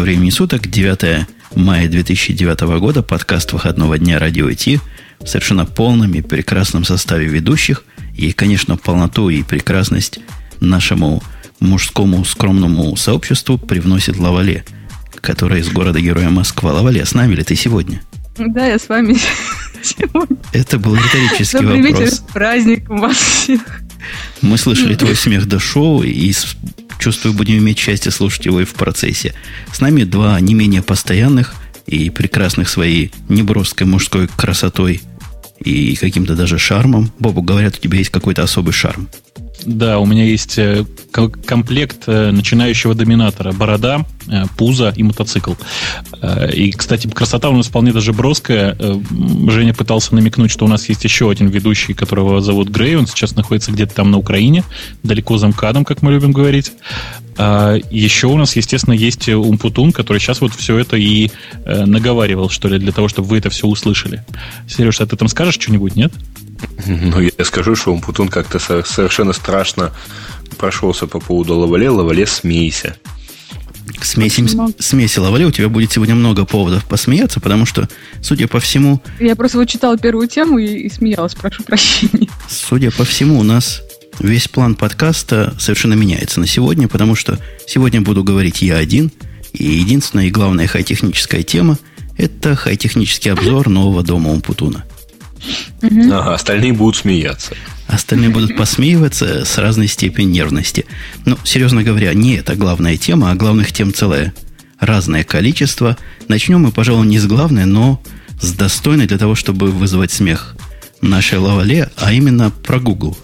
времени суток, 9 мая 2009 года, подкаст выходного дня «Радио ИТ» в совершенно полном и прекрасном составе ведущих. И, конечно, полноту и прекрасность нашему мужскому скромному сообществу привносит Лавале, которая из города-героя Москва. Лавале, с нами ли ты сегодня? Да, я с вами сегодня. Это был риторический вопрос. Добрый вечер, с праздником вас всех. Мы слышали твой смех до шоу и чувствую, будем иметь счастье слушать его и в процессе. С нами два не менее постоянных и прекрасных своей неброской мужской красотой и каким-то даже шармом. Бобу, говорят, у тебя есть какой-то особый шарм. Да, у меня есть комплект начинающего доминатора. Борода, пузо и мотоцикл. И, кстати, красота у нас вполне даже броская. Женя пытался намекнуть, что у нас есть еще один ведущий, которого зовут Грей. Он сейчас находится где-то там на Украине, далеко за МКАДом, как мы любим говорить. Еще у нас, естественно, есть Умпутун, который сейчас вот все это и наговаривал, что ли, для того, чтобы вы это все услышали. Сереж, а ты там скажешь что-нибудь, нет? Ну, я скажу, что Умпутун как-то совершенно страшно прошелся по поводу Лавале. Лавале, смейся. Смеси Лавале, у тебя будет сегодня много поводов посмеяться, потому что, судя по всему... Я просто вот читала первую тему и смеялась, прошу прощения. Судя по всему, у нас весь план подкаста совершенно меняется на сегодня, потому что сегодня буду говорить я один, и единственная и главная хай-техническая тема – это хай-технический обзор нового дома Умпутуна. Ага, остальные будут смеяться. Остальные будут посмеиваться с разной степенью нервности. Но, серьезно говоря, не это главная тема, а главных тем целое разное количество. Начнем мы, пожалуй, не с главной, но с достойной для того, чтобы вызвать смех нашей Лавале, а именно про Google.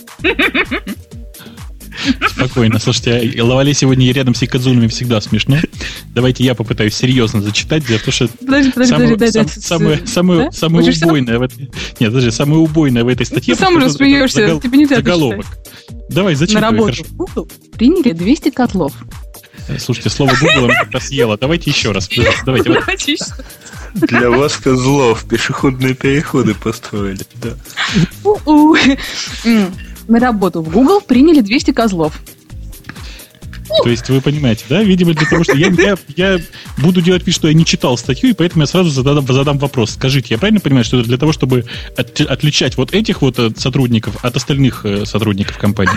Спокойно. Слушайте, Лавале сегодня рядом с Якадзунами всегда смешно. Давайте я попытаюсь серьезно зачитать, потому что самое убойное в этой... Нет, подожди, самое убойное в этой статье... Ты сам уже смеешься, тебе нельзя заголовок. Давай, зачитай. На работу в Google приняли 200 котлов. Слушайте, слово Google она как раз съела. Давайте еще раз. Давайте. Для вас, козлов, пешеходные переходы построили. Да. На работу в Google приняли 200 козлов. То есть вы понимаете, да? Видимо, для того, что я буду делать вид, что я не читал статью, и поэтому я сразу задам вопрос. Скажите, я правильно понимаю, что это для того, чтобы отличать вот этих вот сотрудников от остальных сотрудников компании?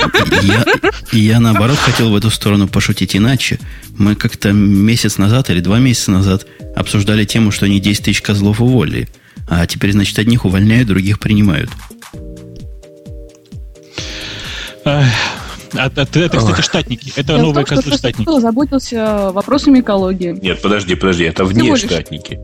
Я наоборот хотел в эту сторону пошутить иначе. Мы как-то месяц назад или 2 месяца назад обсуждали тему, что они 10 тысяч козлов уволили. А теперь, значит, одних увольняют, других принимают. Это, кстати, штатники. Это новые козлы-штатники. Кто заботился вопросами экологии? Нет, подожди, это внештатники.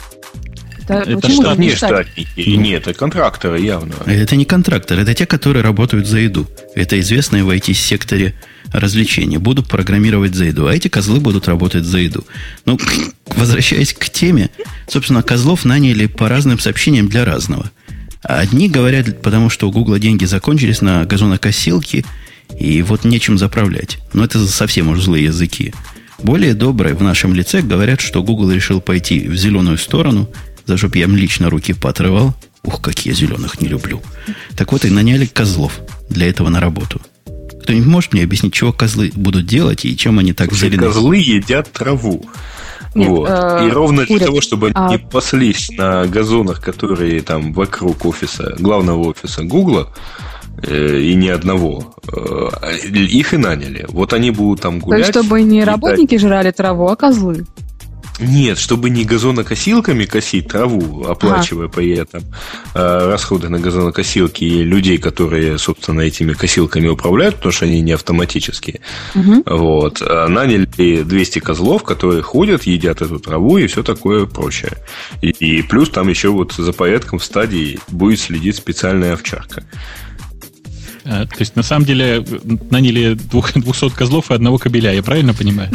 Это внештатники. Нет, это контракторы явно. Это не контракторы, это те, которые работают за еду. Это известные в IT-секторе развлечения. Будут программировать за еду, а эти козлы будут работать за еду. Ну, возвращаясь к теме, собственно, козлов наняли по разным сообщениям для разного. Одни говорят, потому что у Гугла деньги закончились на газонокосилки, и вот нечем заправлять. Но это совсем уж злые языки. Более добрые в нашем лице говорят, что Google решил пойти в зеленую сторону, за что я им лично руки поотрывал. Ух, как я зеленых не люблю. Так вот, и наняли козлов для этого на работу. Кто-нибудь может мне объяснить, чего козлы будут делать и чем они так зеленые? Козлы едят траву. Нет, вот. И ровно для того, чтобы они не паслись на газонах, которые там вокруг офиса, главного офиса Гугла, и ни одного, их и наняли. Вот они будут там гулять. То есть, чтобы не работники жрали траву, а козлы. Нет, чтобы не газонокосилками косить траву, оплачивая при этом расходы на газонокосилки и людей, которые, собственно, этими косилками управляют, потому что они не автоматические. Вот. Наняли 200 козлов, которые ходят, едят эту траву и все такое прочее. И плюс там еще вот за порядком в стадии будет следить специальная овчарка. То есть, на самом деле, наняли 200 козлов и одного кобеля, я правильно понимаю?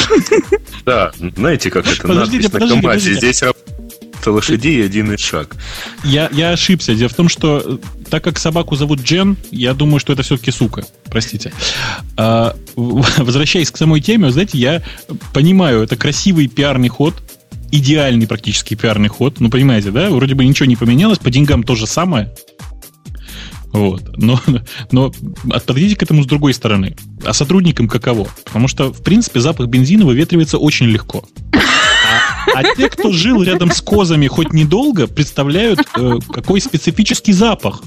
Да, знаете, как это надпись на КамАЗе? Здесь работа лошадей и один шаг. Я ошибся. Дело в том, что так как собаку зовут Джен, я думаю, что это все-таки сука. Простите. Возвращаясь к самой теме, знаете, я понимаю, это красивый пиарный ход, идеальный практически пиарный ход. Ну, понимаете, да? Вроде бы ничего не поменялось, по деньгам то же самое. Вот. Но подойдите к этому с другой стороны. А сотрудникам каково? Потому что, в принципе, запах бензина выветривается очень легко. А те, кто жил рядом с козами хоть недолго, представляют, какой специфический запах.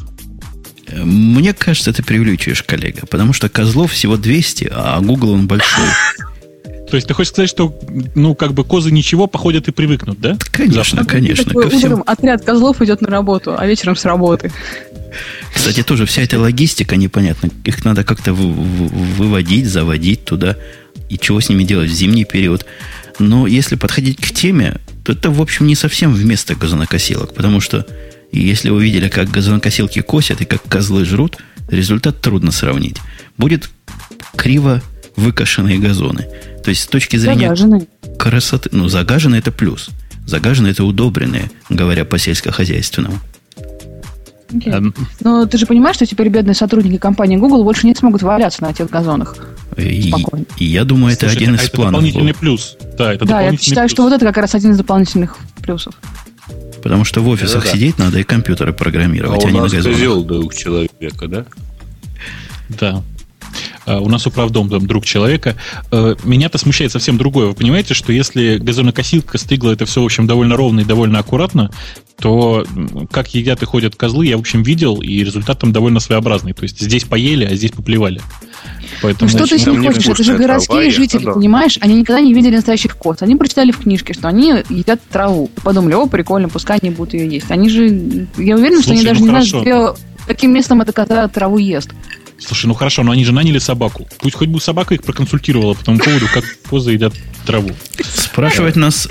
Мне кажется, ты преувеличиваешь, коллега, потому что козлов всего 200, а Google он большой. То есть ты хочешь сказать, что козы ничего, походят и привыкнут, да? Конечно, конечно. Утром отряд козлов идет на работу, а вечером с работы. Кстати, тоже вся эта логистика непонятна. Их надо как-то выводить, заводить туда. И чего с ними делать в зимний период. Но если подходить к теме, то это, в общем, не совсем вместо газонокосилок. Потому что если вы видели, как газонокосилки косят и как козлы жрут, результат трудно сравнить. Будет криво выкошенные газоны. То есть с точки зрения красоты... загаженные это плюс. Загаженные это удобренные, говоря по сельскохозяйственному. Okay. Но ты же понимаешь, что теперь бедные сотрудники компании Google больше не смогут валяться на этих газонах спокойно. И я думаю, это один из планов. Это дополнительный плюс. Да, я считаю, что вот это как раз один из дополнительных плюсов. Потому что в офисах сидеть надо и компьютеры программировать, а не на газонах. козел друг человека, да? Да. У нас управдом друг человека. Меня-то смущает совсем другое. Вы понимаете, что если газонокосилка стригла это все, в общем, довольно ровно и довольно аккуратно, то как едят и ходят козлы, я, в общем, видел, и результат там довольно своеобразный. То есть здесь поели, а здесь поплевали. Поэтому, что ты с ним хочешь? Это же городские жители, понимаешь? Они никогда не видели настоящих коз. Они прочитали в книжке, что они едят траву. Подумали, прикольно, пускай они будут ее есть. Они же, я уверена, что они даже не знают, каким местом эта коза траву ест. Слушай, хорошо, но они же наняли собаку. Пусть хоть бы собака их проконсультировала по тому поводу, как козы едят траву. Спрашивает нас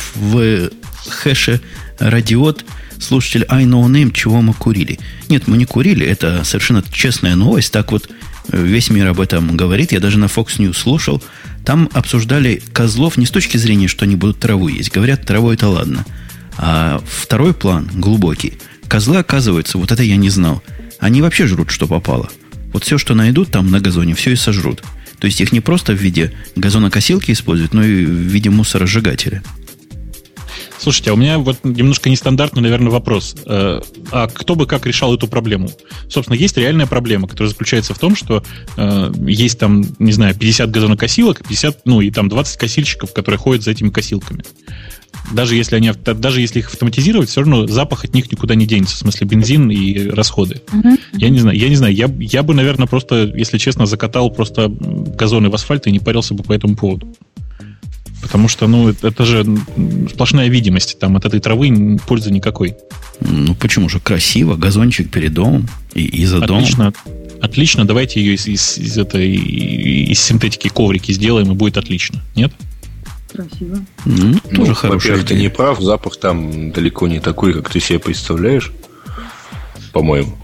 в хэше радиот слушатель iKnowName, чего мы курили. Нет, мы не курили, это совершенно честная новость. Так вот, весь мир об этом говорит. Я даже на Fox News слушал. Там обсуждали козлов не с точки зрения, что они будут траву есть. Говорят, траву это ладно. А второй план, глубокий. Козлы, оказывается, вот это я не знал, они вообще жрут, что попало. Вот все, что найдут там на газоне, все и сожрут. То есть их не просто в виде газонокосилки используют, но и в виде мусоросжигателя. Слушайте, а у меня вот немножко нестандартный, наверное, вопрос. А кто бы как решал эту проблему? Собственно, есть реальная проблема, которая заключается в том, что есть там, не знаю, 50 газонокосилок, 50, и там 20 косильщиков, которые ходят за этими косилками. Даже если их автоматизировать, все равно запах от них никуда не денется. В смысле, бензин и расходы. Я не знаю. Я бы, наверное, просто, если честно, закатал просто газоны в асфальт и не парился бы по этому поводу. Потому что, это же сплошная видимость. Там от этой травы пользы никакой. Почему же? Красиво. Газончик перед домом и за домом. Отлично. Давайте ее из синтетики коврики сделаем, и будет отлично. Нет? Красиво. Тоже хорошая во-первых, идея. ты не прав, запах там далеко не такой, как ты себе представляешь, по-моему.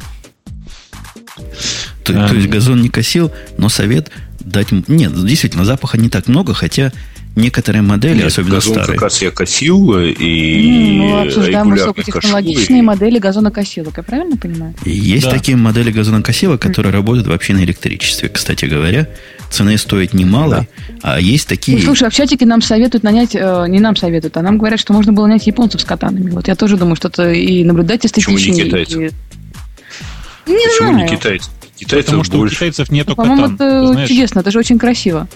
То есть газон не косил, но совет дать... Нет, действительно, запаха не так много, хотя некоторые модели, особенно газон старые... как раз я косил и мы обсуждаем регулярно высокотехнологичные модели газонокосилок, я правильно понимаю? Есть такие модели газонокосилок, которые работают вообще на электричестве, кстати говоря. Цены стоят немало, а есть такие... Слушай, а в чатике нам советуют нанять... не нам советуют, а нам говорят, что можно было нанять японцев с катанами. Вот я тоже думаю, что это и наблюдать эстетичнее. Почему не китайцы? Почему не китайцы? Китайцев потому что больше. у китайцев нету по-моему, катан. это чудесно, это же очень красиво.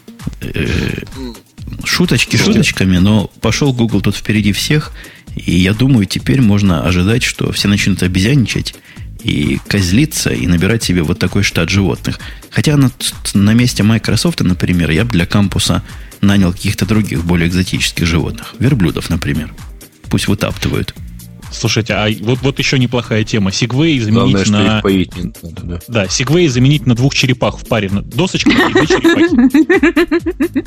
Шуточки шуточками, но пошел Google тут впереди всех, и я думаю, теперь можно ожидать, что все начнут обезьянничать и козлиться, и набирать себе вот такой штат животных. Хотя на месте Microsoft, например, я бы для кампуса нанял каких-то других, более экзотических животных. Верблюдов, например. Пусть вытаптывают. Слушайте, а вот еще неплохая тема. Segway заменить Главное, на... что их поить не надо, да. Да, Segway заменить на 2 черепах в паре. Досочка и 2 черепахи.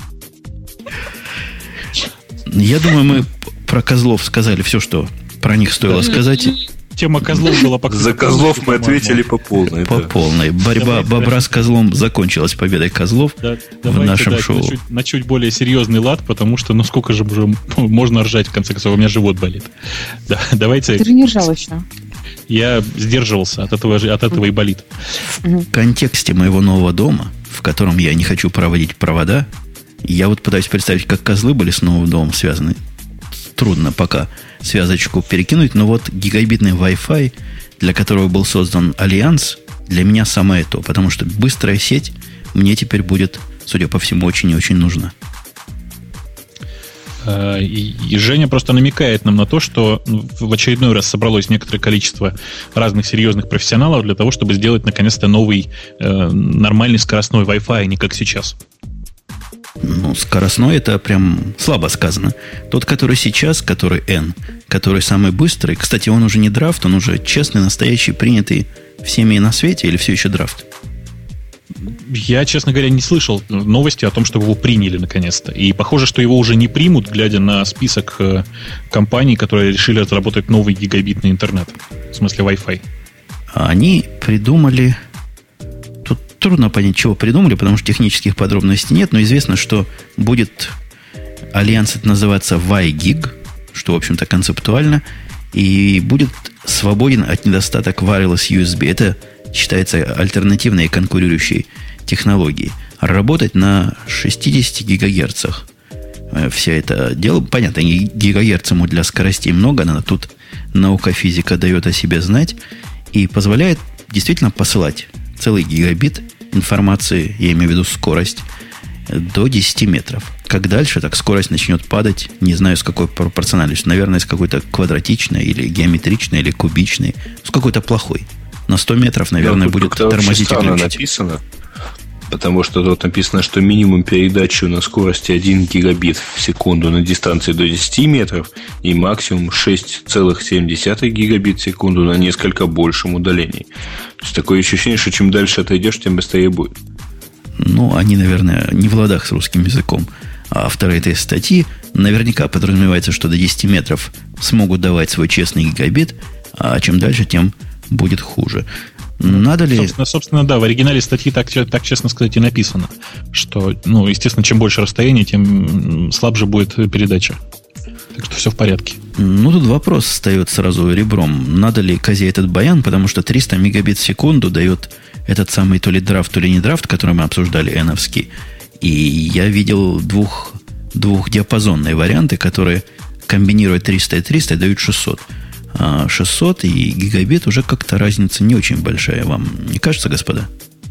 Я думаю, мы про козлов сказали все, что про них стоило сказать. Тема козлов была покрыта. За козлов мы ответили по полной. По полной. Борьба бобра с козлом закончилась победой козлов в нашем шоу. На чуть более серьезный лад, потому что, сколько же уже можно ржать, в конце концов, у меня живот болит. Да, давайте... Ты же не ржал еще. Я сдерживался, от этого и болит. В контексте моего нового дома, в котором я не хочу проводить провода, я вот пытаюсь представить, как козлы были с новым домом связаны. Трудно пока связочку перекинуть, но вот гигабитный Wi-Fi для которого был создан Альянс, для меня самое то. Потому что быстрая сеть мне теперь будет, судя по всему, очень и очень нужна. И Женя просто намекает нам на то, что в очередной раз собралось некоторое количество разных серьезных профессионалов для того, чтобы сделать наконец-то новый нормальный скоростной Wi-Fi, а не как сейчас. Ну, скоростной это прям слабо сказано. Тот, который сейчас, который N, который самый быстрый, кстати, он уже не драфт, он уже честный, настоящий, принятый всеми на свете, или все еще драфт? Я, честно говоря, не слышал новости о том, что его приняли наконец-то. И похоже, что его уже не примут, глядя на список компаний, которые решили разработать новый гигабитный интернет. В смысле Wi-Fi. Они придумали... Тут трудно понять, чего придумали, потому что технических подробностей нет, но известно, что будет альянс, это называется WiGig, что, в общем-то, концептуально, и будет свободен от недостаток wireless USB. Это считается альтернативной и конкурирующей технологией. Работать на 60 гигагерцах. Все это дело, понятно, гигагерц ему для скоростей много, но тут наука, физика дает о себе знать и позволяет действительно посылать целый гигабит информации, я имею в виду скорость, до 10 метров. Как дальше, так скорость начнет падать, не знаю, с какой пропорциональностью. Наверное, с какой-то квадратичной, или геометричной, или кубичной, с какой-то плохой. На 100 метров, наверное, будет тормозить и глючить. Написано, потому что тут написано, что минимум передачи на скорости 1 гигабит в секунду на дистанции до 10 метров и максимум 6,7 гигабит в секунду на несколько большем удалении. То есть такое ощущение, что чем дальше отойдешь, тем быстрее будет. Ну, они, наверное, не в ладах с русским языком. А авторы этой статьи наверняка подразумевается, что до 10 метров смогут давать свой честный гигабит, а чем дальше, тем будет хуже. Надо ли... Собственно, да, в оригинале статьи так, честно сказать, и написано, что, ну, естественно, чем больше расстояние, тем слабже будет передача. Так что все в порядке. Ну, тут вопрос встает сразу ребром. Надо ли козе этот баян, потому что 300 мегабит в секунду дает этот самый то ли драфт, то ли не драфт, который мы обсуждали, эновский. И я видел двухдиапазонные варианты, которые комбинируют 300 и 300 и дают 600. 600 и гигабит уже как-то разница не очень большая. Вам не кажется, господа?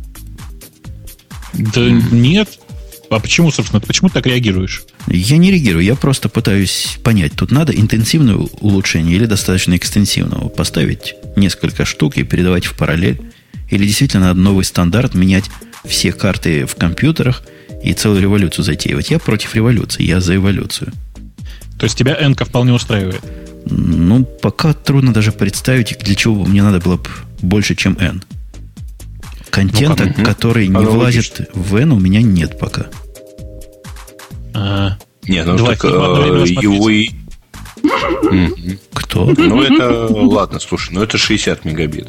Да нет. А почему, собственно, почему ты так реагируешь? Я не реагирую, я просто пытаюсь понять, тут надо интенсивное улучшение или достаточно экстенсивного. Поставить несколько штук и передавать в параллель. Или действительно надо новый стандарт, менять все карты в компьютерах и целую революцию затеивать. Я против революции, я за эволюцию. То есть тебя N-ка вполне устраивает? Ну, пока трудно даже представить, для чего мне надо было бы больше, чем N. Контента, который не влазит в N, у меня нет пока. Не, ну так его и... Кто? Ну, это... Ладно, слушай, ну это 60 мегабит.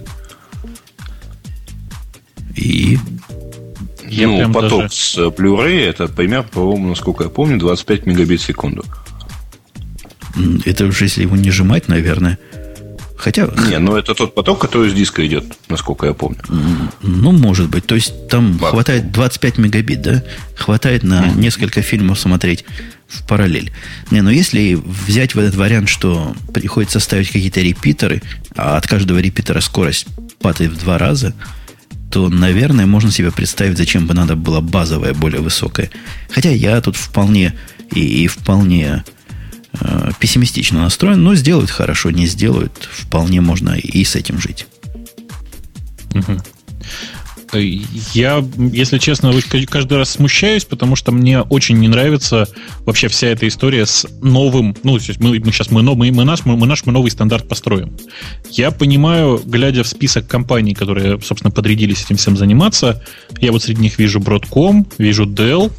И... Ну, поток даже... с Blu-ray, это примерно, по-моему, насколько я помню, 25 мегабит в секунду. Это уже если его не сжимать, наверное. Хотя... Не, ну это тот поток, который с диска идет, насколько я помню. Ну, может быть. То есть там хватает 25 мегабит, да? Хватает на несколько фильмов смотреть в параллель. Не, но если взять в этот вариант, что приходится ставить какие-то репитеры, а от каждого репитера скорость падает в 2 раза, то, наверное, можно себе представить, зачем бы надо было базовая, более высокая. Хотя я тут вполне и вполне пессимистично настроен, но сделают хорошо, не сделают, вполне можно и с этим жить. Я, если честно, каждый раз смущаюсь, потому что мне очень не нравится вообще вся эта история с новым. Ну, то есть мы наш новый стандарт построим. Я понимаю, глядя в список компаний, которые, собственно, подрядились этим всем заниматься, я вот среди них вижу Broadcom, вижу Dell,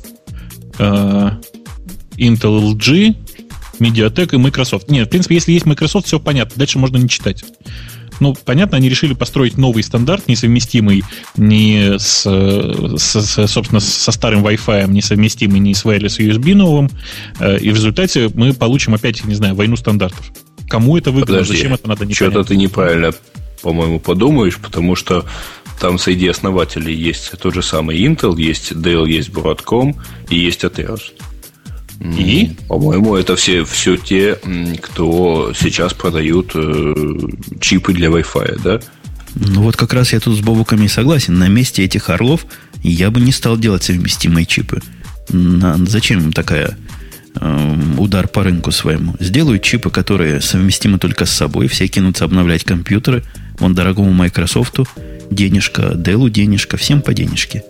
Intel, LG, Mediatek и Microsoft. Нет, в принципе, если есть Microsoft, все понятно. Дальше можно не читать. Ну, понятно, они решили построить новый стандарт, несовместимый ни собственно, со старым Wi-Fi, несовместимый ни с wireless USB новым. И в результате мы получим опять, не знаю, войну стандартов. Кому это выгодно? Подожди, зачем это надо, непонятно. Что-то ты неправильно, по-моему, подумаешь, потому что там среди основателей есть тот же самый Intel, есть Dell, есть Broadcom и есть Atheros. И? По-моему, это все те, кто сейчас продают чипы для Wi-Fi, да? Ну вот как раз я тут с Бобуками согласен. На месте этих орлов я бы не стал делать совместимые чипы. Зачем им такая удар по рынку своему? Сделают чипы, которые совместимы только с собой. Все кинутся обновлять компьютеры. Вон дорогому Microsoft'у денежка, Dell'у денежка, всем по денежке.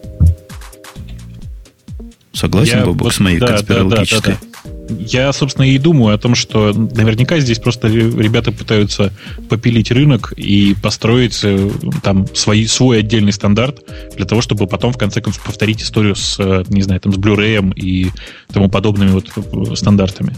Согласен, Бобук, с моей конспирологической? Да. Я, собственно, и думаю о том, что наверняка здесь просто ребята пытаются попилить рынок и построить там свой отдельный стандарт для того, чтобы потом, в конце концов, повторить историю с, не знаю, там, с Blu-ray и тому подобными вот стандартами.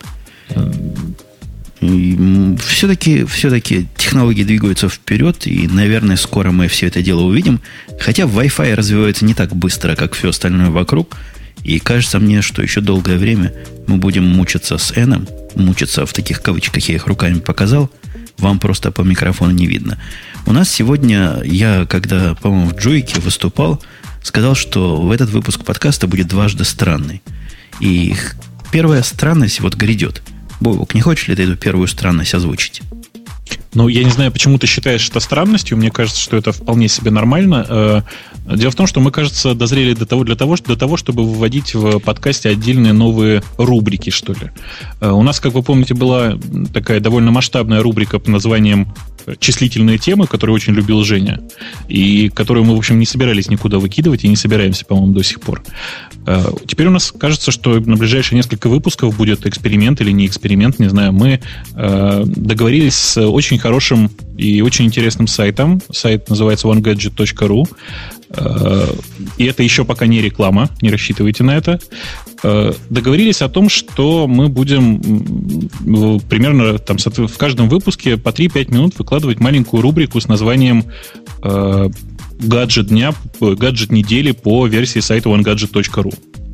Все-таки технологии двигаются вперед, и, наверное, скоро мы все это дело увидим. Хотя Wi-Fi развивается не так быстро, как все остальное вокруг. И кажется мне, что еще долгое время мы будем мучиться с N, мучиться в таких кавычках, я их руками показал, вам просто по микрофону не видно. У нас сегодня, я когда, по-моему, в Джойке выступал, сказал, что в этот выпуск подкаста будет дважды странный. И первая странность вот грядет. Бобук, не хочешь ли ты эту первую странность озвучить? Ну, я не знаю, почему ты считаешь это странностью. Мне кажется, что это вполне себе нормально. Дело в том, что мы, кажется, дозрели до того, чтобы выводить в подкасте отдельные новые рубрики, что ли. У нас, как вы помните, была такая довольно масштабная рубрика под названием «Числительные темы», которую очень любил Женя, и которую мы, в общем, не собирались никуда выкидывать и не собираемся, по-моему, до сих пор. Теперь у нас кажется, что на ближайшие несколько выпусков будет эксперимент или не эксперимент, не знаю. Мы договорились с очень хорошим и очень интересным сайтом. Сайт называется onegadget.ru. И это еще пока не реклама, не рассчитывайте на это. Договорились о том, что мы будем примерно там, в каждом выпуске по 3-5 минут выкладывать маленькую рубрику с названием «Гаджет дня», «Гаджет недели» по версии сайта onegadget.ru.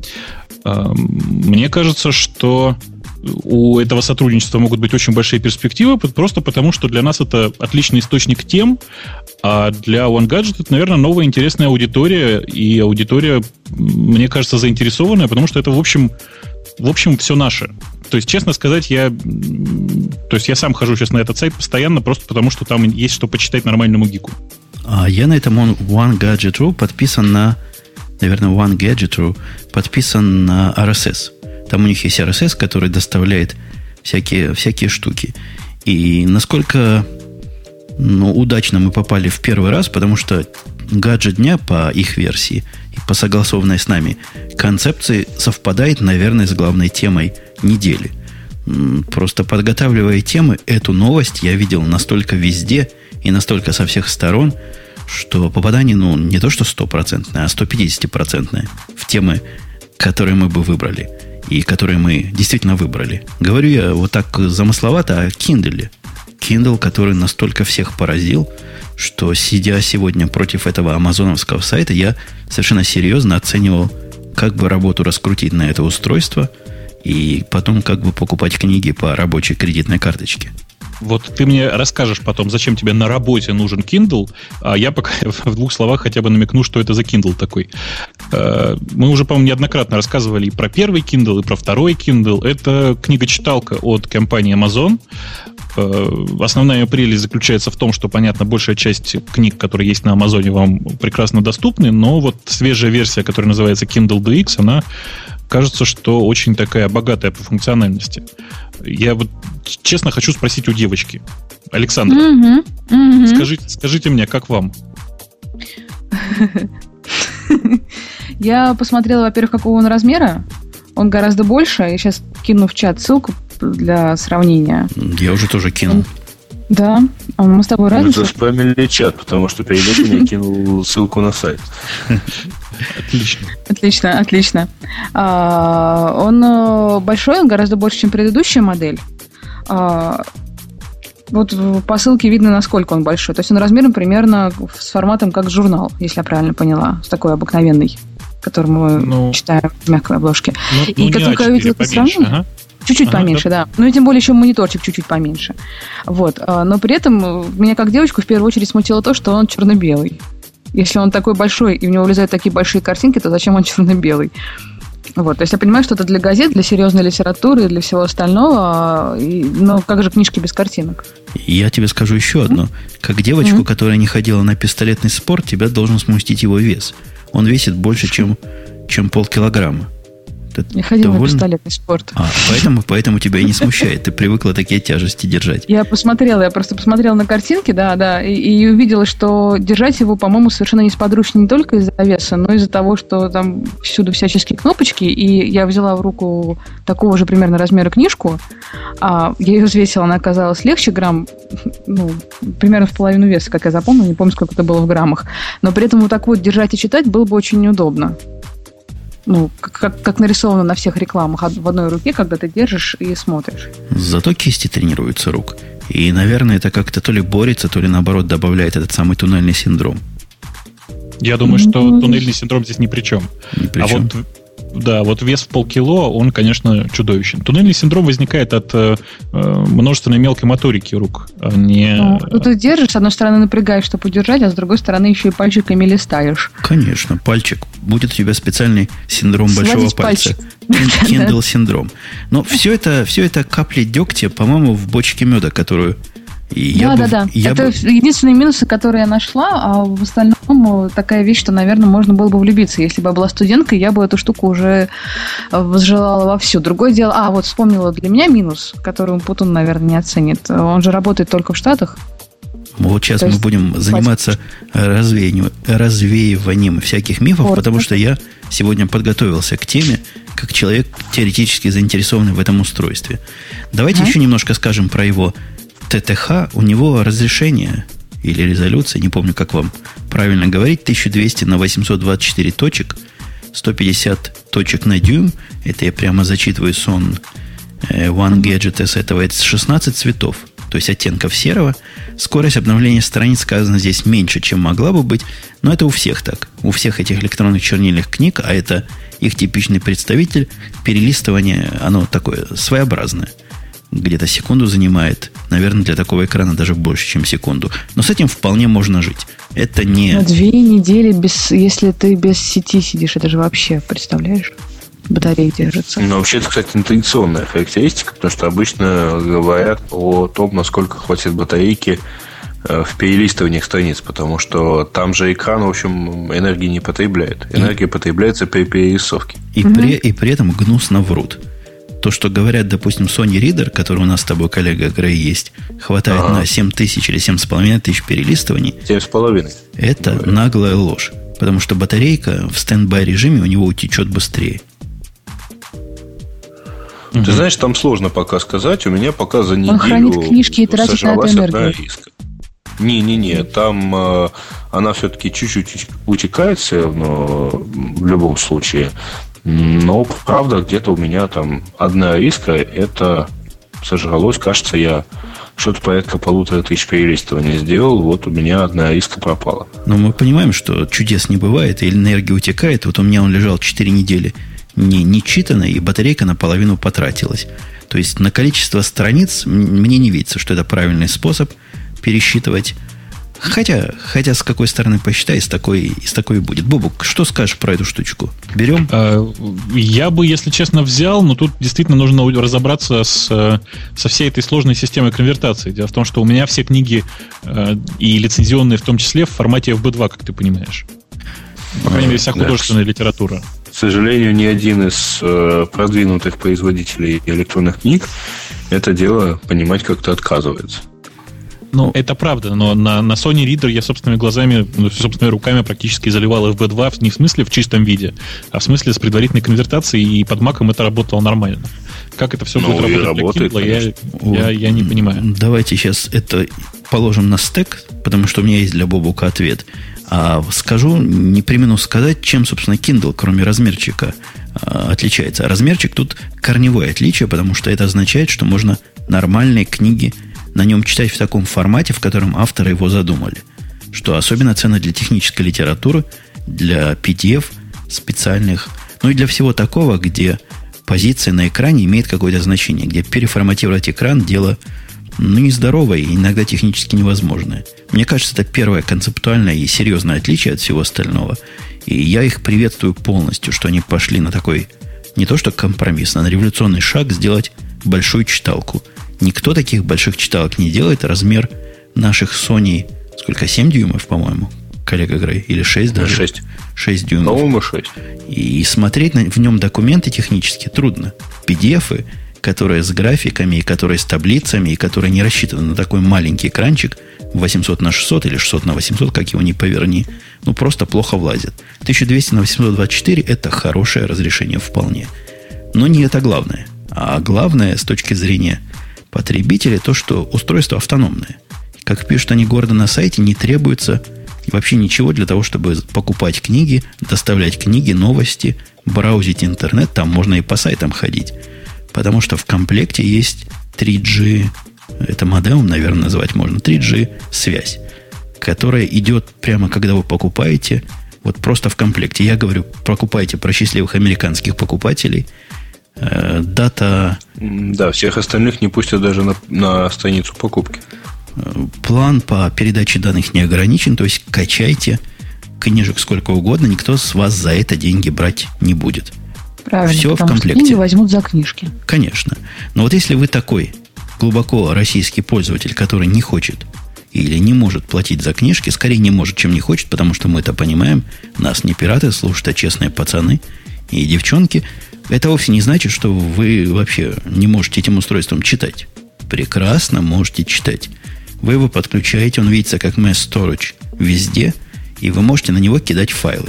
Мне кажется, что у этого сотрудничества могут быть очень большие перспективы, просто потому, что для нас это отличный источник тем, а для OneGadget это, наверное, новая интересная аудитория, и аудитория, мне кажется, заинтересованная, потому что это, в общем, все наше. То есть, честно сказать, я сам хожу сейчас на этот сайт постоянно, просто потому, что там есть что почитать нормальному гику. А я на этом OneGadget.ru подписан на, наверное, OneGadget.ru подписан на RSS. Там у них есть RSS, который доставляет всякие штуки. И насколько удачно мы попали в первый раз, потому что гаджет дня по их версии и по согласованной с нами концепции совпадает, наверное, с главной темой недели. Просто подготавливая темы, эту новость я видел настолько везде и настолько со всех сторон, что попадание, не то что 100%, а 150% в темы, которые мы бы выбрали. И которые мы действительно выбрали. Говорю я вот так замысловато о Kindle. Kindle, который настолько всех поразил, что, сидя сегодня против этого амазоновского сайта, я совершенно серьезно оценивал, как бы работу раскрутить на это устройство и потом как бы покупать книги по рабочей кредитной карточке. Вот ты мне расскажешь потом, зачем тебе на работе нужен Kindle, а я пока в 2 словах хотя бы намекну, что это за Kindle такой. Мы уже, по-моему, неоднократно рассказывали и про первый Kindle, и про второй Kindle. Это книгочиталка от компании Amazon. Основная ее прелесть заключается в том, что, понятно, большая часть книг, которые есть на Амазоне, вам прекрасно доступны, но вот свежая версия, которая называется Kindle DX, она кажется, что очень такая богатая по функциональности. Я вот честно хочу спросить у девочки. Александра, скажите мне, как вам? Я посмотрела, во-первых, какого он размера. Он гораздо больше. Я сейчас кину в чат ссылку для сравнения. Я уже тоже кинул. Да, мы с тобой разница. Мы заспамили чат, потому что перед этим я кинул ссылку на сайт. Отлично. Он большой, он гораздо больше, чем предыдущая модель. Вот по ссылке видно, насколько он большой. То есть он размером примерно с форматом как журнал, если я правильно поняла, с такой обыкновенной, который мы читаем в мягкой обложке. И как только я увидела это сравнение... Чуть-чуть поменьше, да. Ну и тем более еще мониторчик чуть-чуть поменьше. Вот. Но при этом меня как девочку в первую очередь смутило то, что он черно-белый. Если он такой большой, и в него влезают такие большие картинки, то зачем он черно-белый? Вот, то есть я понимаю, что это для газет, для серьезной литературы, для всего остального, но как же книжки без картинок? Я тебе скажу еще одно. Как девочку, которая не ходила на пистолетный спорт, тебя должен смутить его вес. Он весит больше, чем полкилограмма. Я ходила на пистолетный спорт. Поэтому тебя и не смущает. Ты привыкла такие тяжести держать. Я просто посмотрела на картинки, да, и увидела, что держать его, по-моему, совершенно несподручно не только из-за веса, но и из-за того, что там всюду всяческие кнопочки, и я взяла в руку такого же примерно размера книжку, я ее взвесила, она оказалась легче грамм, примерно в половину веса, как я запомнила, не помню, сколько это было в граммах, но при этом вот так вот держать и читать было бы очень неудобно. Как нарисовано на всех рекламах в одной руке, когда ты держишь и смотришь. Зато кисти тренируются рук. И, наверное, это как-то то ли борется, то ли, наоборот, добавляет этот самый туннельный синдром. Я думаю, что туннельный синдром здесь ни при чем. Вот вес в полкило, он, конечно, чудовищен. Туннельный синдром возникает от множественной мелкой моторики рук, а не... Ты держишь, с одной стороны напрягаешь, чтобы удержать, а с другой стороны еще и пальчиками листаешь. Конечно, пальчик. Будет у тебя специальный синдром большого пальца. Kindle синдром. Но все это капли дегтя, по-моему, в бочке меда, которую... Это единственные минусы, которые я нашла, а в остальном такая вещь, что, наверное, можно было бы влюбиться. Если бы я была студенткой, я бы эту штуку уже возжелала вовсю. Другое дело, вспомнила для меня минус, который Путун, наверное, не оценит. Он же работает только в Штатах. Вот сейчас мы будем заниматься развеиванием всяких мифов, потому что я сегодня подготовился к теме, как человек, теоретически заинтересованный в этом устройстве. Давайте еще немножко скажем про его ТТХ. У него разрешение или резолюция, не помню, как вам правильно говорить, 1200 на 824 точек, 150 точек на дюйм. Это я прямо зачитываю сон OneGadget с этого. Это 16 цветов, то есть оттенков серого. Скорость обновления страниц, сказано здесь, меньше, чем могла бы быть. Но это у всех так. У всех этих электронных чернильных книг, а это их типичный представитель, перелистывание, оно такое своеобразное. Где-то секунду занимает. Наверное, для такого экрана даже больше, чем секунду. Но с этим вполне можно жить. Это не... На 2 недели, если ты без сети сидишь, это же вообще, представляешь? Батареи держатся. Вообще, это, кстати, интенционная характеристика, потому что обычно говорят о том, насколько хватит батарейки в перелистывании страниц, потому что там же экран, в общем, энергии не потребляет. Энергия потребляется при перерисовке. И при этом гнусно врут. То, что говорят, допустим, Sony Reader, который у нас с тобой, коллега Грей, есть, хватает на 7000 или 7500 перелистываний. 7,5. Это наглая ложь. Потому что батарейка в стендбай режиме у него утечет быстрее. Ты знаешь, там сложно пока сказать. У меня пока за неделю... Он хранит книжки и тратит на это энергию. Не. Там она все-таки чуть-чуть утекает все равно в любом случае. Но, правда, где-то у меня там одна риска, это сожралось, кажется, я что-то порядка 1500 перелистываний сделал, вот у меня одна риска пропала. Но мы понимаем, что чудес не бывает, и энергия утекает. Вот у меня он лежал 4 недели не читанный, и батарейка наполовину потратилась. То есть на количество страниц мне не видится, что это правильный способ пересчитывать. Хотя с какой стороны посчитай, с такой и будет. Бобук, что скажешь про эту штучку? Берем? Я бы, если честно, взял, но тут действительно нужно разобраться со всей этой сложной системой конвертации. Дело в том, что у меня все книги, и лицензионные в том числе, в формате FB2, как ты понимаешь. По крайней мере, вся художественная литература. К сожалению, ни один из продвинутых производителей электронных книг это дело понимать как-то отказывается. Это правда, но на Sony Reader я собственными глазами, собственными руками практически заливал FB2 не в смысле в чистом виде, а в смысле с предварительной конвертацией, и под Mac'ом это работало нормально. Как это все будет работать для Kindle, я не понимаю. Давайте сейчас это положим на стек, потому что у меня есть для Бобука ответ. А скажу, не премину сказать, чем, собственно, Kindle, кроме размерчика, отличается. А размерчик тут корневое отличие, потому что это означает, что можно нормальные книги на нем читать в таком формате, в котором авторы его задумали. Что особенно ценно для технической литературы, для PDF специальных, и для всего такого, где позиция на экране имеет какое-то значение, где переформатировать экран дело нездоровое и иногда технически невозможное. Мне кажется, это первое концептуальное и серьезное отличие от всего остального. И я их приветствую полностью, что они пошли на такой не то что компромисс, а на революционный шаг сделать большую читалку. Никто таких больших читалок не делает. Размер наших Sony, сколько, 7 дюймов, по-моему, коллега Грей, или 6 даже? 6. 6 дюймов. По-моему, 6. И смотреть в нем документы технически трудно. PDF-ы, которые с графиками, и которые с таблицами, и которые не рассчитаны на такой маленький экранчик 800 на 600 или 600 на 800, как его ни поверни, ну, просто плохо влазят. 1200 на 824 – это хорошее разрешение вполне. Но не это главное. А главное, с точки зрения потребителя, то, что устройство автономное. Как пишут они гордо на сайте, не требуется вообще ничего для того, чтобы покупать книги, доставлять книги, новости, браузить интернет. Там можно и по сайтам ходить. Потому что в комплекте есть 3G, это модем, наверное, назвать можно, 3G связь, которая идет прямо, когда вы покупаете, вот просто в комплекте. Я говорю, покупайте про счастливых американских покупателей. Дата... Да, всех остальных не пустят даже на страницу покупки. План по передаче данных не ограничен, то есть качайте книжек сколько угодно, никто с вас за это деньги брать не будет. Правильно, все в комплекте. Что книги возьмут за книжки. Конечно. Но вот если вы такой глубоко российский пользователь, который не хочет или не может платить за книжки, скорее не может, чем не хочет, потому что мы это понимаем, нас не пираты слушают, а честные пацаны и девчонки, это вовсе не значит, что вы вообще не можете этим устройством читать. Прекрасно можете читать. Вы его подключаете, он видится как Mass Storage везде, и вы можете на него кидать файлы.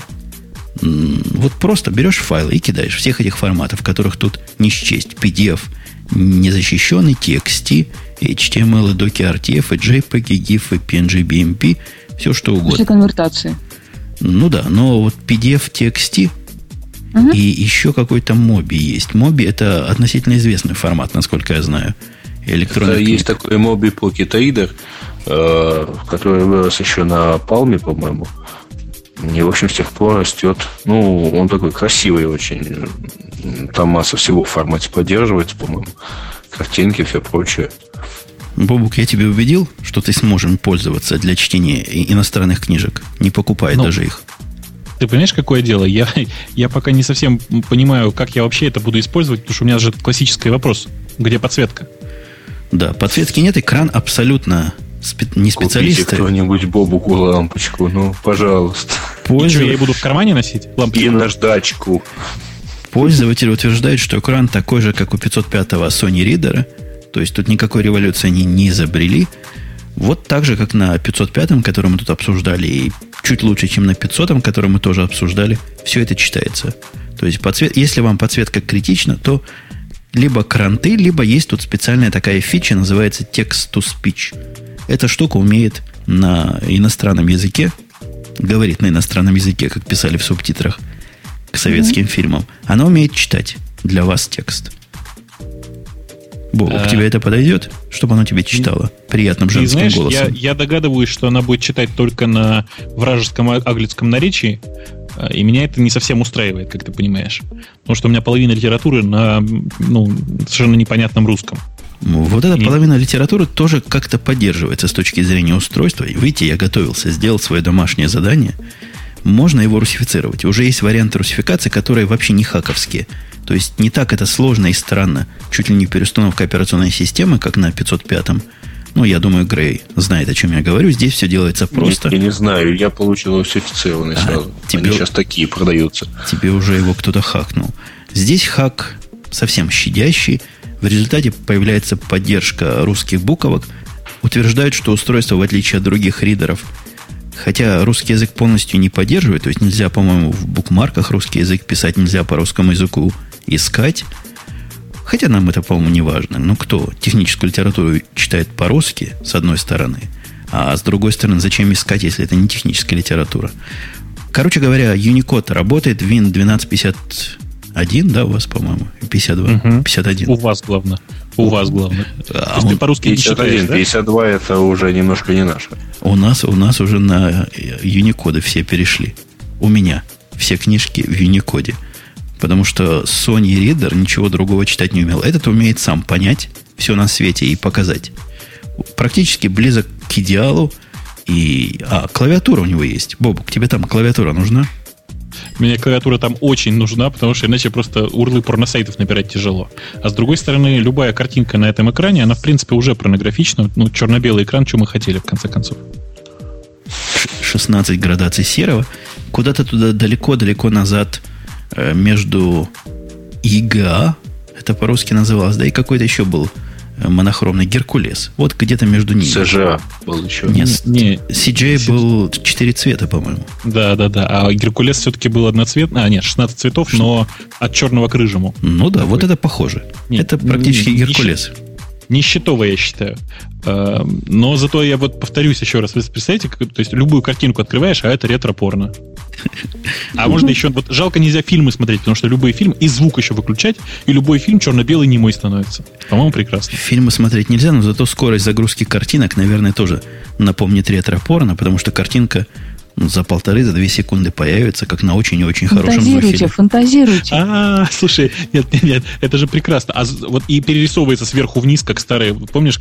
Вот просто берешь файлы и кидаешь всех этих форматов, которых тут не счесть. PDF, незащищенный, TXT, HTML, Docker, RTF, JPEG, GIF, PNG, BMP, все что угодно. Все конвертации. Ну да, но вот PDF, TXT и еще какой-то Mobi есть. Mobi это относительно известный формат, насколько я знаю. Есть такой Mobi Pocket Reader, который вырос еще на Palm, по-моему. И, в общем, с тех пор растет. Ну, он такой красивый очень. Там масса всего в формате поддерживается, по-моему. Картинки, все прочее. Бобук, я тебя убедил, что ты сможешь пользоваться для чтения иностранных книжек, не покупая даже их. Ты понимаешь, какое дело? Я пока не совсем понимаю, как я вообще это буду использовать, потому что у меня же классический вопрос. Где подсветка? Да, подсветки нет, экран абсолютно не специалисты. Купите кто-нибудь Бобуку лампочку, ну, пожалуйста. И что, я ее буду в кармане носить? И наждачку. Пользователи утверждают, что экран такой же, как у 505-го Sony Reader. То есть тут никакой революции они не изобрели. Вот так же, как на 505-м, который мы тут обсуждали, и чуть лучше, чем на 500-м, который мы тоже обсуждали, все это читается. То есть, если вам подсветка критична, то либо кранты, либо есть тут специальная такая фича, называется Text-to-Speech. Эта штука умеет на иностранном языке, говорит на иностранном языке, как писали в субтитрах к советским фильмам. Она умеет читать для вас текст. Бог, тебе это подойдет, чтобы оно тебе читало приятным женским голосом? Я догадываюсь, что она будет читать только на вражеском английском наречии, и меня это не совсем устраивает, как ты понимаешь. Потому что у меня половина литературы на совершенно непонятном русском. Вот эта половина литературы тоже как-то поддерживается с точки зрения устройства. И видите, я готовился, сделал свое домашнее задание. Можно его русифицировать. Уже есть варианты русификации, которые вообще не хаковские. То есть не так это сложно и странно. Чуть ли не переустановка операционной системы, как на 505-м. Ну, я думаю, Грей знает, о чем я говорю. Здесь все делается просто. Я не знаю, я получил русифицированный сразу. Они сейчас такие продаются. Тебе уже его кто-то хакнул. Здесь хак совсем щадящий. В результате появляется поддержка русских буквок. Утверждают, что устройство, в отличие от других ридеров, хотя русский язык полностью не поддерживает, то есть нельзя, по-моему, в букмарках русский язык писать, нельзя по русскому языку искать. Хотя нам это, по-моему, не важно. Но кто техническую литературу читает по-русски, с одной стороны, а с другой стороны, зачем искать, если это не техническая литература? Короче говоря, Unicode работает, Win 1251, да, у вас, по-моему, 52, 51. У вас главное. У вас главное. Ты по-русски 51, 52 это уже немножко не наше. У нас уже на Unicode все перешли. У меня все книжки в Unicode. Потому что Sony Reader ничего другого читать не умел. Этот умеет сам понять все на свете и показать. Практически близок к идеалу. Клавиатура у него есть. Бобук, тебе там клавиатура нужна? Мне клавиатура там очень нужна, потому что иначе просто урлы порносайтов набирать тяжело. А с другой стороны, любая картинка на этом экране, она, в принципе, уже порнографична. Ну, черно-белый экран, что мы хотели, в конце концов. 16 градаций серого. Куда-то туда далеко-далеко назад между ИГА, это по-русски называлось, да, и какой-то еще был монохромный Геркулес. Вот где-то между ними. СЖА был еще. Нет, CJ был 4 цвета, по-моему. Да. А Геркулес все-таки был одноцветный. 16 цветов, но от черного к рыжему. Ну да, вот это похоже. Это практически Геркулес. Нищетово, я считаю. Но зато я вот повторюсь еще раз. Вы представляете, то есть любую картинку открываешь, а это ретро-порно. А можно еще... Вот жалко, нельзя фильмы смотреть, потому что любой фильм, и звук еще выключать, и любой фильм черно-белый немой становится. По-моему, прекрасно. Фильмы смотреть нельзя, но зато скорость загрузки картинок, наверное, тоже напомнит ретро-порно, потому что картинка за 1,5-2 секунды появится, как на очень и очень хорошем звуке. Фантазируйте. Слушай, нет, это же прекрасно. А вот и перерисовывается сверху вниз, как старые, помнишь,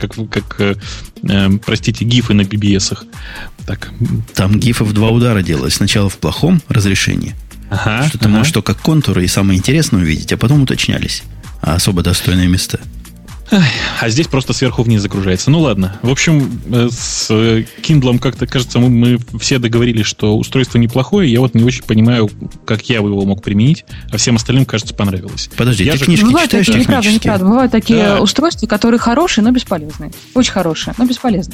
простите, гифы на BBS-ах. Так. Там гифы в 2 удара делалось. Сначала в плохом разрешении, что ты можешь только контуры и самое интересное увидеть, а потом уточнялись особо достойные места. А здесь просто сверху вниз загружается. Ну ладно. В общем, с Kindle как-то, кажется, мы все договорились, что устройство неплохое. Я вот не очень понимаю, как я его мог применить, а всем остальным, кажется, понравилось. Подожди, ты книжки читаешь технические? Неправда. Бывают такие устройства, которые хорошие, но бесполезные. Очень хорошие, но бесполезные.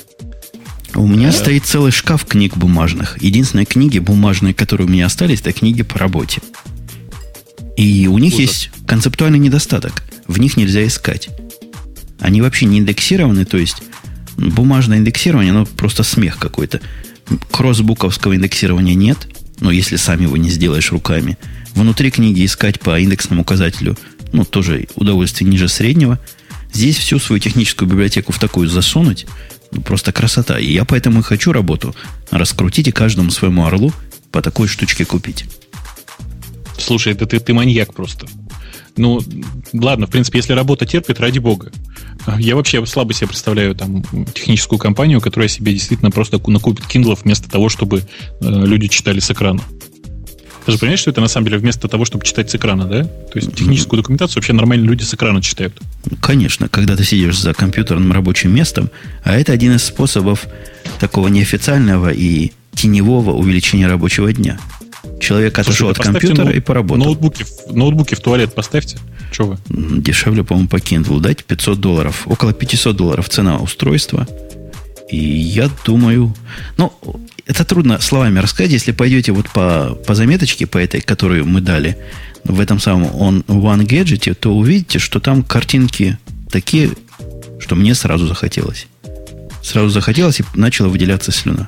У меня стоит целый шкаф книг бумажных. Единственные книги бумажные, которые у меня остались, это книги по работе. И у них есть концептуальный недостаток. В них нельзя искать. Они вообще не индексированы, то есть бумажное индексирование, оно просто смех какой-то. Кроссбуковского индексирования нет, но если сам его не сделаешь руками. Внутри книги искать по индексному указателю, тоже удовольствие ниже среднего. Здесь всю свою техническую библиотеку в такую засунуть, просто красота. И я поэтому и хочу работу раскрутить и каждому своему орлу по такой штучке купить. Слушай, это ты маньяк просто. Ну, ладно, в принципе, если работа терпит, ради бога. Я вообще слабо себе представляю там техническую компанию, которая себе действительно просто накупит Kindle вместо того, чтобы люди читали с экрана. Ты же понимаешь, что это на самом деле вместо того, чтобы читать с экрана, да? То есть техническую документацию вообще нормальные люди с экрана читают. Конечно, когда ты сидишь за компьютерным рабочим местом, а это один из способов такого неофициального и теневого увеличения рабочего дня. Человек отошел от компьютера и поработал. Ноутбуки в туалет поставьте. Че вы? Дешевле, по-моему, по Kindle дать $500. Около $500 цена устройства. И я думаю... это трудно словами рассказать. Если пойдете вот по заметочке, по этой, которую мы дали в этом самом One Gadget, то увидите, что там картинки такие, что мне сразу захотелось. Сразу захотелось и начала выделяться слюна.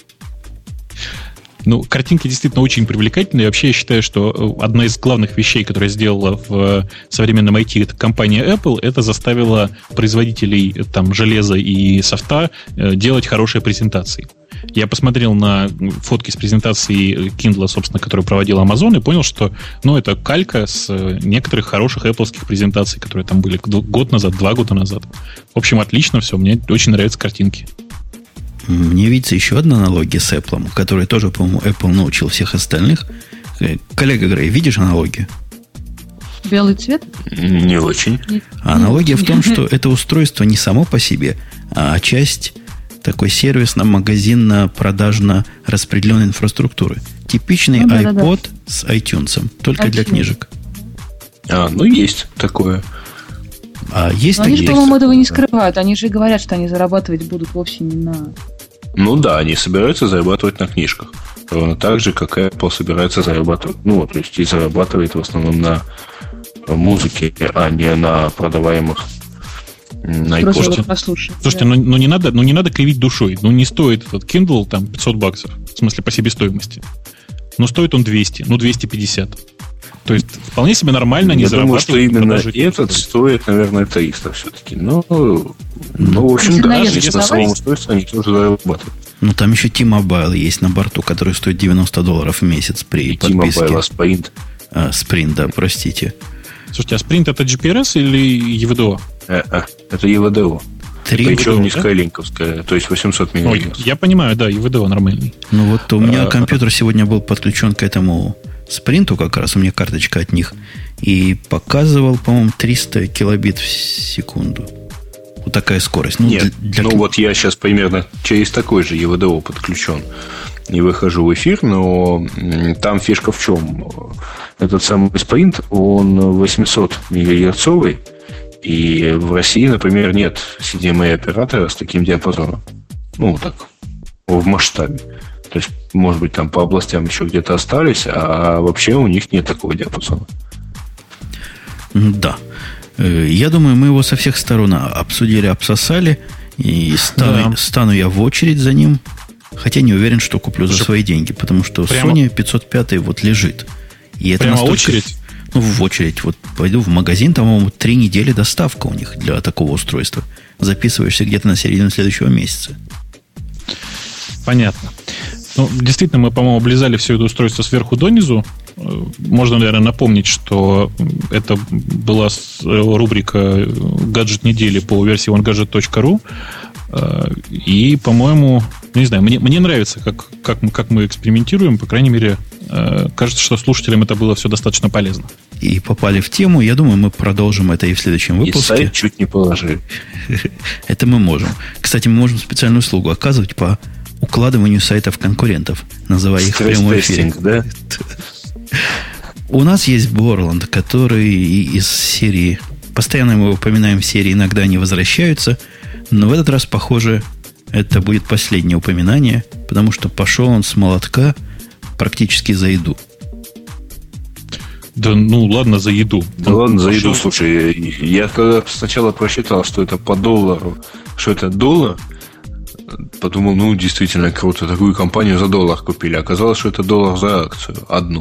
Картинки действительно очень привлекательные. И вообще я считаю, что одна из главных вещей, которая сделала в современном IT, это компания Apple, это заставила производителей там, железа и софта делать хорошие презентации. Я посмотрел на фотки с презентации Kindle, собственно, которую проводил Amazon, и понял, что это калька с некоторых хороших Apple-ских презентаций, которые там были год назад, 2 года назад. В общем, отлично все. Мне очень нравятся картинки. Мне видится еще одна аналогия с Apple, которой тоже, по-моему, Apple научил всех остальных. Коллега Грей, видишь аналогию? Белый цвет? Не очень. Аналогия в том, что это устройство не само по себе, а часть такой сервисно-магазинно-продажно распределенной инфраструктуры. Типичный iPod с iTunes, только для книжек. Есть такое. Есть они же, по-моему, этого не скрывают. Они же говорят, что они зарабатывать будут вовсе не на... Они собираются зарабатывать на книжках. Ровно так же, как Apple собирается зарабатывать. То есть и зарабатывает в основном на музыке, а не на продаваемых на iPod. Слушайте, не надо кривить душой. Не стоит этот Kindle там $500. В смысле, по себестоимости. Стоит он 200, 250. То есть, вполне себе нормально они зарабатывают. Я думаю, что именно этот стоит, наверное, 300 все-таки. В общем, если на самом устройстве они тоже зарабатывают. Там еще T-Mobile есть на борту, который стоит $90 в месяц при подписке. T-Mobile, Sprint. Sprint, да, простите. Слушайте, а Sprint это GPRS или EVDO? Это EVDO. Причем не скайлинковская, то есть 800 МГц. Я понимаю, да, EVDO нормальный. У меня компьютер сегодня был подключен к этому Спринту как раз, у меня карточка от них, и показывал, по-моему, 300 килобит в секунду. Вот такая скорость. Нет, вот я сейчас примерно через такой же ЕВДО подключен и выхожу в эфир, но там фишка в чем? Этот самый спринт, он 800 мегагерцовый, и в России, например, нет CDMA-оператора с таким диапазоном. Ну, так, в масштабе. То есть, может быть, там по областям еще где-то остались, а вообще у них нет такого диапазона. Да. Я думаю, мы его со всех сторон обсудили, обсосали, и стану я в очередь за ним, хотя не уверен, что куплю за свои деньги, потому что Sony 505 вот лежит. И это прямо очередь? Ну, в очередь. Вот пойду в магазин, там, по-моему, 3 недели доставка у них для такого устройства. Записываешься где-то на середину следующего месяца. Понятно. Ну, действительно, мы, по-моему, облизали все это устройство сверху донизу. Можно, наверное, напомнить, что это была рубрика «Гаджет недели» по версии onegadget.ru. И, по-моему, не знаю, мне нравится, как мы экспериментируем. По крайней мере, кажется, что слушателям это было все достаточно полезно. И попали в тему. Я думаю, мы продолжим это и в следующем выпуске. И сайт чуть не положили. Это мы можем. Кстати, мы можем специальную услугу оказывать по укладыванию сайтов конкурентов, называя их в прямом эфире. Да? У нас есть Borland, который из серии... Постоянно мы его упоминаем в серии, иногда они возвращаются, но в этот раз, похоже, это будет последнее упоминание, потому что пошел он с молотка практически за еду. Да ну ладно, за еду. Да ладно, за еду. Слушай, я когда сначала просчитал, что это по доллару, что это доллар, подумал, ну, действительно круто, такую компанию за доллар купили. Оказалось, что это доллар за акцию, одну.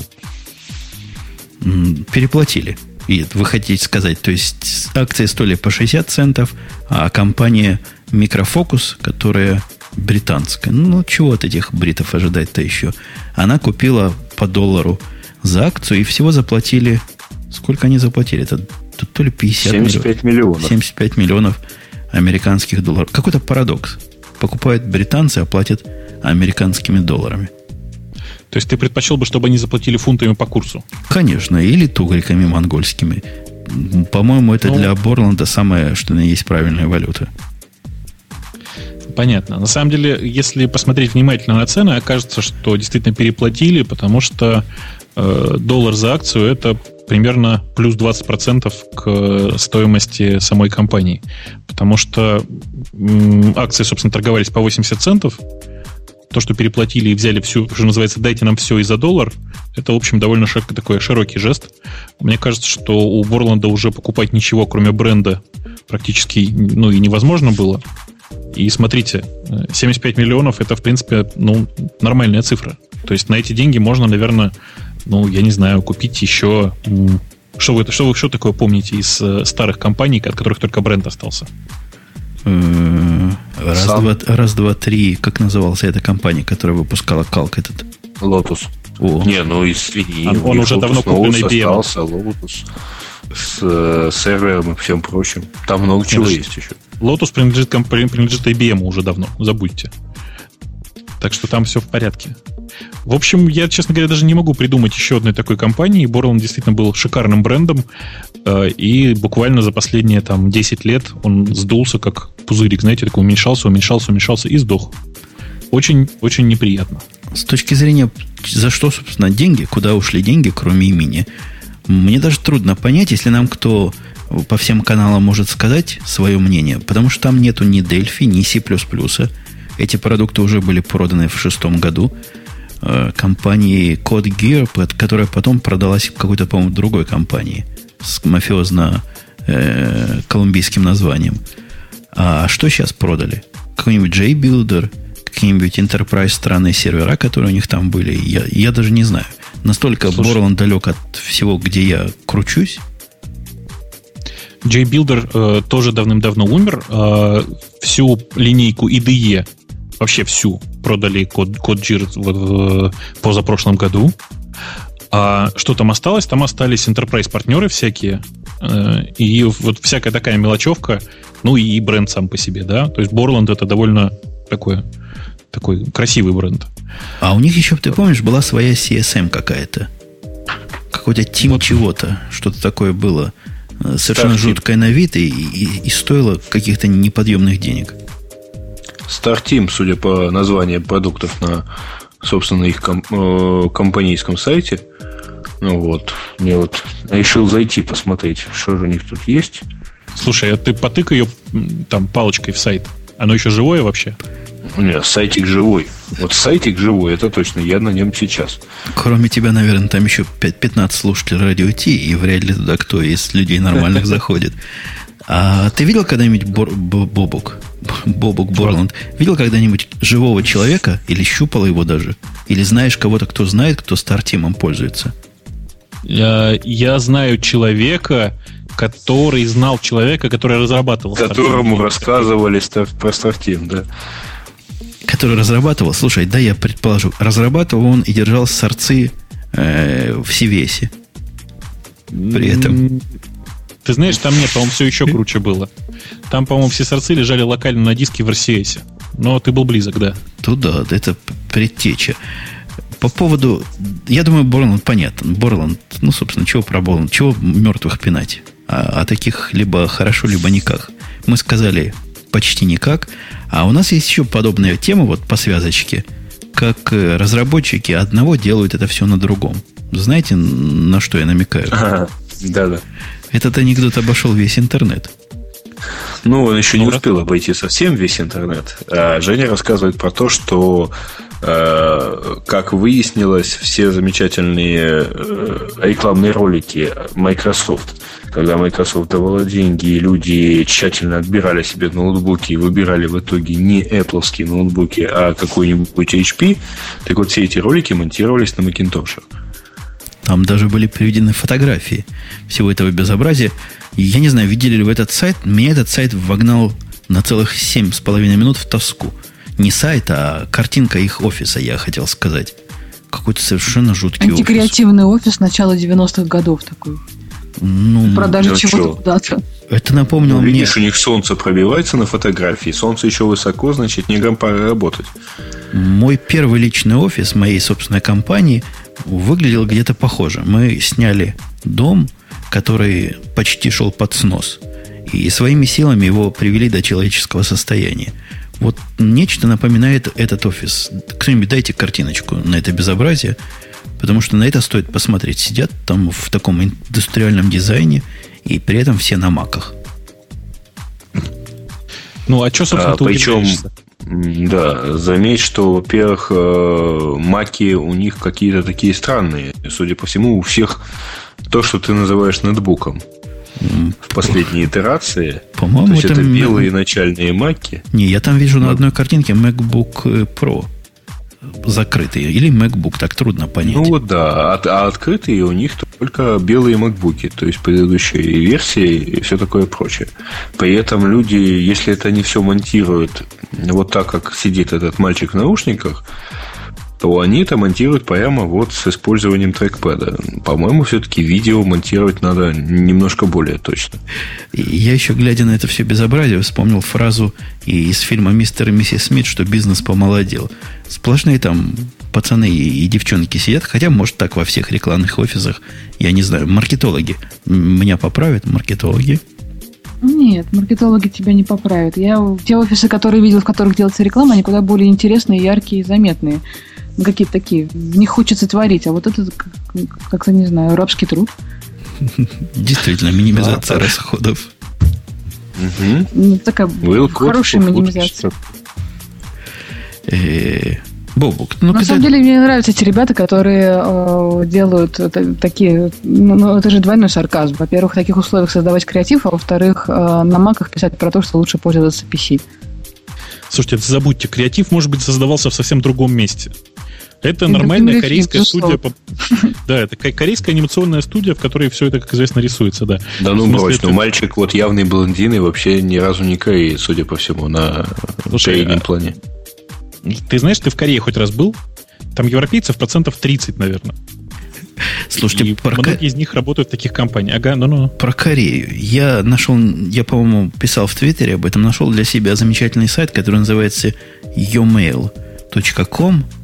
Переплатили. И вы хотите сказать, то есть акции стоили по 60 центов, а компания Microfocus, которая британская, ну, чего от этих бритов ожидать-то еще, она купила по доллару за акцию, и всего заплатили... Сколько они заплатили? Это то ли 50 75 миллионов. 75 миллионов американских долларов. Какой-то парадокс. Покупают британцы, а платят американскими долларами. То есть ты предпочел бы, чтобы они заплатили фунтами по курсу? Конечно, или тугриками монгольскими. По-моему, это для Борланда самая, что на есть, правильная валюта. Понятно. На самом деле, если посмотреть внимательно на цены, окажется, что действительно переплатили, потому что доллар за акцию – это примерно плюс 20% к стоимости самой компании. Потому что акции, собственно, торговались по 80 центов. То, что переплатили и взяли всю, что называется, дайте нам все и за доллар, это, в общем, довольно такой широкий жест. Мне кажется, что у Борланда уже покупать ничего, кроме бренда, практически и невозможно было. И смотрите, 75 миллионов – это, в принципе, нормальная цифра. То есть на эти деньги можно, наверное, я не знаю, купить еще... Что вы такое помните из старых компаний, от которых только бренд остался? Раз, два, три. Как называлась эта компания, которая выпускала калк этот? Lotus. Из свиньи. Он уже давно куплен IBM. Остался Lotus с сервером и всем прочим. Там много чего есть еще. Lotus принадлежит IBM уже давно. Забудьте. Так что там все в порядке. В общем, я, честно говоря, даже не могу придумать еще одной такой компании. Borland действительно был шикарным брендом. И буквально за последние 10 лет он сдулся как пузырик, знаете, такой уменьшался и сдох. Очень неприятно. С точки зрения, за что, собственно, деньги, куда ушли деньги, кроме имени, мне даже трудно понять, если нам кто по всем каналам может сказать свое мнение, потому что там нету ни Delphi, ни C++. Эти продукты уже были проданы в 2006 году компанией Code Gear, которая потом продалась какой-то, по-моему, другой компании с мафиозно-колумбийским названием. А что сейчас продали? Какой-нибудь JBuilder, какие-нибудь Enterprise странные сервера, которые у них там были. Я даже не знаю. Настолько Borland далек от всего, где я кручусь. JBuilder тоже давным-давно умер. Всю линейку IDE, вообще всю, продали CodeGear в позапрошлом году. А что там осталось? Там остались enterprise-партнеры всякие. И вот всякая такая мелочевка, и бренд сам по себе, да. То есть Borland это довольно такой красивый бренд. А у них еще, ты помнишь, была своя CSM какая-то. какой-то тим чего-то. Что-то такое было совершенно жуткое на вид и стоило каких-то неподъемных денег. StarTeam, судя по названию продуктов на, собственно, их компанейском сайте. Ну вот, я вот решил зайти посмотреть, что же у них тут есть. Слушай, а ты потыкай ее там палочкой в сайт. Оно еще живое вообще? Нет, сайтик живой. Вот сайтик живой, это точно, я на нем сейчас. Кроме тебя, наверное, там еще 15 слушателей Радио Ти, и вряд ли туда кто из людей нормальных заходит. А ты видел когда-нибудь Бобук Борланд? Видел когда-нибудь живого человека? Или щупал его даже? Или знаешь кого-то, кто знает, кто StarTeam пользуется? Я знаю человека, который знал человека, который разрабатывал StarTeam. Которому рассказывали про StarTeam, да. Который разрабатывал, слушай, да, я предположу, разрабатывал он и держал сорцы в CVS. При этом... Ты знаешь, там нет, по-моему, все еще круче было. Там, по-моему, все сорцы лежали локально на диске в RCS. Но ты был близок, да. Туда, это предтеча. По поводу... Я думаю, Борланд понятен. Борланд, ну, собственно, чего про Борланд? Чего мертвых пинать? А таких либо хорошо, либо никак. Мы сказали почти никак. А у нас есть еще подобная тема вот по связочке. Как разработчики одного делают это все на другом. Знаете, на что я намекаю? Да-да. Этот анекдот обошел весь интернет. Ну, он еще не успел обойти совсем весь интернет. А Женя рассказывает про то, что, как выяснилось, все замечательные рекламные ролики Microsoft, когда Microsoft давала деньги, и люди тщательно отбирали себе ноутбуки и выбирали в итоге не Apple-ские ноутбуки, а какой-нибудь HP, так вот все эти ролики монтировались на Macintosh. Там даже были приведены фотографии всего этого безобразия. И я не знаю, видели ли вы этот сайт. Меня этот сайт вогнал на целых 7,5 минут в тоску. Не сайт, а картинка их офиса, я хотел сказать. Какой-то совершенно жуткий офис. Антикреативный офис начала 90-х годов такой. Ну, продажа чего-то куда-то. Это напомнило мне... Видишь, у них солнце пробивается на фотографии. Солнце еще высоко, значит, неграм пора работать. Мой первый личный офис моей собственной компании выглядел где-то похоже. Мы сняли дом, который почти шел под снос. И своими силами его привели до человеческого состояния. Вот нечто напоминает этот офис. Кто-нибудь дайте картиночку на это безобразие, потому что на это стоит посмотреть. Сидят там в таком индустриальном дизайне, и при этом все на маках. Ну, а что, собственно, ты удивляешься? Да, заметь, что, во-первых, маки у них какие-то такие странные. Судя по всему, у всех то, что ты называешь нетбуком. В последней итерации. По-моему, то есть это белые начальные маки. Не, я там вижу на одной картинке MacBook Pro закрытые. Или MacBook, так трудно понять. Ну вот да, а открытые у них только белые MacBook'и, то есть предыдущие версии и все такое прочее. При этом люди, если это не все монтируют вот так, как сидит этот мальчик в наушниках, то они это монтируют прямо вот с использованием трекпэда. По-моему, все-таки видео монтировать надо немножко более точно. Я еще, глядя на это все безобразие, вспомнил фразу из фильма «Мистер и миссис Смит», что бизнес помолодел. Сплошные там пацаны и девчонки сидят, хотя, может, так во всех рекламных офисах, я не знаю, маркетологи. Меня поправят маркетологи? Нет, маркетологи тебя не поправят. Те офисы, которые видел, в которых делается реклама, они куда более интересные, яркие и заметные. Какие-то такие. В них хочется творить. А вот это, как-то, не знаю, рабский труд. Действительно, минимизация расходов. Такая хорошая минимизация. Бобук. На самом деле, мне нравятся эти ребята, которые делают такие... Ну, это же двойной сарказм. Во-первых, в таких условиях создавать креатив, а во-вторых, на маках писать про то, что лучше пользоваться PC. Слушайте, забудьте, креатив, может быть, создавался в совсем другом месте. Это нормальная корейская студия. Да, это корейская анимационная студия, в которой все это, как известно, рисуется, да. Да ну брось, но мальчик вот явный блондин и вообще ни разу не кореец, судя по всему, на переднем плане. Ты знаешь, ты в Корее хоть раз был? Там европейцев 30%, наверное. Слушайте, многие из них работают в таких компаниях. Ага, Про Корею. Я, по-моему, писал в Твиттере об этом, нашел для себя замечательный сайт, который называется yomail.com.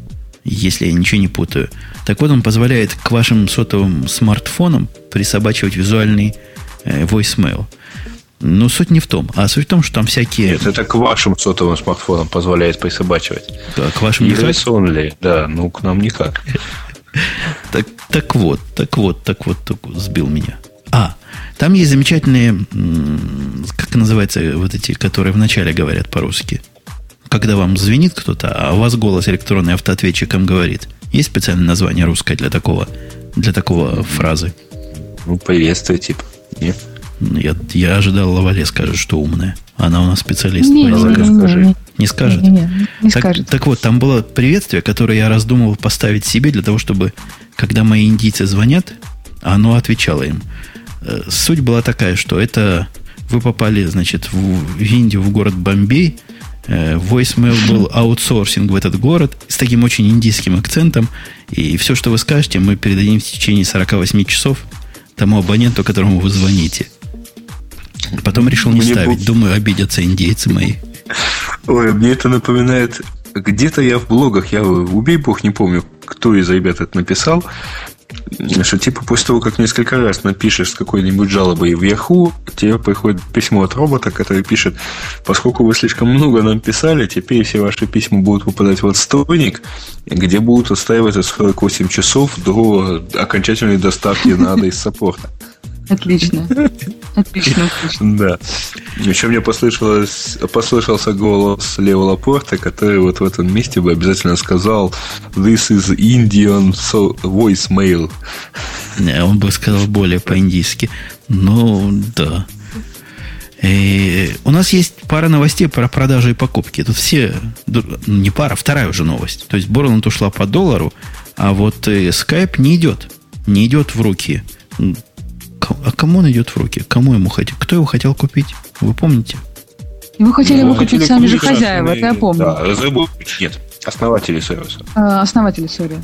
если я ничего не путаю. Так вот, он позволяет к вашим сотовым смартфонам присобачивать визуальный voicemail. Но суть не в том. А суть в том, что там всякие... Нет, это к вашим сотовым смартфонам позволяет присобачивать. Да, к вашим... Only. Да, ну к нам никак. Так вот, сбил меня. Там есть замечательные, как называется, вот эти, которые вначале говорят по-русски. Когда вам звонит кто-то, а у вас голос электронный автоответчиком говорит. Есть специальное название русское для такого фразы? Ну, приветствие, типа. Нет? Я ожидал, Лавале скажет, что умная. Она у нас специалист. Не скажет? Не скажет. Так вот, там было приветствие, которое я раздумывал поставить себе для того, чтобы, когда мои индийцы звонят, оно отвечало им. Суть была такая, что это вы попали, значит, в Индию, в город Бомбей. Voicemail был аутсорсинг в этот город с таким очень индийским акцентом. И все, что вы скажете, мы передадим в течение 48 часов тому абоненту, которому вы звоните. Потом решил не ставить. Думаю, обидятся индейцы мои. Ой, мне это напоминает... Где-то я в блогах, я убей бог, не помню, кто из ребят это написал, что типа после того, как несколько раз напишешь с какой-нибудь жалобой вверху, тебе приходит письмо от робота, который пишет: поскольку вы слишком много нам писали, теперь все ваши письма будут попадать в отстойник, где будут отстаиваться 48 часов до окончательной доставки на адрес саппорта. Отлично. Да. Еще мне послышался голос Лео Лапорта, который вот в этом месте бы обязательно сказал: "This is Indian voicemail". Он бы сказал более по-индийски. Ну, да. У нас есть пара новостей про продажи и покупки. Тут все... Не пара, вторая уже новость. То есть Borland ушла по $1, а вот Skype не идет. Не идет в руки. А кому он идет в руки? Кому ему хотел? Кто его хотел купить? Вы помните? Его хотели купить сами же хозяева, это я помню. Да, разработчики нет. Основатели сервиса. Основатели сервиса.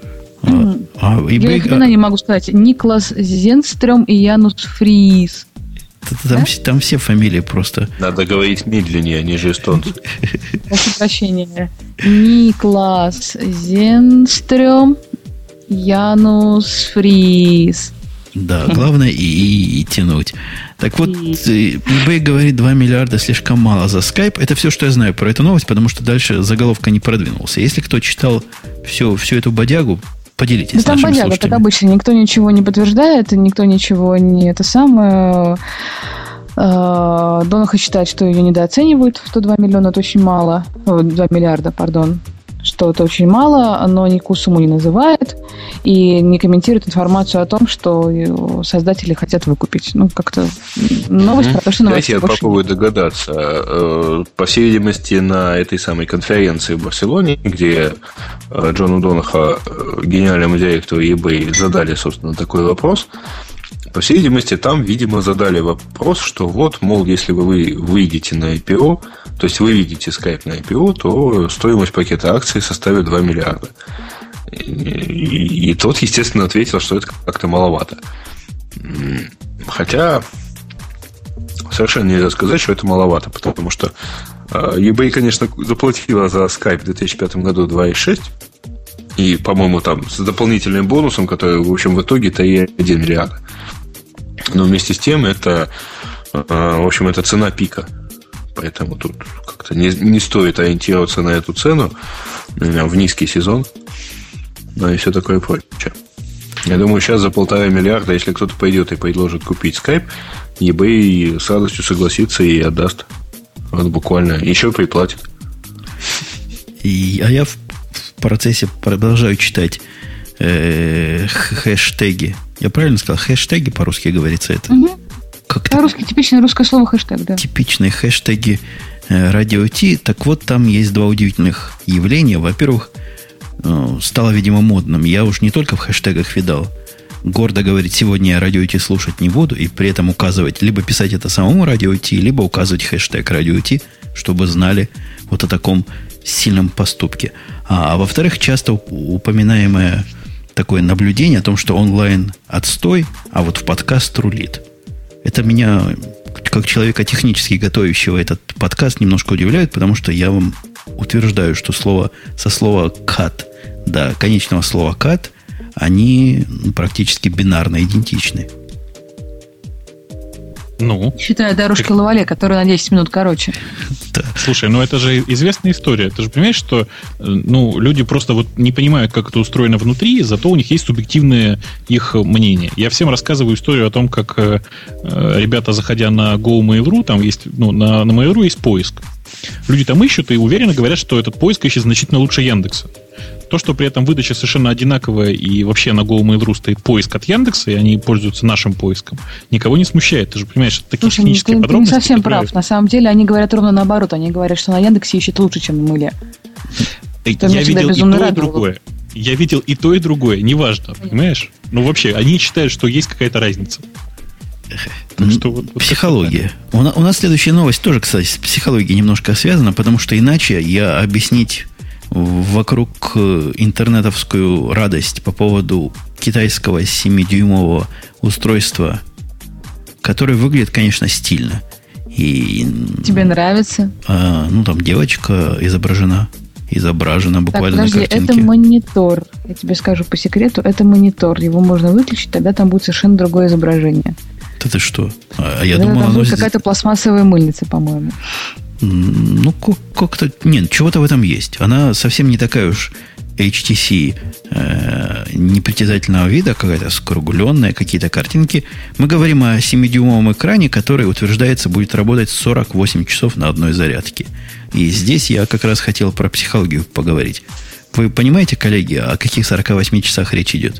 Я их имена не могу сказать. Никлас Зенстрём и Янус Фриз. Там все фамилии просто... Надо говорить медленнее, они же эстонцы. Прошу прощения. Никлас Зенстрём, Янус Фриз. Да, главное и тянуть. Так вот, eBay говорит, 2 миллиарда слишком мало за Skype. Это все, что я знаю про эту новость, потому что дальше заголовка не продвинулся. Если кто читал всю эту бодягу, поделитесь с нашими слушателями. Там бодяга, как обычно. Никто ничего не подтверждает, никто ничего не это самое... Донаха считает, что ее недооценивают. 102 миллиона – это очень мало. 2 миллиарда, пардон. Что это очень мало, но никакую сумму не называет и не комментирует информацию о том, что создатели хотят выкупить. Ну, как-то новость про то, что новость. Давайте я попробую догадаться. По всей видимости, на этой самой конференции в Барселоне, где Джону Донаха, гениальному директору eBay, задали, собственно, такой вопрос. По всей видимости, там, видимо, задали вопрос, что вот, мол, если вы выйдете на IPO, то есть вы видите Skype на IPO, то стоимость пакета акций составит 2 миллиарда. И тот, естественно, ответил, что это как-то маловато. Хотя совершенно нельзя сказать, что это маловато, потому что eBay, конечно, заплатила за Skype в 2005 году 2,6, и, по-моему, там с дополнительным бонусом, который, в общем, в итоге-то и 1 миллиард. Но вместе с тем это, в общем, это цена пика. Поэтому тут как-то не стоит ориентироваться на эту цену в низкий сезон. Ну и все такое прочее. Я думаю, сейчас за 1,5 миллиарда, если кто-то пойдет и предложит купить Skype, eBay с радостью согласится и отдаст. Вот буквально. Еще приплатит. А я в процессе продолжаю читать хэштеги. Я правильно сказал? Хэштеги по-русски говорится это? Угу. По-русски типичное русское слово хэштег, да. Типичные хэштеги Радио Ти. Так вот, там есть два удивительных явления. Во-первых, стало, видимо, модным. Я уж не только в хэштегах видал. Гордо говорить, сегодня я Радио Ти слушать не буду, и при этом указывать, либо писать это самому Радио Ти, либо указывать хэштег Радио Ти, чтобы знали вот о таком сильном поступке. А во-вторых, часто упоминаемое такое наблюдение о том, что онлайн отстой, а вот в подкаст рулит. Это меня, как человека технически готовящего этот подкаст, немножко удивляет, потому что я вам утверждаю, что со слова cut до конечного слова cat, они практически бинарно идентичны. Ну, считая дорожки Лавале, которая на 10 минут короче. Да. Слушай, ну это же известная история. Ты же понимаешь, что люди просто вот не понимают, как это устроено внутри, зато у них есть субъективное их мнение. Я всем рассказываю историю о том, как ребята, заходя на Go.Mail.ru, там есть, на Mail.ru есть поиск. Люди там ищут и уверенно говорят, что этот поиск ищет значительно лучше Яндекса. То, что при этом выдача совершенно одинаковая и вообще на Go.Mail.ru стоит поиск от Яндекса, и они пользуются нашим поиском, никого не смущает. Ты же понимаешь, что такие технические подробности... Ты не совсем прав. На самом деле они говорят ровно наоборот. Они говорят, что на Яндексе ищет лучше, чем на Мыле. Я видел и то, и другое. Я видел и то, и другое. Неважно, понимаешь? Ну, вообще, они считают, что есть какая-то разница. Психология. У нас следующая новость тоже, кстати, с психологией немножко связана, потому что иначе я объяснить вокруг интернетовскую радость по поводу китайского 7-дюймового устройства, которое выглядит, конечно, стильно. И, тебе нравится? Там девочка изображена буквально так, подожди, на картинке. Это монитор. Я тебе скажу по секрету, это монитор. Его можно выключить, тогда там будет совершенно другое изображение. Это что? Я думал, там будет какая-то пластмассовая мыльница, по-моему. Ну, как-то... Нет, чего-то в этом есть. Она совсем не такая уж HTC непритязательного вида, какая-то скругленная, какие-то картинки. Мы говорим о 7-дюймовом экране, который, утверждается, будет работать 48 часов на одной зарядке. И здесь я как раз хотел про психологию поговорить. Вы понимаете, коллеги, о каких 48 часах речь идет?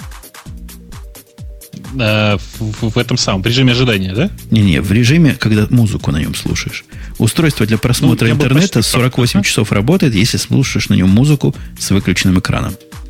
В этом самом, в режиме ожидания, да? Не, в режиме, когда музыку на нем слушаешь. Устройство для просмотра интернета 48 часов работает, если слушаешь на нем музыку с выключенным экраном.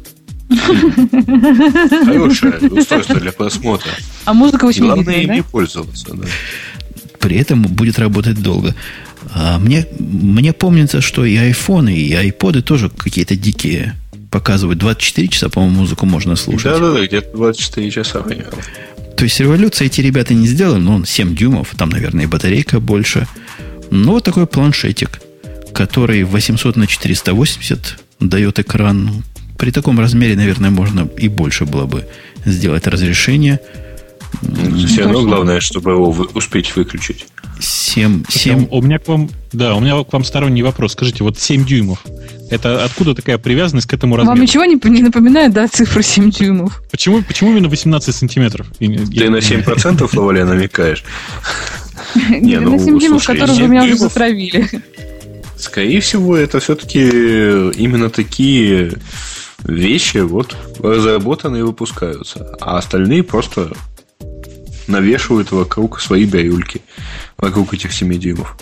Хорошее устройство для просмотра. А музыка 8 главное им не пользоваться, да. При этом будет работать долго. Мне помнится, что и айфоны, и айподы тоже какие-то дикие показывают. 24 часа, по-моему, музыку можно слушать. Да, где-то 24 часа. Понятно. То есть революция эти ребята не сделали, но он 7 дюймов, там, наверное, и батарейка больше. Ну, вот такой планшетик, который 800 на 480 дает экран. При таком размере, наверное, можно и больше было бы сделать разрешение. Все равно главное, чтобы его успеть выключить. 7. У меня к вам сторонний вопрос. Скажите, вот 7 дюймов. Это откуда такая привязанность к этому размеру? Вам ничего не напоминает, да, цифру 7 дюймов? Почему именно 18 сантиметров? Ты на 7% Лавале намекаешь? Не, на 7 дюймов, которые вы меня уже затравили. Скорее всего, это все-таки именно такие вещи вот разработаны и выпускаются. А остальные просто навешивают вокруг свои бирюльки. Вокруг этих 7 дюймов.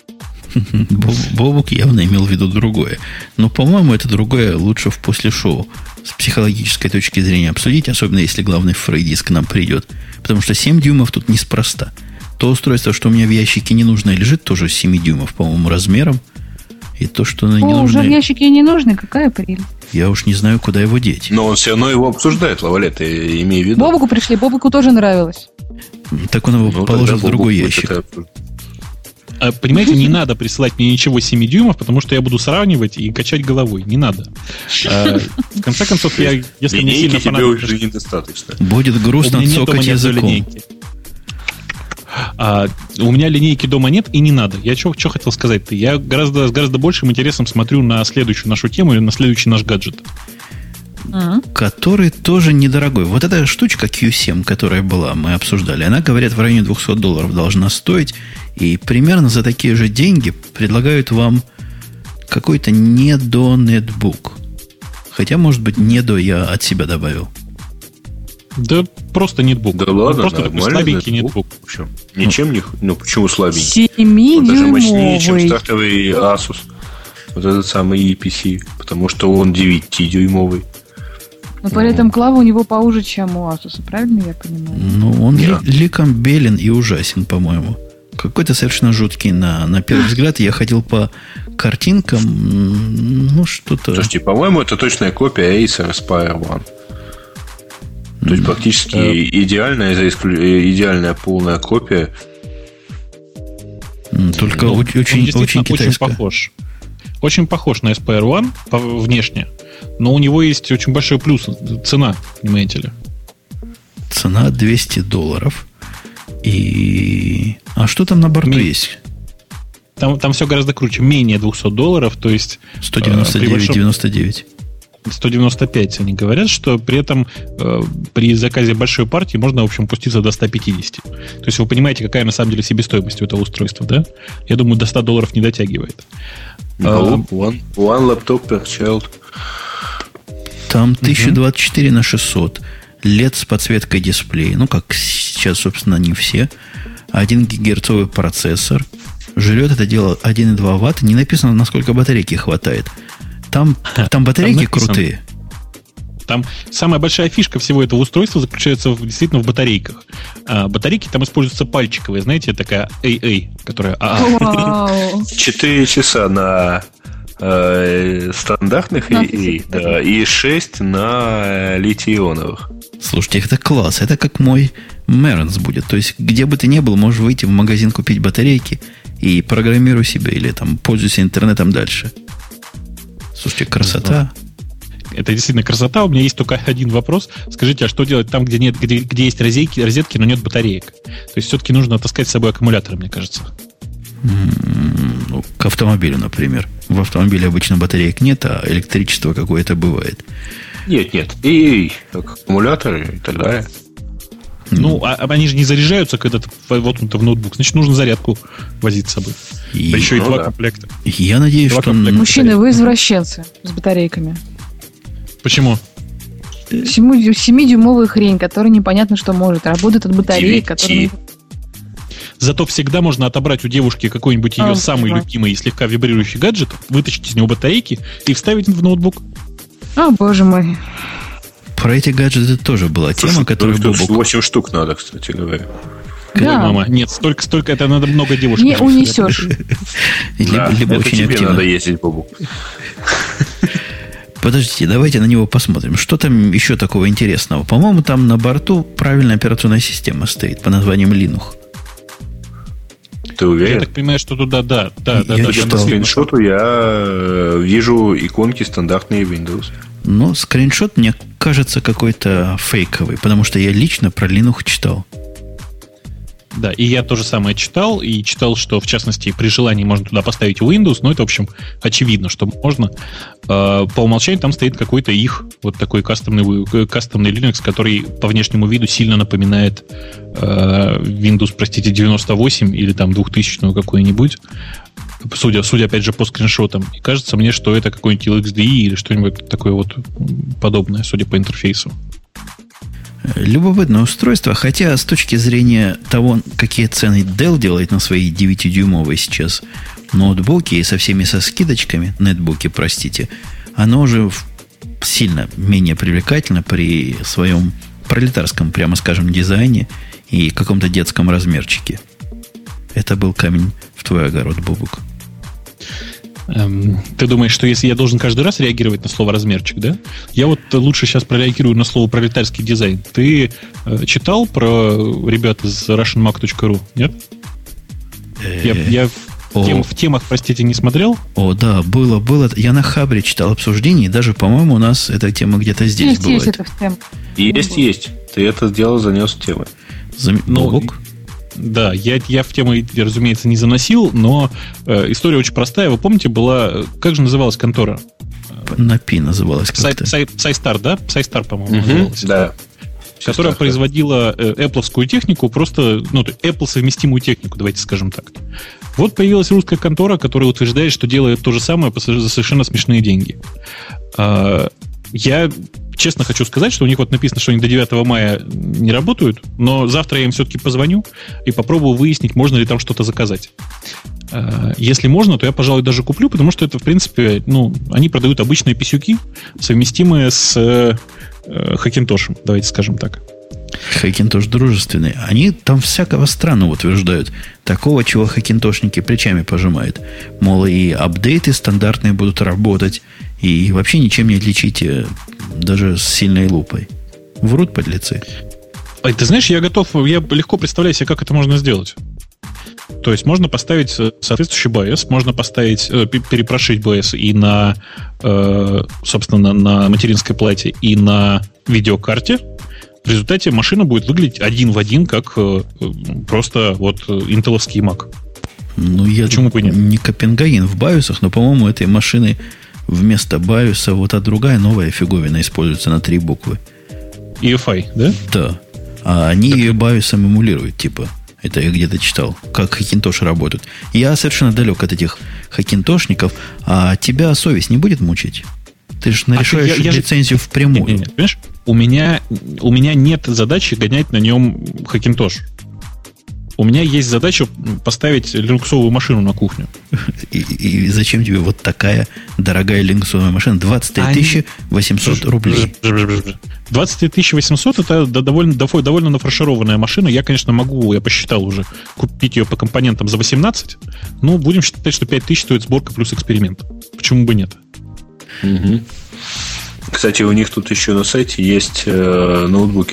Бобук явно имел в виду другое. Но, по-моему, это другое лучше в после шоу с психологической точки зрения обсудить, особенно если главный фрейдист к нам придет. Потому что 7 дюймов тут неспроста. То устройство, что у меня в ящике ненужное лежит, тоже 7 дюймов, по-моему, размером. И то, что на ненужное... уже в ящике ненужный, какая прелесть. Я уж не знаю, куда его деть. Но он все равно его обсуждает, Лавале, ты имей в виду. Бобуку пришли, Бобуку тоже нравилось. Так он его положил в другой ящик. Понимаете, не надо присылать мне ничего 7 дюймов, потому что я буду сравнивать и качать головой. Не надо. В конце концов, если не сильно тебе уже недостаточно. Будет грустно цокать языком. У меня линейки дома нет и не надо. Я что хотел сказать-то? Я с гораздо большим интересом смотрю на следующую нашу тему или на следующий наш гаджет. Который тоже недорогой. Вот эта штучка Q7, которая была, мы обсуждали, она, говорят, в районе $200 должна стоить. И примерно за такие же деньги предлагают вам какой-то недо-нетбук. Хотя, может быть, недо я от себя добавил. Да просто нетбук. Да ладно, просто такой слабенький нетбук. Ничем не... Ну, почему слабенький? 7-дюймовый. Он даже мощнее, чем стартовый Asus. Вот этот самый EPC. Потому что он 9-дюймовый. Но при этом клава у него поуже, чем у Asus. Правильно я понимаю? Ну, он ликом белен и ужасен, по-моему. Какой-то совершенно жуткий на первый взгляд. Я ходил по картинкам. Ну, что-то... Слушайте, по-моему, это точная копия Acer Aspire One. То есть практически идеальная полная копия. Только очень китайская. Очень похож на Aspire One внешне. Но у него есть очень большой плюс. Цена, понимаете ли. Цена $200. И... А что там на борту есть? Там все гораздо круче. Менее $200, то есть... 199,99. 195 они говорят, что при этом при заказе большой партии можно, в общем, пуститься до 150. То есть вы понимаете, какая на самом деле себестоимость у этого устройства, да? Я думаю, до $100 не дотягивает. One laptop per child. Там 1024/600. LED с подсветкой дисплея. Ну, как сейчас, собственно, не все. 1 гигагерцовый процессор. Жрет это дело 1,2 Вт. Не написано, насколько батарейки хватает. Там батарейки там крутые. Там самая большая фишка всего этого устройства заключается действительно в батарейках. Батарейки там используются пальчиковые. Знаете, такая AA, которая АА. 4 часа на стандартных AA, да, и 6 на литий-ионовых. Слушайте, это класс. Это как мой Меренс будет. То есть, где бы ты ни был, можешь выйти в магазин, купить батарейки и программируй себе, или там пользуйся интернетом дальше. Слушайте, красота. Это действительно красота. У меня есть только один вопрос. Скажите, а что делать там, где есть розетки, но нет батареек? То есть все-таки нужно таскать с собой аккумуляторы, мне кажется. Ну, к автомобилю, например. В автомобиле обычно батареек нет, а электричество какое-то бывает. Нет. И аккумуляторы и так далее. Ну, они же не заряжаются, когда ты воткнуто в ноутбук. Значит, нужно зарядку возить с собой. Да еще и два комплекта. Я надеюсь, что... Мужчины, вы извращенцы с батарейками. Почему? 7-дюймовая хрень, которая непонятно что может. Работает от батареи, которая... Зато всегда можно отобрать у девушки какой-нибудь ее самый любимый и слегка вибрирующий гаджет, вытащить из него батарейки и вставить в ноутбук. О, боже мой. Про эти гаджеты тоже была тема, которая... 8 штук надо, кстати говоря. Да. Мама, нет, столько это надо много девушек. Не унесешь. Либо очень активно. Надо ездить, Бобу. Подождите, давайте на него посмотрим. Что там еще такого интересного? По-моему, там на борту правильная операционная система стоит по названием Linux. Ты уверен? Я так понимаю, что туда, да. По скриншоту я вижу иконки стандартные Windows. Но скриншот мне кажется какой-то фейковый, потому что я лично про Linux читал. Да, и я то же самое читал, и читал, что, в частности, при желании можно туда поставить Windows, но это, в общем, очевидно, что можно. По умолчанию там стоит какой-то их вот такой кастомный Linux, который по внешнему виду сильно напоминает Windows, 98 или там 2000 какой-нибудь, судя, опять же, по скриншотам. И кажется мне, что это какой-нибудь LXDE или что-нибудь такое вот подобное, судя по интерфейсу. Любопытное устройство, хотя с точки зрения того, какие цены Dell делает на свои 9-дюймовые сейчас ноутбуки и со всеми со скидочками, нетбуки, простите, оно уже сильно менее привлекательно при своем пролетарском, прямо скажем, дизайне и каком-то детском размерчике. Это был камень в твой огород, Бобук. Ты думаешь, что если я должен каждый раз реагировать на слово «размерчик», да? Я вот лучше сейчас прореагирую на слово «пролетарский дизайн». Ты читал про ребят из russianmac.ru, нет? Я в темах, простите, не смотрел? О, да, было. Я на Хабре читал обсуждение, и даже, по-моему, у нас эта тема где-то здесь бывает. Есть это в теме. Есть. Ты это дело занес в темы. Бобук? Да, я в тему, разумеется, не заносил, но история очень простая. Вы помните, была... Как же называлась контора? На Пи называлась как-то. Psystar, да? Psystar, по-моему, называлась. Да. Которая производила Apple-овскую технику, просто, Apple-совместимую технику, давайте скажем так. Вот появилась русская контора, которая утверждает, что делает то же самое за совершенно смешные деньги. Я честно хочу сказать, что у них вот написано, что они до 9 мая не работают, но завтра я им все-таки позвоню и попробую выяснить, можно ли там что-то заказать. Если можно, то я, пожалуй, даже куплю, потому что это, в принципе, они продают обычные писюки, совместимые с Хакинтошем, давайте скажем так. Хакинтош дружественный. Они там всякого странного утверждают. Такого, чего хакинтошники плечами пожимают. Мол, и апдейты стандартные будут работать, и вообще ничем не отличите даже с сильной лупой. Врут подлецы. Ты знаешь, я легко представляю себе, как это можно сделать. То есть можно поставить соответствующий BIOS, можно поставить, перепрошить BIOS и на, собственно, на материнской плате, и на видеокарте. В результате машина будет выглядеть один в один, как просто вот интеловский Mac. Ну, я почему бы нет? Не Копенгаген в BIOSах, но, по-моему, этой машины вместо BIOS вот другая новая фиговина используется на 3 буквы. EFI, да? Да. А они ее BIOSом эмулируют, типа. Это я где-то читал, как хакинтоши работают. Я совершенно далек от этих хакинтошников, а тебя совесть не будет мучить? Ты же нарешаешь лицензию впрямую. Нет, понимаешь? У меня нет задачи гонять на нем хакинтош. У меня есть задача поставить линуксовую машину на кухню. И зачем тебе вот такая дорогая линуксовая машина? 23 800 рублей. 23 800 это довольно нафаршированная машина. Я, конечно, могу, я посчитал уже, купить ее по компонентам за 18. Но будем считать, что 5000 стоит сборка плюс эксперимент. Почему бы нет? Угу. Кстати, у них тут еще на сайте есть ноутбуки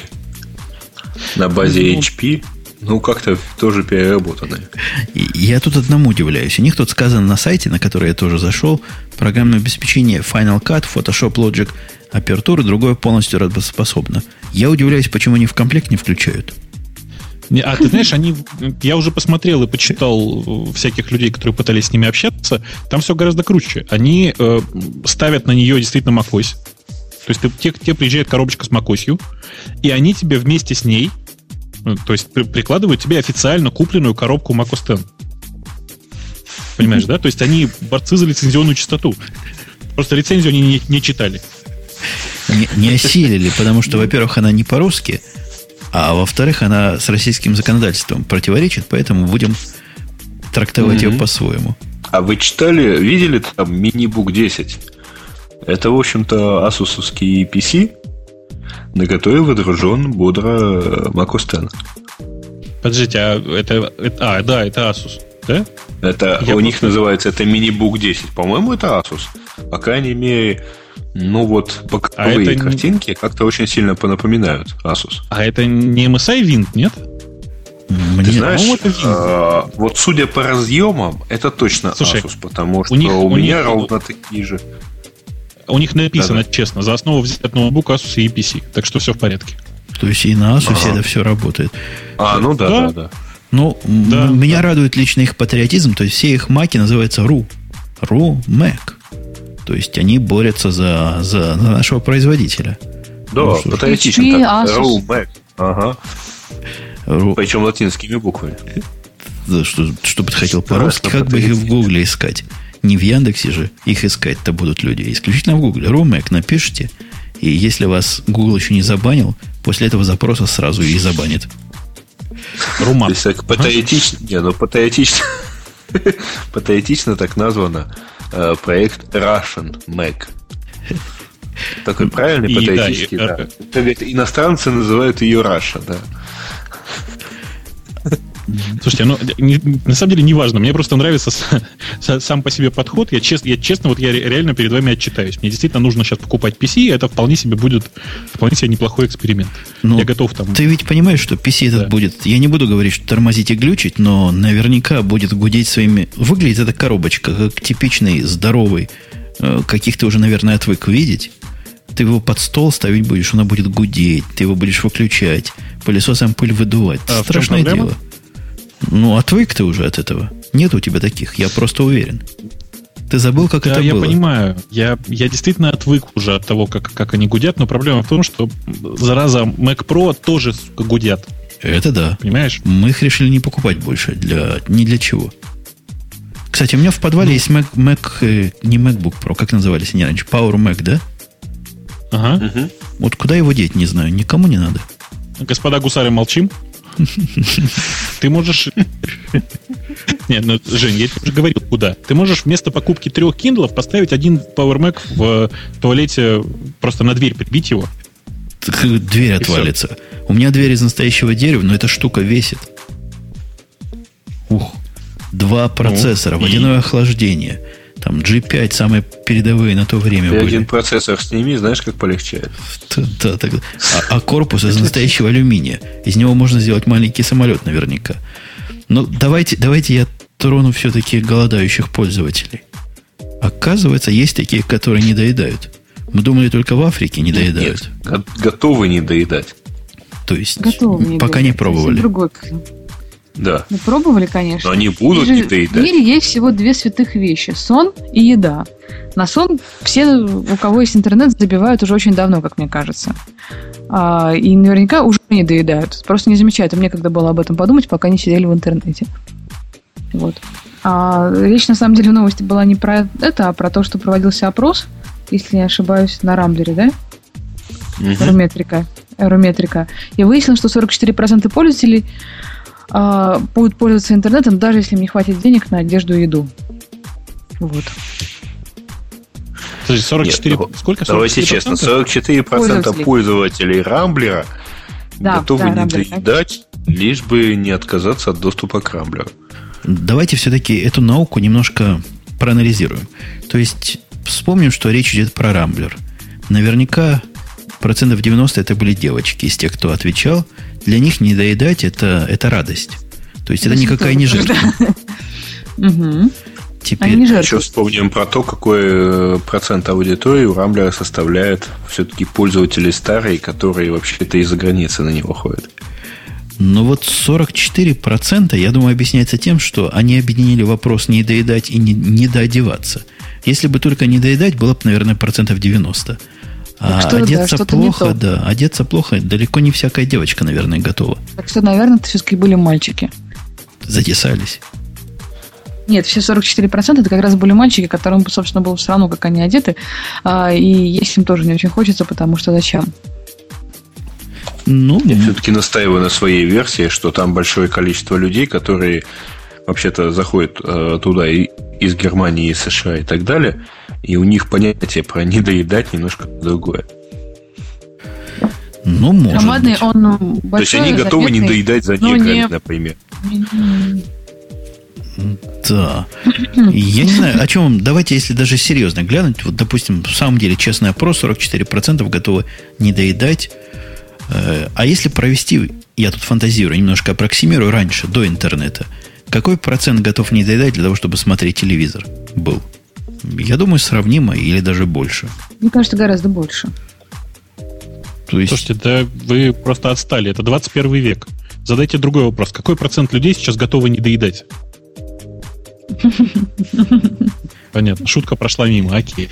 на базе HP. Ну, как-то тоже переработанные. Я тут одному удивляюсь. У них тут сказано на сайте, на который я тоже зашел, программное обеспечение Final Cut, Photoshop, Logic, апертура, другое полностью работоспособно. Я удивляюсь, почему они в комплект не включают. А ты знаешь, я уже посмотрел и почитал всяких людей, которые пытались с ними общаться. Там все гораздо круче. Они ставят на нее действительно macOS. То есть тебе приезжает коробочка с macOS, и они тебе вместе с ней, то есть прикладывают тебе официально купленную коробку macOS X. Понимаешь, да? То есть они борцы за лицензионную чистоту. Просто лицензию они не читали. Не осилили, потому что, во-первых, она не по-русски, а во-вторых, она с российским законодательством противоречит, поэтому будем трактовать ее по-своему. А вы видели там MiniBook 10? Это, в общем-то, асусовский PC, на который водружен бодро macOS X. Подождите, это Asus, да? Это у них называется это MiniBook 10. По-моему, это Asus. По крайней мере, ну вот боковые картинки как-то очень сильно понапоминают Asus. А это не MSI Wind, нет? Ты знаешь, вот судя по разъемам, это точно Asus, потому что у меня ровно такие же. У них написано, честно, за основу взят ноутбук Asus и PC. Так что все в порядке. То есть и на Asus это все работает. Ну да. Ну, меня радует лично их патриотизм. То есть все их маки называются RU Mac. То есть они борются за нашего производителя. Да, патриотично так. RU Mac. Ага. Причем латинскими буквами. Что бы ты хотел по-русски, как бы их в Гугле искать? Не в Яндексе же их искать-то будут люди. Исключительно в Гугле. RU Mac напишите, и если вас Google еще не забанил, после этого запроса сразу и забанит. Руман. То есть так патриотично, патриотично так названо проект Russian Mac. Такой правильный патриотический, да. Как говорят, иностранцы называют ее Russia, да. Слушайте, на самом деле не важно. Мне просто нравится сам по себе подход. Я честно, вот я реально перед вами отчитаюсь. Мне действительно нужно сейчас покупать PC, и это вполне себе будет неплохой эксперимент. Я готов там. Ты ведь понимаешь, что PC этот будет. Я не буду говорить, что тормозить и глючить, но наверняка будет гудеть своими. Выглядит эта коробочка как типичный, здоровый, каких ты уже, наверное, отвык видеть. Ты его под стол ставить будешь, она будет гудеть, ты его будешь выключать, пылесосом пыль выдувать. Страшное дело. Ну, отвык ты уже от этого. Нет у тебя таких, я просто уверен. Ты забыл, как это было? Я понимаю. Я действительно отвык уже от того, как они гудят, но проблема в том, что, зараза, Mac Pro тоже гудят. Это да. Понимаешь? Мы их решили не покупать больше. Ни для чего. Кстати, у меня в подвале есть Mac, не MacBook Pro, как назывались они раньше? Power Mac, да? Ага. Вот куда его деть, не знаю. Никому не надо. Господа гусары, молчим. Ты можешь... Нет, ну, Жень, я тебе уже говорил, куда. Ты можешь вместо покупки 3 Kindle поставить один Power Mac в туалете, просто на дверь прибить его. Дверь отвалится. Все. У меня дверь из настоящего дерева, но эта штука весит. 2 процессора, водяное охлаждение. Там G5 самые передовые на то время Ты были. Один процессор сними, знаешь, как полегчает. Да, так. А корпус из настоящего алюминия. Из него можно сделать маленький самолет наверняка. Ну, давайте я трону все-таки голодающих пользователей. Оказывается, есть такие, которые не доедают. Мы думали, только в Африке не доедают. Нет, готовы не доедать. То есть, пока не пробовали. Да. Мы пробовали, конечно. Но они будут не доедать. В мире есть всего две святых вещи. Сон и еда. На сон все, у кого есть интернет, забивают уже очень давно, как мне кажется. И наверняка уже не доедают. Просто не замечают. И мне когда было об этом подумать, пока не сидели в интернете. Вот. Речь, на самом деле, в новости была не про это, а про то, что проводился опрос, если не ошибаюсь, на Рамблере, да? Эрометрика. И выяснилось, что 44% пользователей будут пользоваться интернетом, даже если им не хватит денег на одежду и еду. Вот. То есть 44... Нет, сколько? 44%? Давайте честно, 44% пользователей Рамблера готовы не доедать, лишь бы не отказаться от доступа к Рамблеру. Давайте все-таки эту науку немножко проанализируем. То есть вспомним, что речь идет про Рамблер. Наверняка 90% это были девочки из тех, кто отвечал. Для них не доедать это радость. То есть это никакая не жертва. Теперь еще вспомним про то, какой процент аудитории у Рамблера составляет все-таки пользователи старые, которые вообще-то из-за границы на него ходят. Но вот 44%, я думаю, объясняется тем, что они объединили вопрос не доедать и не доодеваться. Если бы только не доедать, было бы, наверное, 90%. А одеться плохо, одеться плохо, далеко не всякая девочка, наверное, готова. Так что, наверное, это все-таки были мальчики. Затесались. Нет, все 44% это как раз были мальчики, которым, собственно, было все равно, как они одеты. И есть им тоже не очень хочется, потому что зачем? Я все-таки настаиваю на своей версии, что там большое количество людей, которые вообще-то заходят туда и из Германии, из США и так далее, и у них понятие про недоедать немножко другое. Может Громадный, быть. Он большой, то есть они готовы не доедать за неграми, например. Да. Я не знаю, о чем... Давайте, если даже серьезно глянуть, вот, допустим, в самом деле честный опрос, 44% готовы не доедать. А если провести, я тут фантазирую, немножко аппроксимирую, раньше, до интернета, какой процент готов не доедать для того, чтобы смотреть телевизор был? Я думаю, сравнимо или даже больше. Мне кажется, гораздо больше. То есть... Слушайте, да вы просто отстали. Это 21 век. Задайте другой вопрос. Какой процент людей сейчас готовы не доедать? Понятно. Шутка прошла мимо. Окей.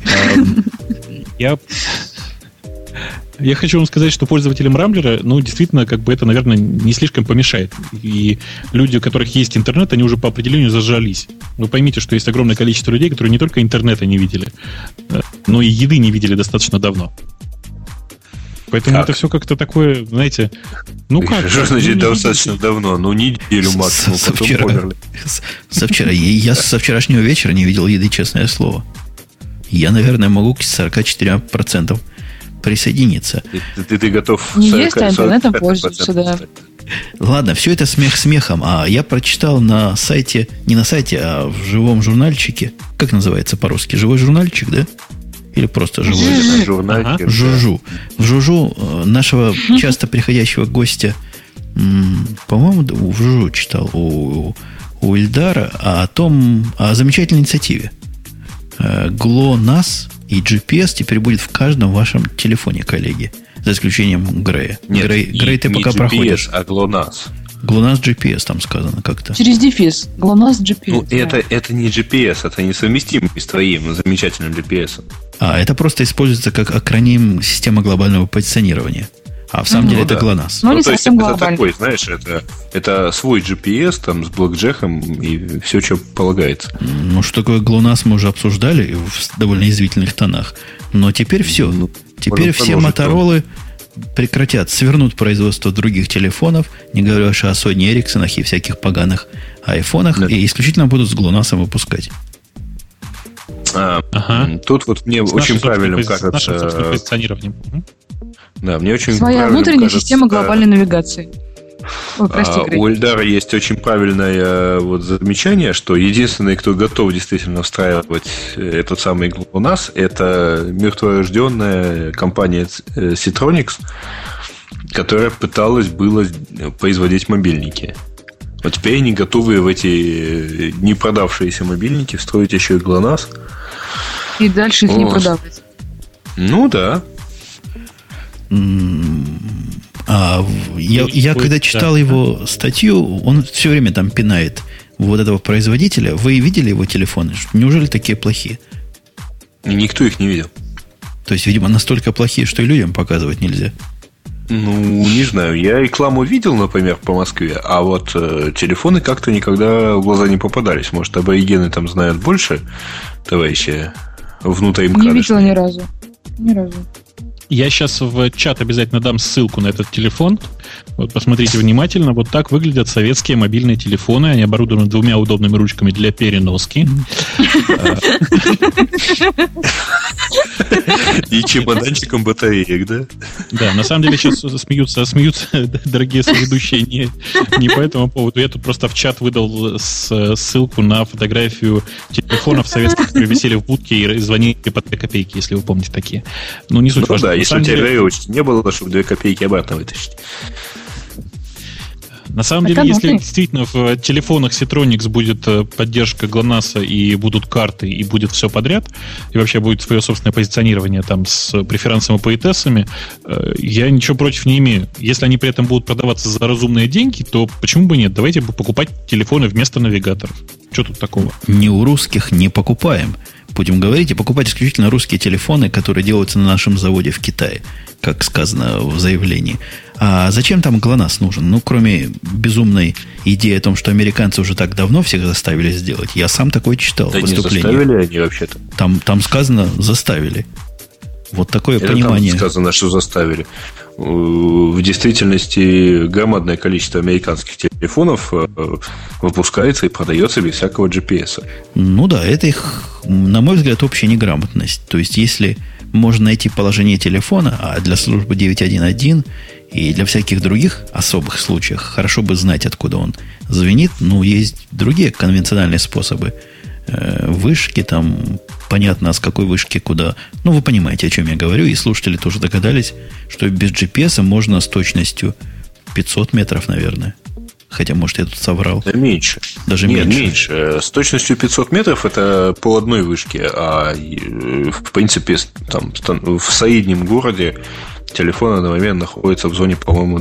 Я хочу вам сказать, что пользователям Рамблера, действительно, это, наверное, не слишком помешает. И люди, у которых есть интернет, они уже по определению зажались. Вы поймите, что есть огромное количество людей, которые не только интернета не видели, но и еды не видели достаточно давно. Поэтому это все как-то такое, знаете... Что значит достаточно давно? Неделю максимум, потом померли. Я со вчерашнего вечера не видел еды, честное слово. Я, наверное, могу к 44% присоединиться. Ты готов... Не есть, а интернетом пользуешься, да. Ладно, все это смех смехом. А я прочитал на сайте, не на сайте, а в живом журнальчике. Как называется по-русски? Живой журнальчик, да? Или просто живой? Журнальчик. Жужу. В Жужу нашего часто приходящего гостя, по-моему, в Жужу читал у Ильдара о замечательной инициативе. GLONASS и GPS теперь будет в каждом вашем телефоне, коллеги. За исключением Грея. Нет, Грей ты пока GPS, проходишь. А GLONASS. GLONASS GPS там сказано как-то. Через дефис. GLONASS GPS. Это не GPS, это несовместимо с твоим замечательным GPS. Это просто используется как акроним системы глобального позиционирования. А в самом деле это GLONASS. Не совсем глобально. Это такой, знаешь, это свой GPS там с блокджеком и все, что полагается. Что такое GLONASS, мы уже обсуждали в довольно язвительных тонах. Но теперь все. Теперь все Моторолы прекратят, свернут производство других телефонов, не говоря уж о Sony Ericsson и всяких поганых айфонах, и исключительно будут с GLONASS выпускать. Тут вот мне очень правильно кажется... Да, мне очень своя внутренняя система глобальной навигации. Ой, прости, Грей. У Эльдара есть очень правильное замечание, что единственный, кто готов действительно встраивать этот самый GLONASS, это мертворожденная компания Citronics, которая пыталась было производить мобильники. А теперь они готовы в эти не продавшиеся мобильники встроить еще и ГЛОНАСС. И дальше их не продавать. Ну да. Я когда читал его статью, он все время там пинает вот этого производителя. Вы видели его телефоны? Неужели такие плохие? И никто их не видел. То есть, видимо, настолько плохие, что и людям показывать нельзя. Ну, не знаю. Я рекламу видел, например, по Москве, а вот телефоны как-то никогда в глаза не попадались. Может, аборигены там знают больше, товарищи, внутримкадочные? Не видела ни разу. Ни разу. Я сейчас в чат обязательно дам ссылку на этот телефон. Вот посмотрите внимательно. Вот так выглядят советские мобильные телефоны. Они оборудованы 2 удобными ручками для переноски. И чемоданчиком батареек, да? Да, на самом деле сейчас смеются дорогие соведущие не по этому поводу. Я тут просто в чат выдал ссылку на фотографию телефонов советских, которые висели в будке и звонили под 2 копейки, если вы помните такие. Ну, не суть важно. Да, если у тебя веревочки не было, чтобы 2 копейки обратно вытащить. На самом деле, если действительно в телефонах Citronics будет поддержка ГЛОНАССа и будут карты, и будет все подряд, и вообще будет свое собственное позиционирование там с преферансами и поэтессами, я ничего против не имею. Если они при этом будут продаваться за разумные деньги, то почему бы нет? Давайте покупать телефоны вместо навигаторов. Что тут такого? Не у русских не покупаем. Будем говорить и покупать исключительно русские телефоны, которые делаются на нашем заводе в Китае, как сказано в заявлении. А зачем там ГЛОНАСС нужен? Ну, кроме безумной идеи о том, что американцы уже так давно всех заставили сделать. Я сам такое читал в выступлении. Да не заставили они вообще-то. Там сказано «заставили». Вот такое это понимание. Там сказано, что заставили. В действительности громадное количество американских телефонов выпускается и продается без всякого GPS. Ну да, это их, на мой взгляд, общая неграмотность. То есть, если можно найти положение телефона, а для службы 911 и для всяких других особых случаев хорошо бы знать, откуда он звенит. Ну, есть другие конвенциональные способы. Вышки там, понятно, с какой вышки куда. Ну, вы понимаете, о чем я говорю. И слушатели тоже догадались, что без GPS можно с точностью 500 метров, наверное. Хотя, может, я тут соврал. Да меньше. Даже Нет, меньше. меньше. С точностью 500 метров это по одной вышке. А в принципе, там, в соседнем городе телефон одновременно находится в зоне, по-моему,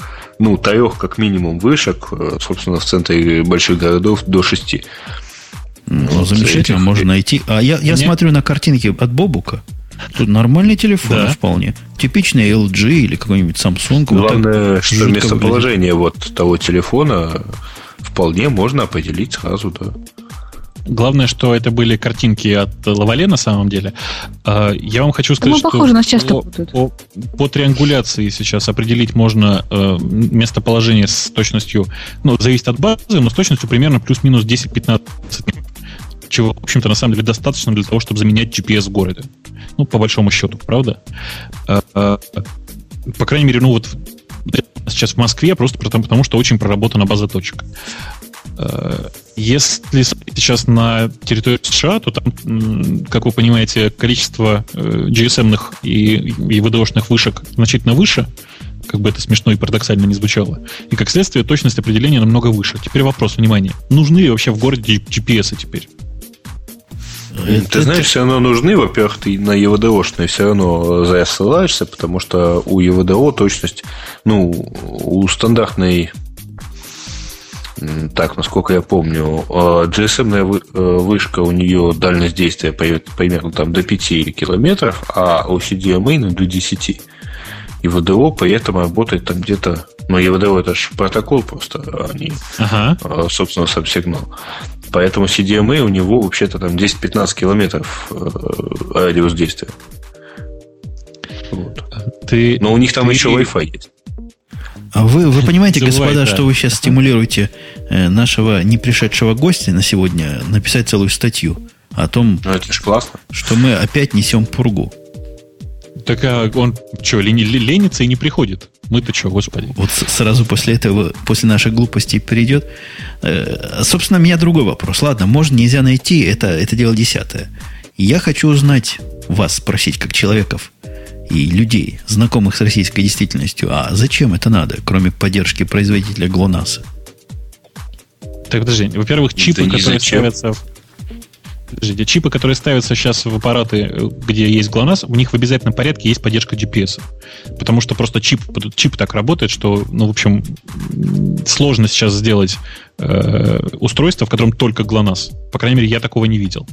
3 как минимум вышек. Собственно, в центре больших городов до 6. Ну, замечательно, можно найти. А я смотрю на картинки от Бобука. Тут нормальный телефон, да, вполне. Типичный LG или какой-нибудь Samsung. Главное, вот что местоположение вот того телефона вполне можно определить сразу, да. Главное, что это были картинки от Лавале на самом деле. Я вам хочу сказать, что похоже, нас часто по триангуляции сейчас определить можно местоположение с точностью, ну, зависит от базы, но с точностью примерно плюс-минус 10-15, чего, в общем-то, на самом деле достаточно для того, чтобы заменять GPS в городе. Ну, по большому счету, правда? По крайней мере, ну вот сейчас в Москве просто потому, что очень проработана база точек. Если сейчас на территории США, то там, как вы понимаете, количество GSM-ных и VDO-шных вышек значительно выше, как бы это смешно и парадоксально не звучало. И, как следствие, точность определения намного выше. Теперь вопрос, внимание. Нужны ли вообще в городе GPS теперь? Ты знаешь, все равно нужны. Во-первых, ты на ЕВДОшные все равно зря ссылаешься, потому что у ЕВДО точность, ну, у стандартной, так, насколько я помню, GSM-ная вышка, у нее дальность действия примерно там до 5 километров, а у CDMA до 10. И ВДО при этом работает там где-то... Ну, ЕВДО это же протокол просто, а не, собственно, сам сигнал. Поэтому CDMA у него вообще-то там 10-15 километров радиус действия. Вот. Но у них там еще Wi-Fi есть. А вы понимаете, господа, что вы сейчас стимулируете нашего не пришедшего гостя на сегодня написать целую статью о том, это ж классно, что мы опять несем пургу. Так а он что, ленится и не приходит? Мы-то что, господи? Вот сразу после этого, после нашей глупости придет. Собственно, у меня другой вопрос. Ладно, можно, нельзя найти, это дело 10-е. Я хочу узнать вас, спросить, как человеков и людей, знакомых с российской действительностью, а зачем это надо, кроме поддержки производителя ГЛОНАССа? Так, подожди. Во-первых, чипы, которые ставятся... Подождите, чипы, которые ставятся сейчас в аппараты, где есть GLONASS, у них в обязательном порядке есть поддержка GPS. Потому что просто чип так работает, что, в общем, сложно сейчас сделать устройство, в котором только GLONASS. По крайней мере, я такого не видел.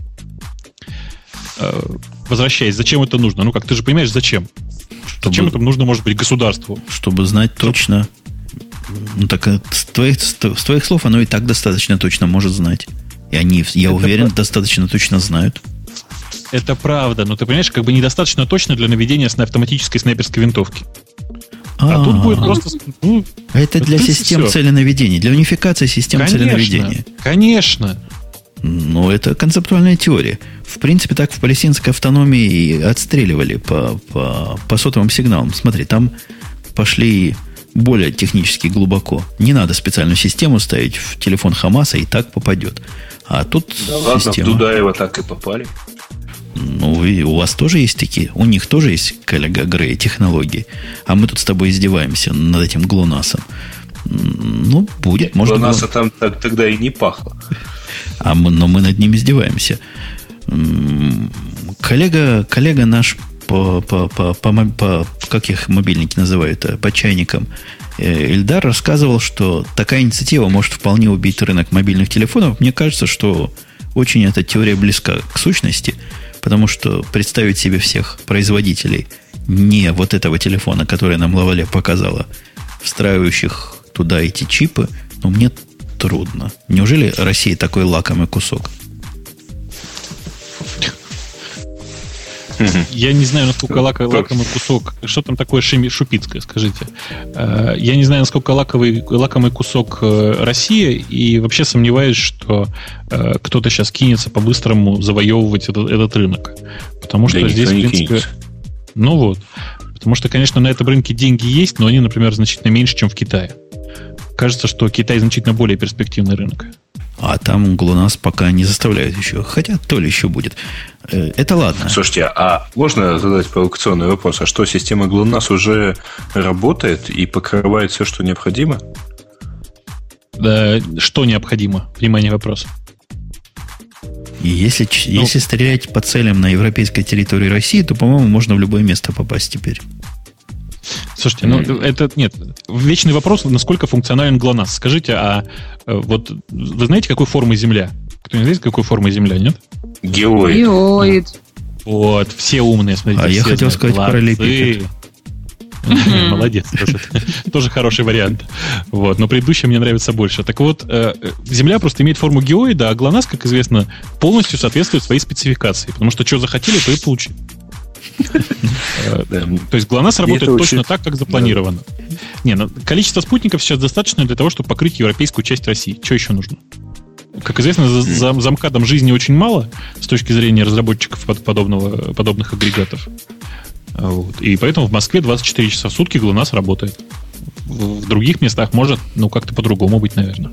Возвращаясь, зачем это нужно? Ты же понимаешь, зачем? Зачем это нужно, может быть, государству? Чтобы знать точно. Так с твоих слов оно и так достаточно точно может знать. И они, я уверен, достаточно точно знают. Это правда, но ты понимаешь, недостаточно точно для наведения автоматической снайперской винтовки. А тут будет просто... Это для систем целенаведения, для унификации систем целенаведения. Конечно. Это концептуальная теория. В принципе, так в палестинской автономии отстреливали по сотовым сигналам. Смотри, там пошли более технически глубоко. Не надо специальную систему ставить в телефон Хамаса, и так попадет. А тут система... Ладно, в Дудаева так и попали. И у вас тоже есть такие. У них тоже есть, коллега Грей, технологии. А мы тут с тобой издеваемся над этим ГЛОНАССом. Будет. Может, ГЛОНАССа там тогда и не пахло. Но мы над ним издеваемся. Коллега наш как их мобильники называют, по чайникам, Эльдар рассказывал, что такая инициатива может вполне убить рынок мобильных телефонов. Мне кажется, что очень эта теория близка к сущности, потому что представить себе всех производителей не вот этого телефона, который нам Лавале показала, встраивающих туда эти чипы, мне трудно. Неужели Россия такой лакомый кусок? Я не знаю, насколько лакомый кусок. Что там такое Шупицкое, скажите? Я не знаю, насколько лакомый кусок Россия, и вообще сомневаюсь, что кто-то сейчас кинется по-быстрому завоевывать этот рынок. Потому что здесь, в принципе... Потому что, конечно, на этом рынке деньги есть, но они, например, значительно меньше, чем в Китае. Кажется, что Китай значительно более перспективный рынок. А там GLONASS пока не заставляют еще. Хотя то ли еще будет. Это ладно. Слушайте, а можно задать провокационный вопрос? А что, система GLONASS уже работает и покрывает все, что необходимо? Что необходимо? Внимание, вопрос. Если стрелять по целям на европейской территории России, то, по-моему, можно в любое место попасть теперь. Слушайте, это нет. Вечный вопрос, насколько функционален GLONASS. Скажите, вы знаете, какой формы Земля? Кто-нибудь знает, какой формы Земля, нет? Геоид. Вот, все умные, смотрите. Я хотел сказать параллелепипед. Молодец. Тоже хороший вариант. Но предыдущий мне нравится больше. Так вот, Земля просто имеет форму геоида, а GLONASS, как известно, полностью соответствует своей спецификации. Потому что что захотели, то и получили. То есть GLONASS работает точно так, как запланировано. Количество спутников сейчас достаточно для того, чтобы покрыть европейскую часть России. Что еще нужно? Как известно, за МКАДом жизни очень мало с точки зрения разработчиков подобных агрегатов. И поэтому в Москве 24 часа в сутки GLONASS работает. В других местах может, как-то по-другому быть, наверное.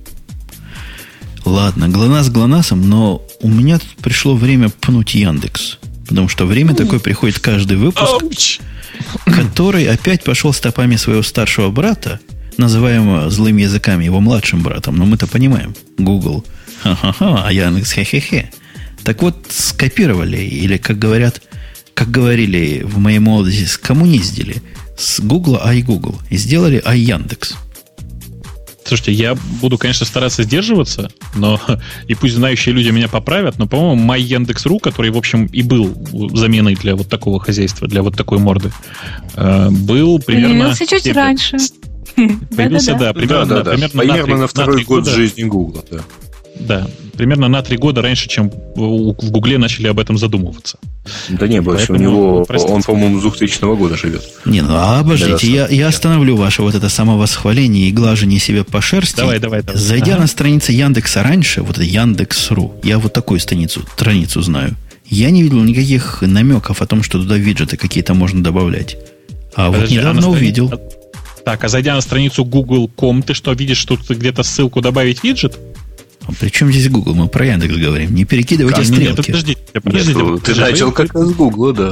Ладно, GLONASS GLONASS, но у меня тут пришло время пнуть Яндекс. Потому что время такое приходит каждый выпуск, который опять пошел стопами своего старшего брата, называемого злыми языками его младшим братом. Но мы-то понимаем. Google. Ха-ха-ха, а Яндекс хе-хе-хе. Так вот, скопировали, или, как говорили в моей молодости, скоммуниздили с Google iGoogle и сделали iYandex. Слушайте, я буду, конечно, стараться сдерживаться, но и пусть знающие люди меня поправят, но, по-моему, MyYandex.ru, который, в общем, и был заменой для вот такого хозяйства, для вот такой морды, был примерно... Появился чуть раньше. Появился, да, примерно на второй год жизни Google, да. Да, примерно на 3 года раньше, чем в Гугле начали об этом задумываться. Да не, больше у него, он, по-моему, с 2000 года живет. Обождите, я остановлю ваше вот это самовосхваление и глажение себя по шерсти. Давай. Зайдя на страницу Яндекса раньше, вот это Яндекс.ру, я вот такую страницу знаю, я не видел никаких намеков о том, что туда виджеты какие-то можно добавлять. Вот недавно увидел. Так, а зайдя на страницу google.com, ты что, видишь, что тут где-то ссылку добавить виджет? При чем здесь Google? Мы про Яндекс говорим. Не перекидывайте стрелки. Подождите. Ты начал как раз с Google, да.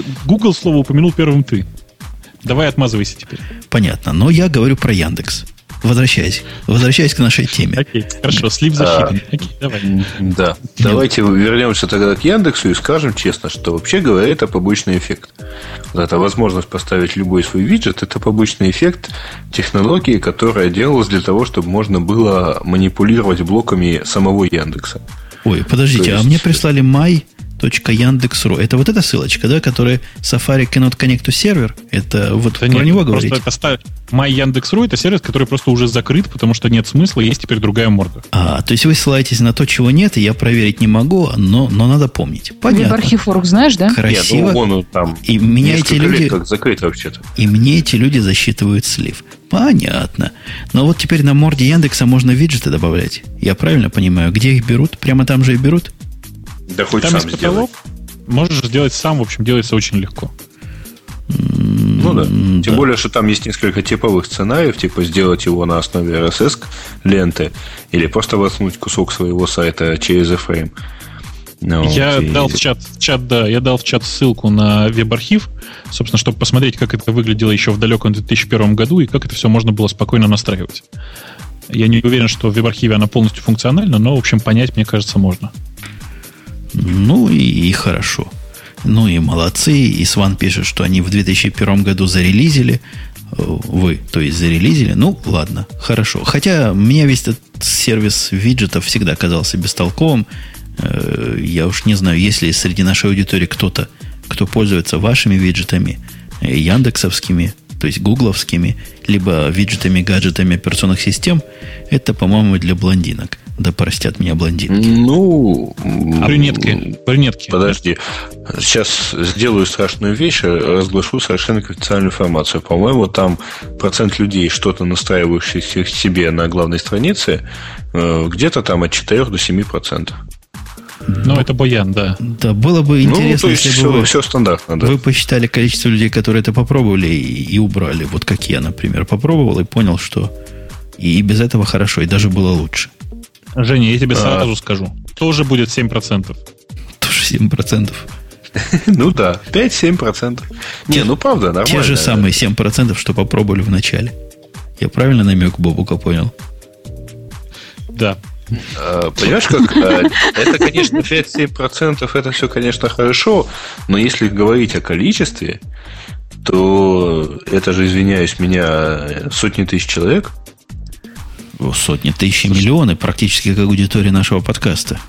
Google слово упомянул первым ты. Давай отмазывайся теперь. Понятно. Но я говорю про Яндекс. Возвращаясь к нашей теме. Окей, хорошо, слив защиты. Окей, давай. Да. Давайте вернемся тогда к Яндексу и скажем честно, что вообще говоря, это побочный эффект. Вот эта возможность поставить любой свой виджет, это побочный эффект технологии, которая делалась для того, чтобы можно было манипулировать блоками самого Яндекса. Ой, подождите, а мне прислали my.yandex.ru. Это вот эта ссылочка, да, которая Safari cannot connect to server? Это вот про него говорите? Это My Яндекс.ру это сервис, который просто уже закрыт, потому что нет смысла, есть теперь другая морда. То есть вы ссылаетесь на то, чего нет, и я проверить не могу, но надо помнить. Понятно. Веб-архив.орг знаешь, да? Красиво. Нет, там и меня эти люди как закрыт вообще-то. И мне эти люди засчитывают слив. Понятно. Но вот теперь на морде Яндекса можно виджеты добавлять. Я правильно понимаю? Где их берут? Прямо там же и берут? Да хоть там сам сделай. Можешь сделать сам, в общем, делается очень легко. Ну да. Тем более, что там есть несколько типовых сценариев, типа сделать его на основе RSS-ленты или просто воткнуть кусок своего сайта через iframe. Я дал в чат ссылку на веб-архив, собственно, чтобы посмотреть, как это выглядело еще в далеком 2001 году и как это все можно было спокойно настраивать. Я не уверен, что в веб-архиве она полностью функциональна, но, в общем, понять, мне кажется, можно. Ну и хорошо. Ну и молодцы. И Сван пишет, что они в 2001 году зарелизили. Вы, то есть, зарелизили. Ну, ладно, хорошо. Хотя мне весь этот сервис виджетов всегда казался бестолковым. Я уж не знаю, есть ли среди нашей аудитории кто-то, кто пользуется вашими виджетами, яндексовскими, то есть гугловскими, либо виджетами, гаджетами операционных систем. Это, по-моему, для блондинок. Да простят меня блондинки. Ну, брюнетки. Подожди. Сейчас сделаю страшную вещь, разглашу совершенно конфиденциальную информацию. По-моему, там процент людей, что-то настраивающихся себе на главной странице, где-то там от 4 до 7%. Ну, это Боян, да. Да, было бы интересно, если бы все стандартно, да. Вы посчитали количество людей, которые это попробовали и убрали. Вот как я, например, попробовал и понял, что и без этого хорошо, и даже было лучше. Женя, я тебе сразу скажу. Тоже будет 7%. Тоже 7%. Ну да, 5-7%. Не, ну правда, нормально. Те же самые 7%, что попробовали в начале. Я правильно намек Бобука понял? Да. Понимаешь, как? Это, конечно, 5-7%, это все, конечно, хорошо, но если говорить о количестве, то это же, извиняюсь меня, сотни тысяч человек. Сотни, тысячи, миллионы, практически как аудитория нашего подкаста.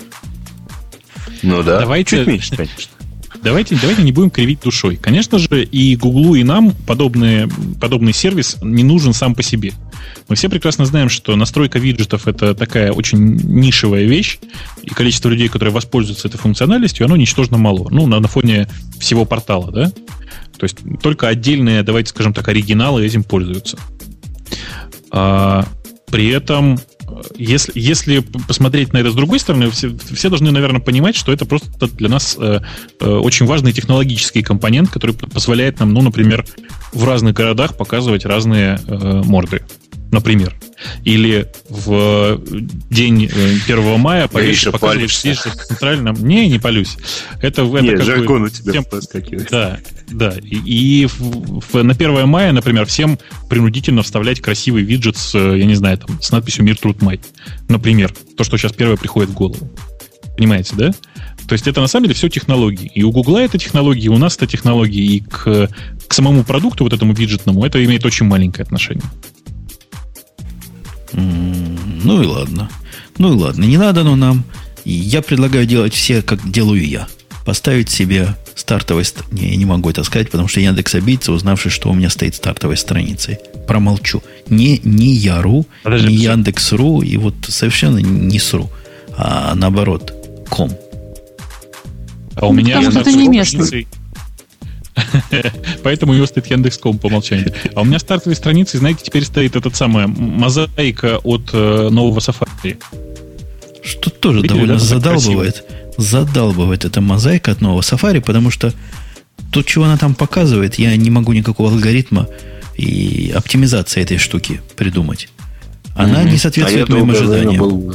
Ну да, давайте, чуть меньше, конечно. Давайте не будем кривить душой. Конечно же, и Гуглу, и нам подобный сервис не нужен сам по себе. Мы все прекрасно знаем, что настройка виджетов – это такая очень нишевая вещь, и количество людей, которые воспользуются этой функциональностью, оно ничтожно мало. Ну, на фоне всего портала, да? То есть только отдельные, давайте скажем так, оригиналы этим пользуются. При этом, если посмотреть на это с другой стороны, все должны, наверное, понимать, что это просто для нас очень важный технологический компонент, который позволяет нам, ну, например, в разных городах показывать разные повесить например. Или в день 1 мая показываешь здесь же в центральном... Не палюсь. Это нет, жаргон у тебя подскакивает. Да. И на 1 мая, например, всем принудительно вставлять красивый виджет с, я не знаю, там, с надписью «Мир, труд, май». Например, то, что сейчас первое приходит в голову. Понимаете, да? То есть это на самом деле все технологии. И у Гугла это технологии, и у нас это технологии. И к самому продукту, вот этому виджетному, это имеет очень маленькое отношение. Ну и ладно. Не надо, но нам. Я предлагаю делать все, как делаю я. Поставить себе стартовой... Не, я не могу это сказать, потому что Яндекс обидится, узнавший, что у меня стоит стартовой страницей. Промолчу. Не я.ру, не Яндекс.ру, и вот совершенно не СРУ, а наоборот, ком. А у меня это не местный. Поэтому у него стоит Яндекс.ком по умолчанию. А у меня стартовой страницей, знаете, теперь стоит эта самая мозаика от нового Safari. Что тоже довольно задалбывает эта мозаика от нового Safari, потому что то, чего она там показывает, я не могу никакого алгоритма и оптимизации этой штуки придумать. Она не соответствует моим ожиданиям.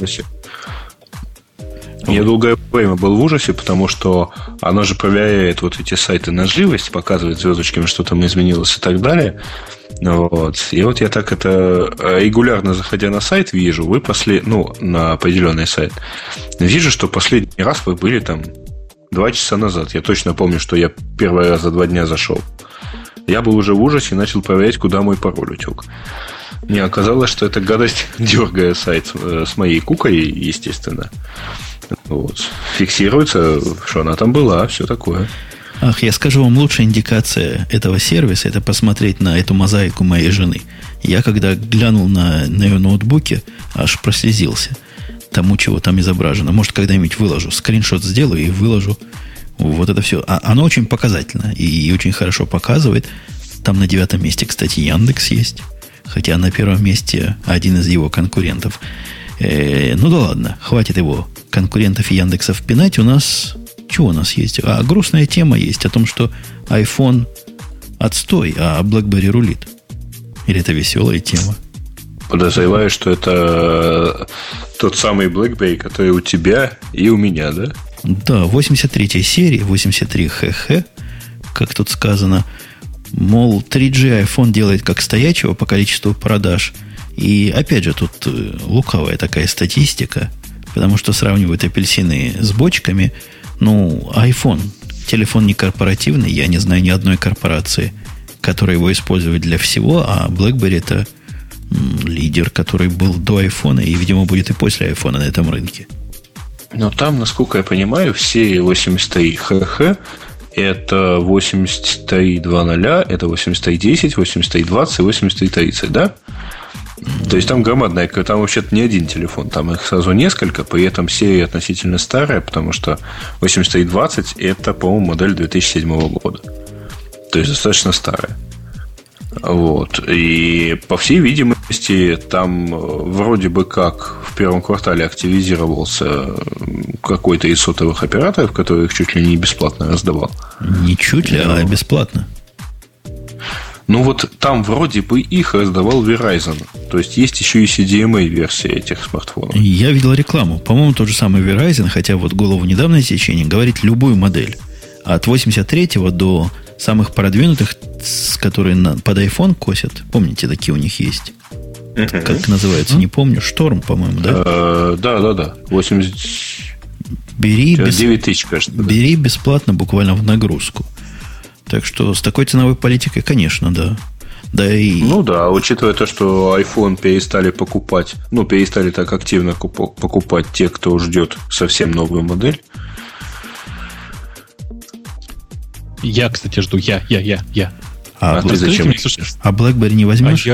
Я долгое время был в ужасе, потому что она же проверяет вот эти сайты на живость, показывает звездочками, что там изменилось и так далее. Вот. И вот я так это регулярно, заходя на сайт, вижу, вы на определенный сайт, вижу, что последний раз вы были там 2 часа назад. Я точно помню, что я первый раз за 2 дня зашел. Я был уже в ужасе и начал проверять, куда мой пароль утек. Мне оказалось, что эта гадость, дергая сайт с моей кукой, естественно, вот, фиксируется, что она там была, все такое. Ах, я скажу вам, лучшая индикация этого сервиса — это посмотреть на эту мозаику моей жены. Я, когда глянул на ее ноутбуке, аж прослезился тому, чего там изображено. Может, когда-нибудь выложу, скриншот сделаю и выложу. Вот это все. Оно очень показательно и очень хорошо показывает. Там на 9-м месте, кстати, Яндекс есть. Хотя на 1-м месте один из его конкурентов. Ну да ладно, хватит его конкурентов и Яндексов пинать. У нас... Чего у нас есть? Грустная тема есть о том, что iPhone отстой, а BlackBerry рулит. Или это веселая тема? Подозреваю, что это тот самый BlackBerry, который у тебя и у меня, да? Да, 83-й серии, 83 ХХ, как тут сказано. Мол, 3G iPhone делает как стоячего по количеству продаж. И опять же, тут лукавая такая статистика, потому что сравнивают апельсины с бочками. Ну, iPhone, телефон не корпоративный, я не знаю ни одной корпорации, которая его использует для всего, а BlackBerry — это лидер, который был до iPhone и, видимо, будет и после iPhone на этом рынке. Но там, насколько я понимаю, все 83 ХХ это 83.2.0, это 83.10, 83.20, 83.30, да? То есть там громадная, там вообще-то не один телефон, там их сразу несколько, при этом серия относительно старая, потому что 8320 это, по-моему, модель 2007 года. То есть достаточно старая. Вот. И по всей видимости, там вроде бы как в первом квартале активизировался какой-то из сотовых операторов, который их чуть ли не бесплатно раздавал. Не чуть ли, а бесплатно. Ну вот там вроде бы их раздавал Verizon. То есть есть еще и CDMA-версия этих смартфонов. Я видел рекламу. По-моему, тот же самый Verizon, хотя вот голову недавно течение, говорит любую модель. От 83-го до самых продвинутых, которые под iPhone косят. Помните, такие у них есть? Как называется, не помню. Шторм, по-моему, да? Да. 80... Бери 9 тысяч, кажется. Бери бесплатно, буквально в нагрузку. Так что с такой ценовой политикой, конечно, да. Да и... Ну да, учитывая то, что iPhone перестали покупать, перестали так активно покупать те, кто ждет совсем новую модель. Я, кстати, жду. Я. А ты зачем? А BlackBerry не возьмешь?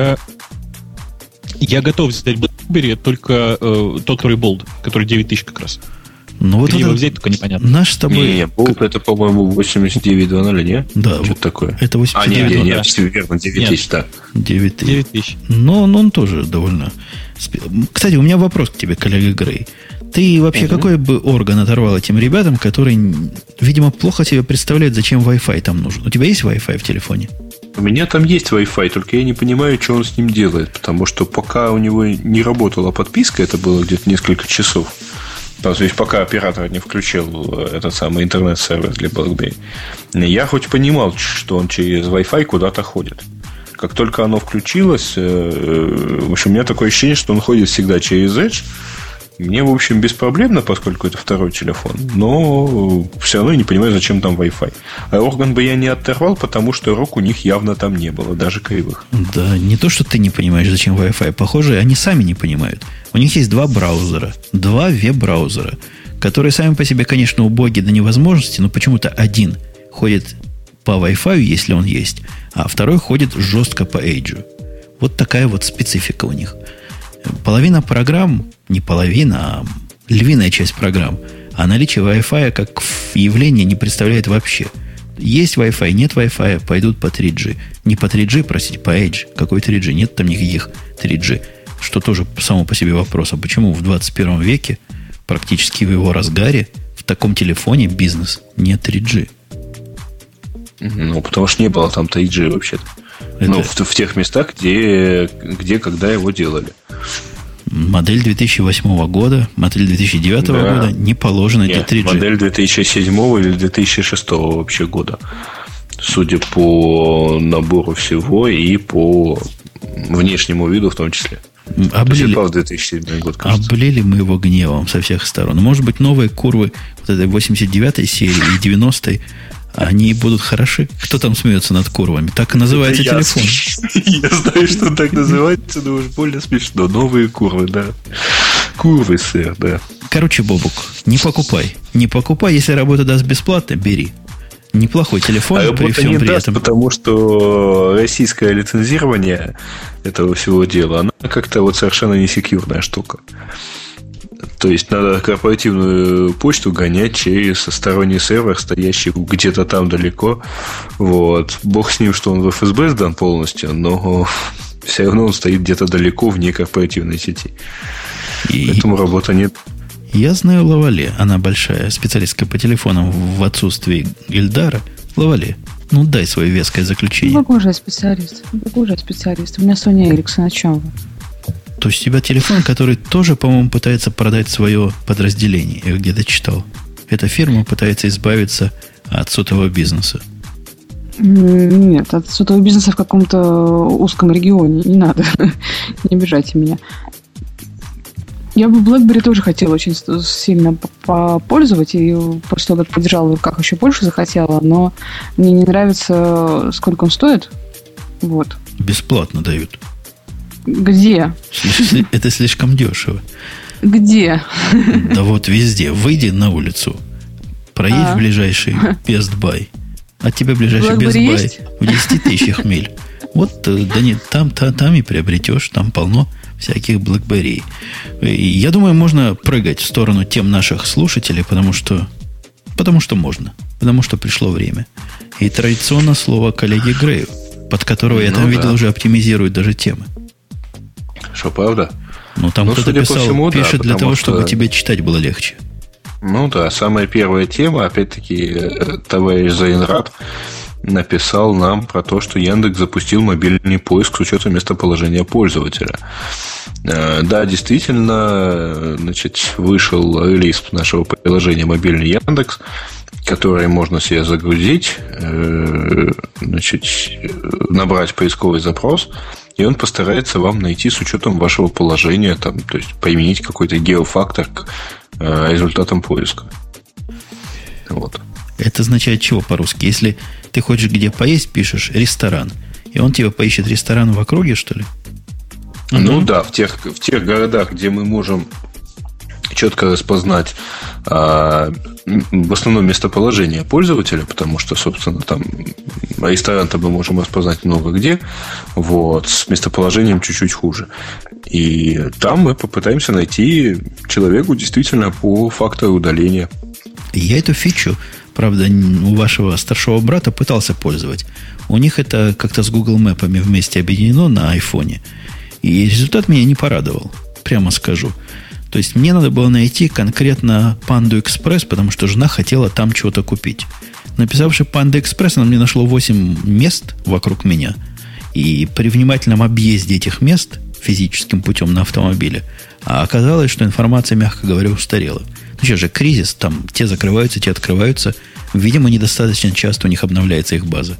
Я готов взять BlackBerry, только тот, который Bold, который 9 тысяч как раз. Ну, вот его взять, только непонятно. Наш с тобой... Не, Bolt это, по-моему, 89.2.0, не? Да. Что-то такое. Это 89.2.0. Нет, верно, 9 тысяч, да. 9 тысяч. Но он тоже довольно... Кстати, у меня вопрос к тебе, коллега Грей. Ты вообще какой бы орган оторвал этим ребятам, которые, видимо, плохо себе представляют, зачем Wi-Fi там нужен? У тебя есть Wi-Fi в телефоне? У меня там есть Wi-Fi, только я не понимаю, что он с ним делает. Потому что пока у него не работала подписка, это было где-то несколько часов. То есть пока оператор не включил этот самый интернет-сервер для BlackBerry, я хоть понимал, что он через Wi-Fi куда-то ходит. Как только оно включилось, в общем, у меня такое ощущение, что он ходит всегда через Edge. Мне, в общем, беспроблемно, поскольку это второй телефон, но все равно я не понимаю, зачем там Wi-Fi. А орган бы я не оторвал, потому что рук у них явно там не было, даже кривых. Да, не то, что ты не понимаешь, зачем Wi-Fi. Похоже, они сами не понимают. У них есть два браузера, два веб-браузера, которые сами по себе, конечно, убогие до невозможности, но почему-то один ходит по Wi-Fi, если он есть, а второй ходит жестко по Edge. Вот такая вот специфика у них. Половина программ, не половина, а львиная часть программ, а наличие Wi-Fi как явление не представляет вообще. Есть Wi-Fi, нет Wi-Fi, пойдут по 3G. Не по 3G, простите, по Edge. Какой 3G? Нет там никаких 3G. Что тоже само по себе вопрос. А почему в 21 веке, практически в его разгаре, в таком телефоне бизнес нет 3G? Ну, потому что не было там 3G вообще-то. Ну, в тех местах, где когда его делали. Модель 2008 года, модель 2009 года не положено для 3G. Модель 2007 или 2006 вообще года. судя по набору всего и по внешнему виду в том числе. Облили, 2007 год, кажется. Облили мы его гневом со всех сторон. Может быть, новые курвы вот этой 89-й серии и 90-й, они будут хороши. Кто там смеется над курвами? Так и называется телефон. Я знаю, что он так называется, но уж больно смешно. Новые курвы, да. Курвы, сэр, да. Короче, Бобук, не покупай. Не покупай, если работа даст бесплатно, бери. Неплохой телефон, при всем при этом. Потому что российское лицензирование этого всего дела, она как-то вот совершенно не секьюрная штука. То есть надо корпоративную почту гонять через сторонний сервер, стоящий где-то там далеко. Вот. Бог с ним, что он в ФСБ сдан полностью, но все равно он стоит где-то далеко вне корпоративной сети. Поэтому работы нет. Я знаю Лавале, она большая специалистка по телефонам в отсутствии Ильдара. Лавале, ну дай свое веское заключение. Какой же специалист? У меня Sony Ericsson, о чем вы? То есть у тебя телефон, который тоже, по-моему, пытается продать свое подразделение. Я где-то читал. Эта фирма пытается избавиться от сотового бизнеса. Нет, от сотового бизнеса в каком-то узком регионе. Не надо. Не обижайте меня. Я бы BlackBerry тоже хотела очень сильно попользовать, и после того, как подержала в руках, еще больше захотела, но мне не нравится, сколько он стоит. Вот. Бесплатно дают. Где? Это слишком дешево. Где? Да вот везде. Выйди на улицу, проедь в ближайший Best Buy. От тебя ближайший Best Buy в 10 тысячах миль. Вот, да нет, там и приобретешь, там полно всяких BlackBerry. И я думаю, можно прыгать в сторону тем наших слушателей, потому что можно. Потому что пришло время. И традиционно слово коллеге Грею, под которого я там видел, уже оптимизируют даже темы. Что, правда? Ну, там кто-то пишет для того, чтобы тебе читать было легче. Ну да, самая первая тема, опять-таки, товарищ Зайнрад написал нам про то, что Яндекс запустил мобильный поиск с учетом местоположения пользователя. Да, действительно, значит, вышел релиз нашего приложения «Мобильный Яндекс», который можно себе загрузить, значит, набрать поисковый запрос, и он постарается вам найти с учетом вашего положения, там, то есть применить какой-то геофактор к результатам поиска. Вот. Это означает чего по-русски? Если ты хочешь где поесть, пишешь ресторан, и он тебе поищет ресторан в округе, что ли? Ну да, в тех городах, где мы можем четко распознать в основном местоположение пользователя, потому что, собственно, там ресторан-то мы можем распознать много где, вот, с местоположением чуть-чуть хуже. И там мы попытаемся найти человеку действительно по фактору удаления. Я эту фичу, правда, у вашего старшего брата пытался пользовать. У них это как-то с Google Мэпами вместе объединено на айфоне. И результат меня не порадовал, прямо скажу. То есть мне надо было найти конкретно Panda Express, потому что жена хотела там чего-то купить. Написавши Panda Express, она мне нашло 8 мест вокруг меня. И при внимательном объезде этих мест физическим путем на автомобиле, оказалось, что информация, мягко говоря, устарела. Ну, сейчас же кризис, там те закрываются, те открываются. Видимо, недостаточно часто у них обновляется их база.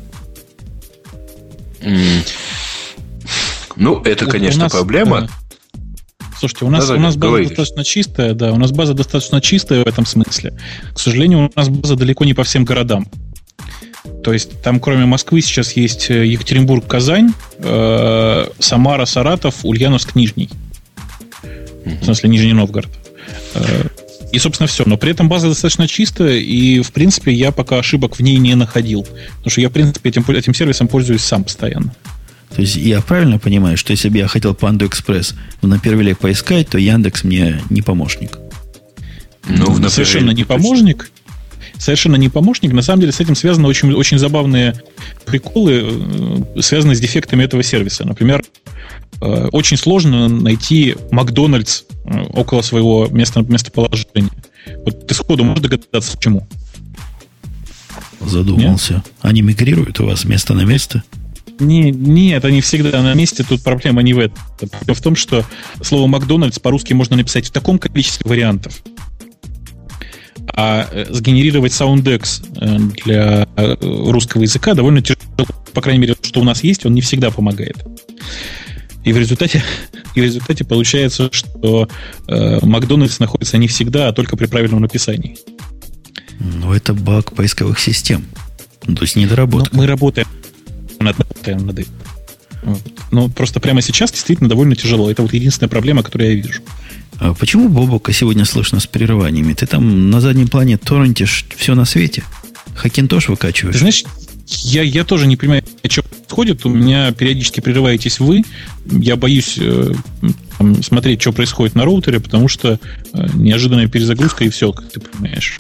Ну, это, конечно, проблема. Слушайте, у нас база достаточно чистая, да, у нас база достаточно чистая в этом смысле. К сожалению, у нас база далеко не по всем городам. То есть там, кроме Москвы, сейчас есть Екатеринбург, Казань, Самара, Саратов, Ульяновск, Нижний. В смысле, Нижний Новгород. И, собственно, все. Но при этом база достаточно чистая, и, в принципе, я пока ошибок в ней не находил. Потому что я, в принципе, этим сервисом пользуюсь сам постоянно. То есть я правильно понимаю, что если бы я хотел Panda Express на первый лет поискать, то Яндекс мне не помощник? Ну, совершенно не помощник. Совершенно не помощник. На самом деле с этим связаны очень, очень забавные приколы, связанные с дефектами этого сервиса. Например, очень сложно найти Макдональдс около своего местоположения. Вот ты сходу можешь догадаться, почему? Задумался. Нет? Они мигрируют у вас с места на место? Нет, они всегда на месте. Тут проблема не в этом. Проблема в том, что слово Макдональдс по-русски можно написать в таком количестве вариантов. сгенерировать SoundX для русского языка довольно тяжело. По крайней мере, что у нас есть, он не всегда помогает. И в результате получается, что Макдональдс находится не всегда, а только при правильном написании. Ну, это баг поисковых систем. То есть недоработка. Мы работаем над этим. Но просто прямо сейчас действительно довольно тяжело. Это вот единственная проблема, которую я вижу. А почему Бобока сегодня слышно с прерываниями? Ты там на заднем плане торрентишь все на свете? Хакинтош выкачиваешь? Ты знаешь, я тоже не понимаю, что происходит. У меня периодически прерываетесь вы. Я боюсь смотреть, что происходит на роутере, потому что неожиданная перезагрузка и все, как ты понимаешь.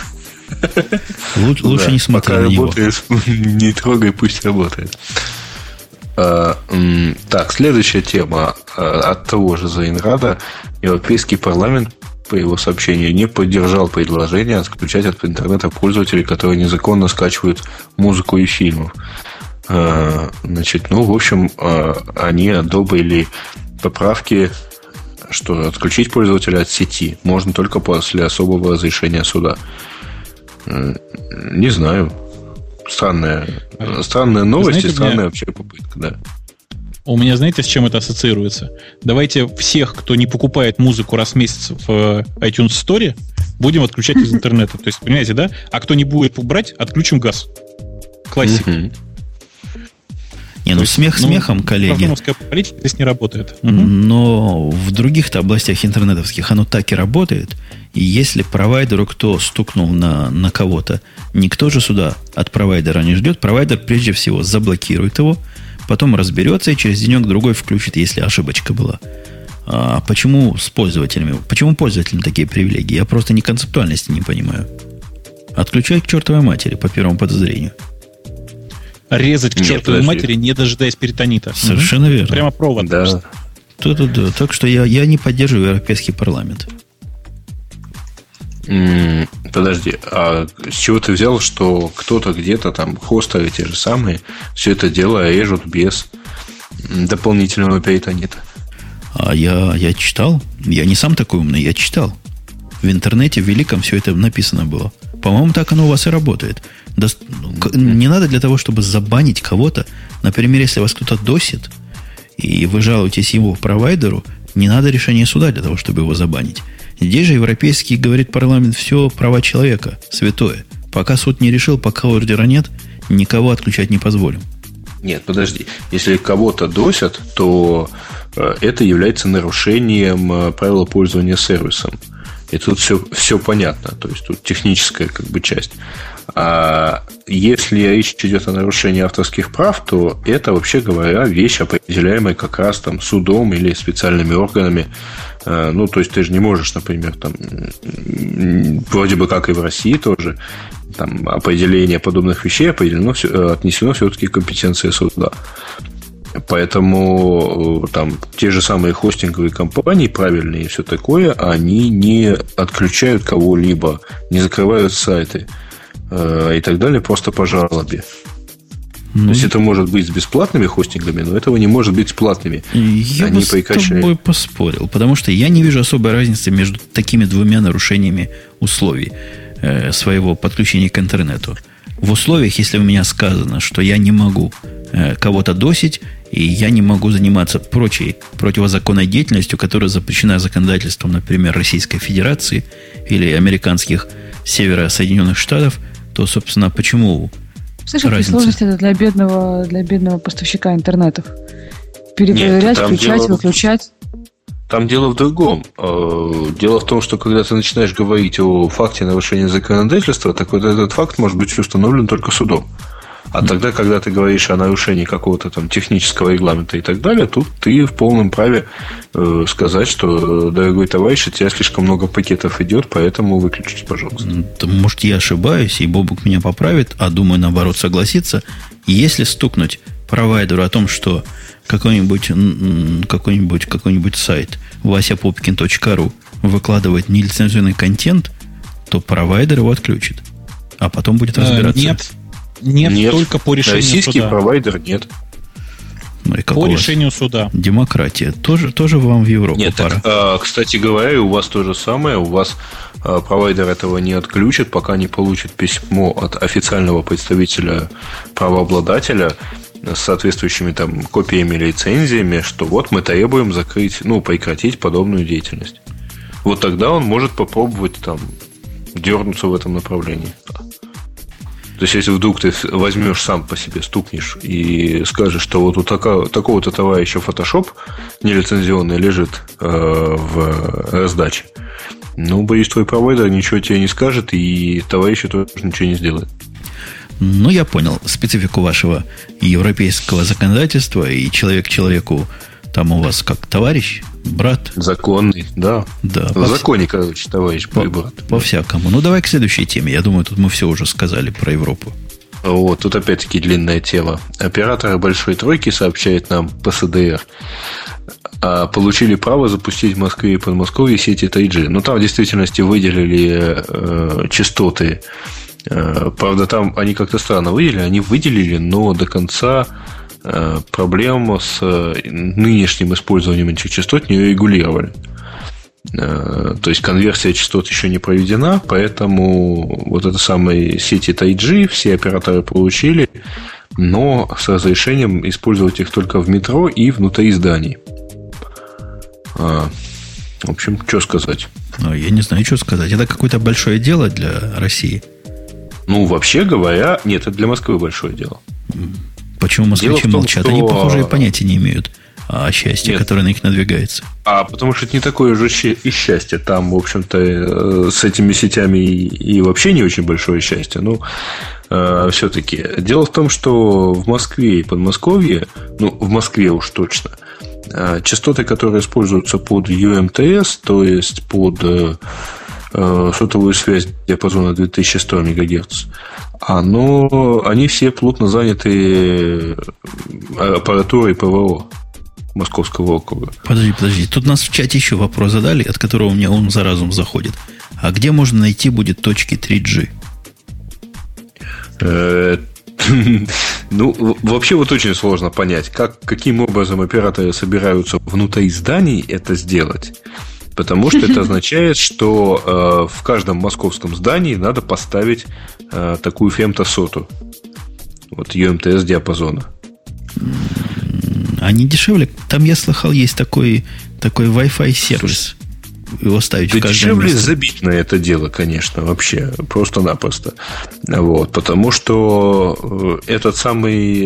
Лучше не смотри на него. Не трогай, пусть работает. Так, следующая тема от того же Зайнрада. Европейский парламент, по его сообщению, не поддержал предложение отключать от интернета пользователей, которые незаконно скачивают музыку и фильмов. Значит, в общем, они одобрили поправки, что отключить пользователя от сети можно только после особого разрешения суда. Не знаю. Странная новость, знаете, и странная вообще попытка, да. У меня, знаете, с чем это ассоциируется? Давайте всех, кто не покупает музыку раз в месяц в iTunes Store, будем отключать из интернета. То есть, понимаете, да? А кто не будет брать, отключим газ. Классика. Смех смехом, коллеги. Парламентская политика здесь не работает. Но в других-то областях интернетовских оно так и работает. И если провайдеру кто стукнул на кого-то, никто же сюда от провайдера не ждет. Провайдер прежде всего заблокирует его, потом разберется и через денек-другой включит, если ошибочка была. А почему с пользователями? Почему пользователям такие привилегии? Я просто ни концептуальности не понимаю. Отключай к чертовой матери по первому подозрению. Резать к чертовой матери, не дожидаясь перитонита. Совершенно верно. Прямо провод. Да. Да. Так что я не поддерживаю Европейский парламент. Подожди, а с чего ты взял, что кто-то где-то там, хостеры те же самые, все это дело режут без дополнительного перитонита? А я читал. Я не сам такой умный, я читал. В интернете, в великом, все это написано было. По-моему, так оно у вас и работает. Не надо для того, чтобы забанить кого-то. Например, если вас кто-то досит, и вы жалуетесь его провайдеру, не надо решения суда для того, чтобы его забанить. Здесь же европейский, говорит парламент, все права человека, святое. Пока суд не решил, пока ордера нет, никого отключать не позволим. Нет, подожди. Если кого-то досят, то это является нарушением правила пользования сервисом. И тут все понятно. То есть тут техническая часть. А если речь идет о нарушении авторских прав, то это, вообще говоря, вещь, определяемая как раз там судом или специальными органами. То есть ты же не можешь, например, там, вроде бы как и в России тоже, там, определение подобных вещей отнесено все-таки к компетенции суда. Поэтому там те же самые хостинговые компании, правильные и все такое, они не отключают кого-либо, не закрывают сайты и так далее просто по жалобе. То есть это может быть с бесплатными хостингами, но этого не может быть с платными. Я бы с тобой поспорил, потому что я не вижу особой разницы между такими двумя нарушениями условий своего подключения к интернету. В условиях, если у меня сказано, что я не могу кого-то досить, и я не могу заниматься прочей противозаконной деятельностью, которая запрещена законодательством, например, Российской Федерации или американских Северо-Соединенных Штатов, то, собственно, почему слушай, какие сложности это для бедного поставщика интернетов? Перепроверять, включать, выключать. Там дело в другом. Дело в том, что когда ты начинаешь говорить о факте нарушения законодательства, так вот этот факт может быть установлен только судом. А тогда, когда ты говоришь о нарушении какого-то там технического регламента и так далее, тут ты в полном праве сказать, что, дорогой товарищ, у тебя слишком много пакетов идет, поэтому выключите, пожалуйста. Может, я ошибаюсь, и Бобук меня поправит, а думаю, наоборот, согласиться. Если стукнуть провайдеру о том, что какой-нибудь сайт vasapopkin.ru выкладывает нелицензионный контент, то провайдер его отключит. А потом будет разбираться. Нет, только по решению российский суда. Российский провайдер нет. По решению суда. Демократия. Тоже вам в Европу нет, пора. Так, кстати говоря, у вас то же самое. У вас провайдер этого не отключит, пока не получит письмо от официального представителя правообладателя с соответствующими там копиями лицензиями, что вот мы требуем закрыть, прекратить подобную деятельность. Вот тогда он может попробовать там дернуться в этом направлении. То есть, если вдруг ты возьмешь сам по себе, стукнешь и скажешь, что вот у такого-то товарища Photoshop нелицензионный лежит в раздаче, боюсь, твой провайдер ничего тебе не скажет, и товарищу тоже ничего не сделает. Я понял специфику вашего европейского законодательства, и человек человеку там у вас как товарищ, брат. Законный, да. В законе, товарищ мой брат. По-всякому. Давай к следующей теме. Я думаю, тут мы все уже сказали про Европу. Вот, тут опять-таки длинная тема. Операторы большой тройки, сообщает нам ПСДР, получили право запустить в Москве и Подмосковье сети 3G. Там в действительности выделили частоты. Правда, там они как-то странно выделили. Они выделили, но до конца проблему с нынешним использованием этих частот не регулировали. То есть конверсия частот еще не проведена, поэтому вот это самые сети 3G все операторы получили, но с разрешением использовать их только в метро и внутри зданий. В общем, что сказать? Я не знаю, что сказать. Это какое-то большое дело для России. Вообще говоря, нет, это для Москвы большое дело. Почему москвичи молчат? Что... Они, похоже, и понятия не имеют о счастье, которое на них надвигается. Потому что это не такое же и счастье. Там, в общем-то, с этими сетями и вообще не очень большое счастье. Все-таки. Дело в том, что в Москве и Подмосковье, в Москве уж точно, частоты, которые используются под UMTS, то есть под сотовую связь диапазона 2100 МГц, они все плотно заняты аппаратурой ПВО Московского округа. Подожди. Тут нас в чате еще вопрос задали, от которого у меня ум за разум заходит. А где можно найти будет точки 3G? Вообще вот очень сложно понять, каким образом операторы собираются внутри зданий это сделать. Потому что это означает, что в каждом московском здании надо поставить такую фемтосоту. Вот UMTS диапазона. Они дешевле? Там, я слыхал, есть такой Wi-Fi сервис. Его ставить в каждое дешевле место. забить на это дело, конечно, вообще. Просто-напросто. Потому что этот самый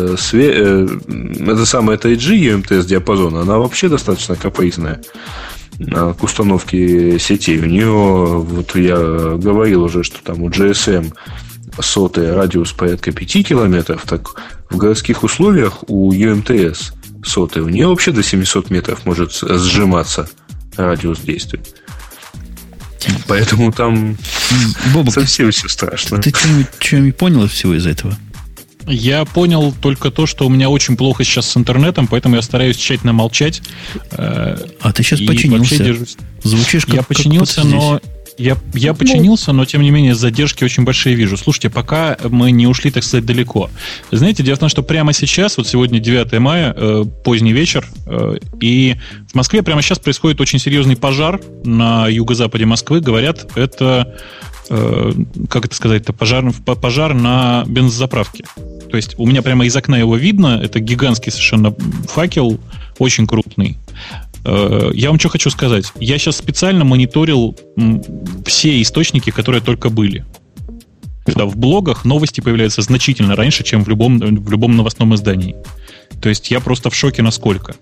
3G UMTS диапазона, она вообще достаточно капризная к установке сетей. У нее, вот я говорил уже, что там у GSM сотый радиус порядка 5 километров, так в городских условиях у UMTS сотый у нее вообще до 700 метров может сжиматься радиус действия. Поэтому там Бобок, совсем все страшно. Ты что-нибудь понял из всего из этого? Я понял только то, что у меня очень плохо сейчас с интернетом, поэтому я стараюсь тщательно молчать. А ты сейчас починился. Звучишь как... Я починился, но... Я починился, но, тем не менее, задержки очень большие вижу. Слушайте, пока мы не ушли, так сказать, далеко. Знаете, дело в том, что прямо сейчас, вот сегодня 9 мая, поздний вечер, и в Москве прямо сейчас происходит очень серьезный пожар на юго-западе Москвы. Говорят, это, как это сказать, пожар на бензозаправке. То есть у меня прямо из окна его видно. Это гигантский совершенно факел, очень крупный. Я вам что хочу сказать. Я сейчас специально мониторил все источники, которые только были. Когда в блогах новости появляются значительно раньше, чем в любом новостном издании. То есть я просто в шоке насколько.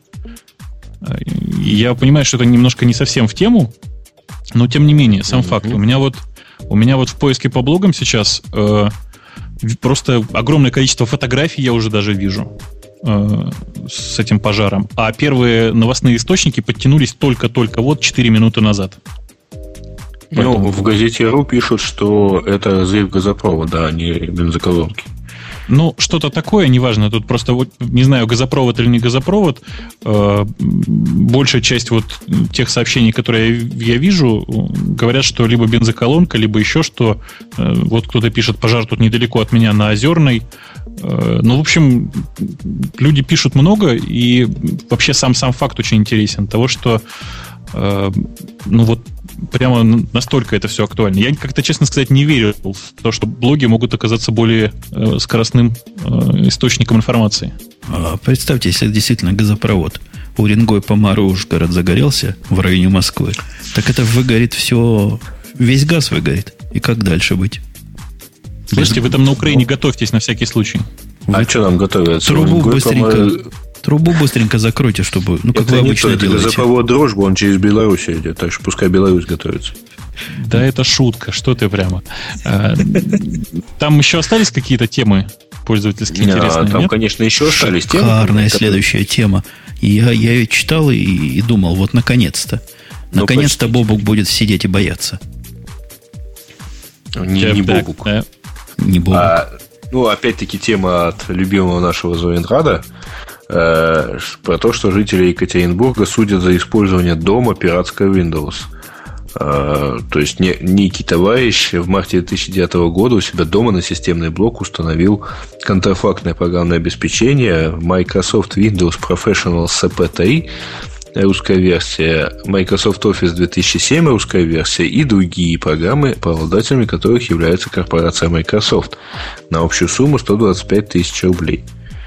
Я понимаю, что это немножко не совсем в тему, но тем не менее, сам факт. У меня вот в поиске по блогам сейчас просто огромное количество фотографий я уже даже вижу с этим пожаром. А первые новостные источники подтянулись только-только 4 минуты назад. Поэтому... в газете РУ пишут, что это разрыв газопровода, а не бензоколонки. Что-то такое, неважно. Тут просто, не знаю, газопровод или не газопровод. Большая часть тех сообщений, которые я вижу, говорят, что либо бензоколонка, либо еще что. Вот кто-то пишет, пожар тут недалеко от меня на Озерной. В общем, люди пишут много, и вообще сам факт очень интересен. Того, что прямо настолько это все актуально. Я как-то, честно сказать, не верю в то, что блоги могут оказаться более скоростным источником информации. Представьте, если действительно газопровод Уренгой, Помара, Ужгород загорелся в районе Москвы, так это выгорит все, весь газ выгорит. И как дальше быть? Слушайте, вы там на Украине готовьтесь на всякий случай. Что нам готовят? Трубу быстренько закройте, чтобы, как вы обычно делаете. Газопровод «Дружба», он через Беларусь идет, так что пускай Беларусь готовится. Да, это шутка, что ты прямо. Там еще остались какие-то темы пользовательские интересные? Там, конечно, еще остались темы. Шикарная следующая тема. Я ее читал и думал, вот наконец-то. Наконец-то Бобук будет сидеть и бояться. Не Бобук. Не Бобук. Опять-таки тема от любимого нашего Зоринрада про то, что жители Екатеринбурга судят за использование дома пиратской Windows. То есть некий товарищ в марте 2009 года у себя дома на системный блок установил контрафактное программное обеспечение Microsoft Windows Professional CP3 русская версия, Microsoft Office 2007 русская версия и другие программы, обладателями которых является корпорация Microsoft на общую сумму 125 тысяч рублей.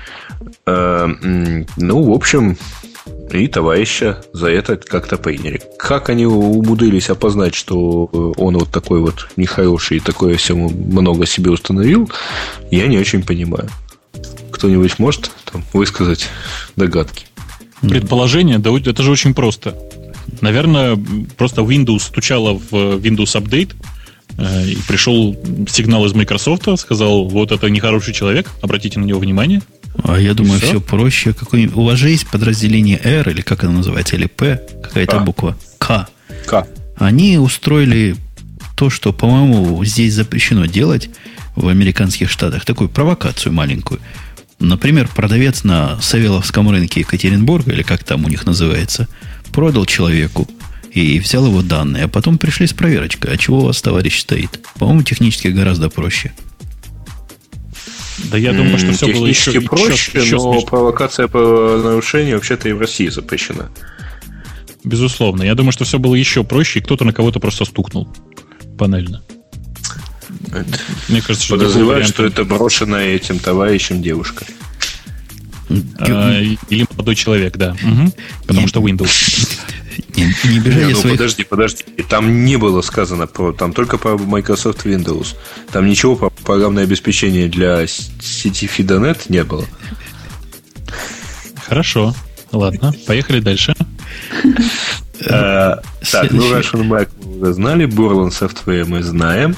В общем, и товарища за это как-то приняли. Как они умудрились опознать, что он вот такой вот нехороший и такое все много себе установил, я не очень понимаю. Кто-нибудь может высказать догадки? Предположение, да, это же очень просто. Наверное, просто Windows стучала в Windows Update, и пришел сигнал из Microsoft, сказал, вот это нехороший человек, обратите на него внимание. А я думаю, все проще. У вас же есть подразделение R, или как оно называется, или P, какая-то буква К. Они устроили то, что, по-моему, здесь запрещено делать в американских штатах, такую провокацию маленькую. Например, продавец на Савеловском рынке Екатеринбурга, или как там у них называется, продал человеку и взял его данные, а потом пришли с проверочкой. А чего у вас, товарищ, стоит? По-моему, технически гораздо проще. Да я думаю, что все было еще проще, но смешно. Провокация по нарушению вообще-то и в России запрещена. Безусловно. Я думаю, что все было еще проще, и кто-то на кого-то просто стукнул панельно. Мне кажется, что подозреваю, что это брошенная этим товарищем девушка. Или молодой человек, да. Потому что Windows. Не бежали своих... Подожди. Там не было сказано там только про Microsoft Windows. Там ничего про программное обеспечение для сети FidoNet не было. Хорошо. Ладно, поехали дальше. Так, Russian Mac мы уже знали, Borland Software мы знаем.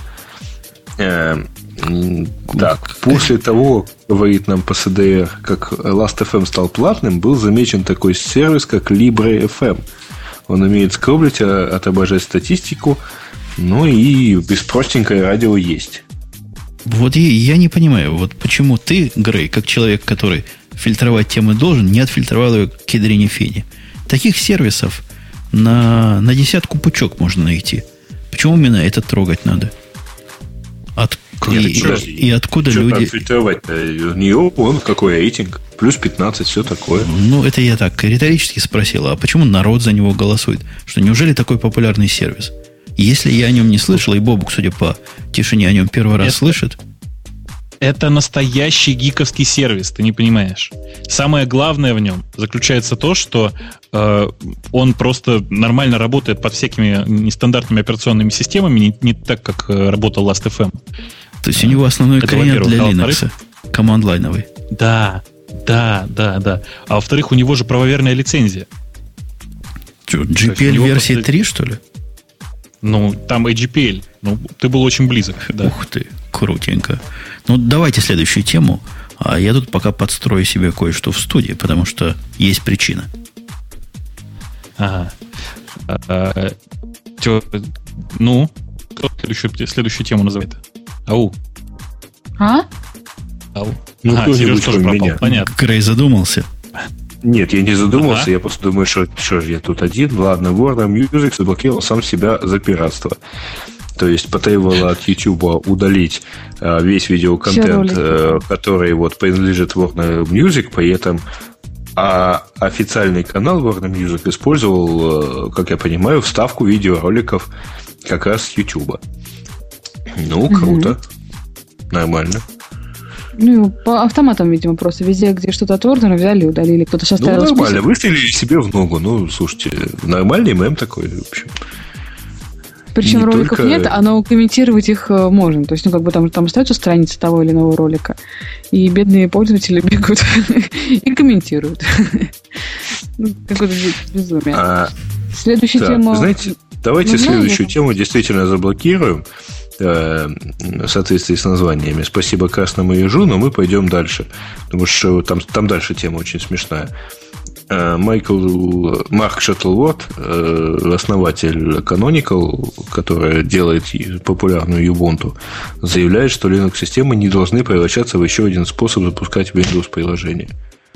Так, после того, говорит нам PSDR, как Last.fm стал платным, был замечен такой сервис, как Libre.fm. Он умеет скроблить, отображать статистику, и беспростенькое радио есть. Вот я не понимаю, вот почему ты, Грей, как человек, который фильтровать темы должен, не отфильтровал ее к Кедрине Фене. Таких сервисов на десятку пучок можно найти. Почему именно это трогать надо? И откуда что люди... фильтровать-то? У нее он какой рейтинг? Плюс 15, все такое. Это я так риторически спросил. А почему народ за него голосует? Что неужели такой популярный сервис? Если я о нем не слышал, и Бобук, судя по тишине, о нем первый раз слышит... Это настоящий гиковский сервис, ты не понимаешь. Самое главное в нем заключается то, что он просто нормально работает под всякими нестандартными операционными системами, не так, как работал Last.fm. То есть у него основной клиент для Linux, команд-лайновый. Да. А во-вторых, у него же правоверная лицензия. Что, GPL версии 3, что ли? Там AGPL. Ты был очень близок. Да. Ух ты, крутенько. Давайте следующую тему. А я тут пока подстрою себе кое-что в студии, потому что есть причина. Ага. Кто следующую тему называет? Ау. Ау. Сереж тоже пропал. Понятно. Грей задумался. Нет, я не задумался, я просто думаю, что же я тут один. Ладно, Warner Music заблокировал сам себя за пиратство. То есть потребовало от YouTube удалить весь видеоконтент, который принадлежит Warner Music, при этом А официальный канал Warner Music использовал, как я понимаю, вставку видеороликов как раз с YouTube. Ну, круто. Нормально. Ну, по автоматам, видимо, просто везде, где что-то от Warner взяли и удалили. Кто-то составил список. Нормально, выстрелили себе в ногу. Ну, слушайте, нормальный мем такой, в общем. Причем роликов нет, но комментировать их можно. То есть, там остается страница того или иного ролика, и бедные пользователи бегают и комментируют. Какое-то безумие. Следующая тема... Знаете, давайте следующую тему действительно заблокируем в соответствии с названиями. Спасибо красному ежу, но мы пойдем дальше. Потому что там дальше тема очень смешная. Марк Шаттлворт, основатель Canonical, который делает популярную Ubuntu, заявляет, что Linux-системы не должны превращаться в еще один способ запускать Windows-приложения.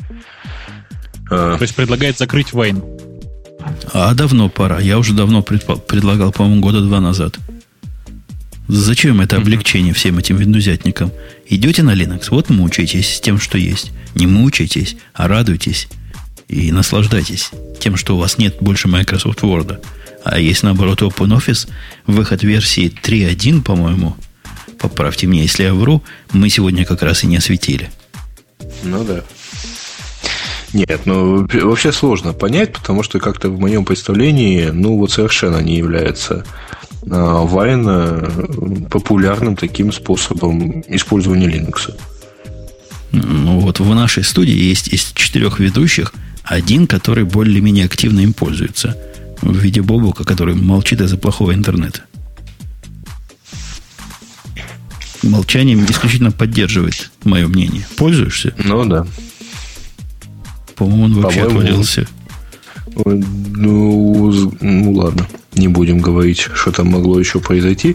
То есть предлагает закрыть Wine. А давно пора. Я уже давно предлагал, по-моему, года 2 назад. Зачем это облегчение всем этим виндузятникам? Идете на Linux, вот мучаетесь с тем, что есть. Не мучайтесь, а радуйтесь. И наслаждайтесь тем, что у вас нет больше Microsoft Word. А есть, наоборот, OpenOffice, выход версии 3.1, по-моему. Поправьте меня, если я вру, мы сегодня как раз и не осветили. Ну да. Нет, вообще сложно понять, потому что как-то в моем представлении, совершенно не является Wine популярным таким способом использования Linux. В нашей студии есть из 4 ведущих один, который более-менее активно им пользуется. В виде Бобука, который молчит из-за плохого интернета. Молчанием исключительно поддерживает мое мнение. Пользуешься? Ну, да. По-моему, он вообще отвалился. Ладно. Не будем говорить, что там могло еще произойти.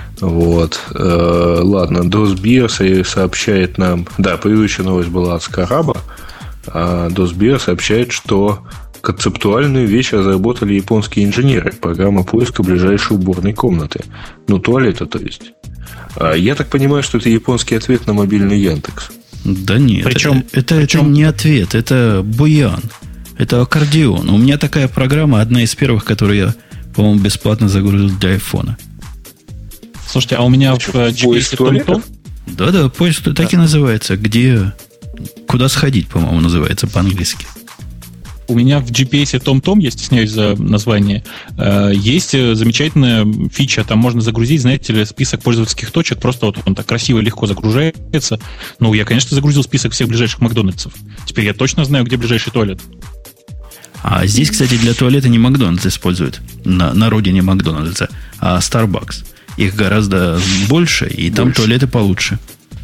Ладно, DOSBeer сообщает нам... Да, предыдущая новость была от Скараба. А DOSBeer сообщает, что концептуальную вещь разработали японские инженеры. Программа поиска ближайшей уборной комнаты. туалета, то есть. Я так понимаю, что это японский ответ на мобильный Яндекс. Да нет, это не ответ, это буян. Это аккордеон. У меня такая программа, одна из первых, которую я, по-моему, бесплатно загрузил для айфона. Слушайте, а у меня в GPS TomTom? Да, поиск так и называется. Куда сходить, по-моему, называется по-английски. У меня в GPS TomTom, я стесняюсь за название, есть замечательная фича. Там можно загрузить, знаете ли, список пользовательских точек. Просто он так красиво и легко загружается. Я, конечно, загрузил список всех ближайших Макдональдсов. Теперь я точно знаю, где ближайший туалет. А здесь, кстати, для туалета не Макдональдс используют. На родине Макдональдса, а Starbucks. Их гораздо больше, и там туалеты получше.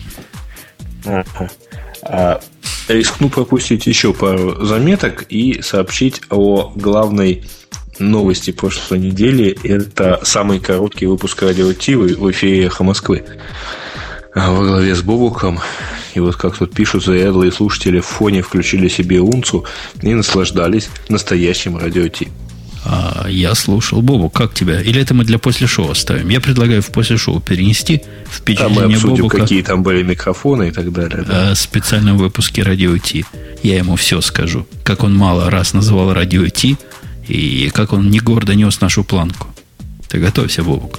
Рискну пропустить еще пару заметок и сообщить о главной новости прошлой недели. Это самый короткий выпуск Радио Ти в эфире «Эхо Москвы». Во главе с Бобуком. И как тут пишут заядлые слушатели, в фоне включили себе унцу и наслаждались настоящим Радио Ти. Я слушал. Бобук, как тебя? Или это мы для после шоу оставим? Я предлагаю в после шоу перенести впечатление мы обсудим, Бобука, какие там были микрофоны и так далее. Да. В специальном выпуске Радио Ти. Я ему все скажу. Как он мало раз называл Радио Ти и как он не гордо нес нашу планку. Ты готовься, Бобук.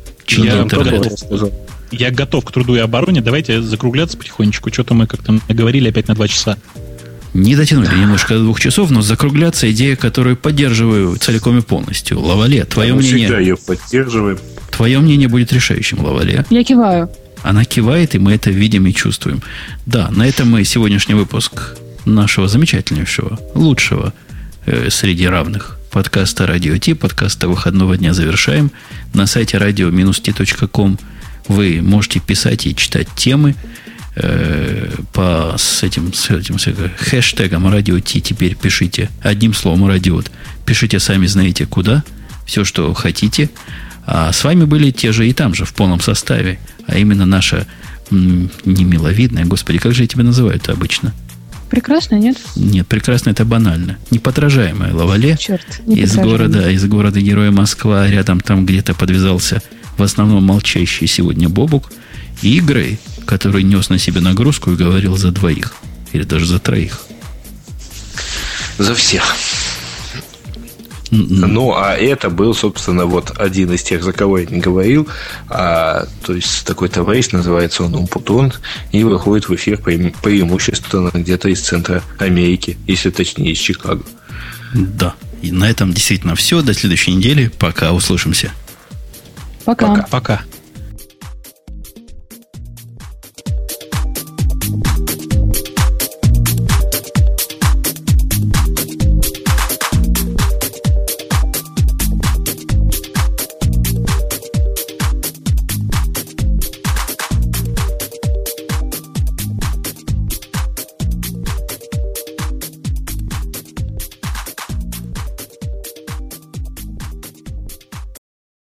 Я готов к труду и обороне. Давайте закругляться потихонечку. Что-то мы как-то наговорили опять на 2 часа. Не дотянули немножко до 2 часов, но закругляться идея, которую поддерживаю целиком и полностью. Лавале, твое мнение... всегда ее поддерживаем. Твое мнение будет решающим, Лавале. Я киваю. Она кивает, и мы это видим и чувствуем. Да, на этом мы сегодняшний выпуск нашего замечательнейшего, лучшего среди равных подкаста «Радио Ти», подкаста выходного дня завершаем. На сайте radio-t.com вы можете писать и читать темы. С этим хэштегом «Радио Ти» теперь пишите одним словом «Радио». Пишите сами знаете куда, все, что хотите. А с вами были те же и там же, в полном составе. А именно наша не миловидная, господи, как же я тебя называю-то обычно? Прекрасно, нет? Нет, прекрасно, это банально. Неподражаемая Лавале. Черт, из города Героя Москва. Рядом там где-то подвязался в основном молчащий сегодня Бобук. И Грей, который нес на себе нагрузку и говорил за 2. Или даже за 3. за всех. Ну, а это был, собственно, вот один из тех, за кого я не говорил. То есть такой товарищ, называется он Умпутун, и выходит в эфир преимущественно где-то из центра Америки, если точнее из Чикаго. Да. И на этом действительно все. До следующей недели. Пока. Услышимся. Пока. Пока.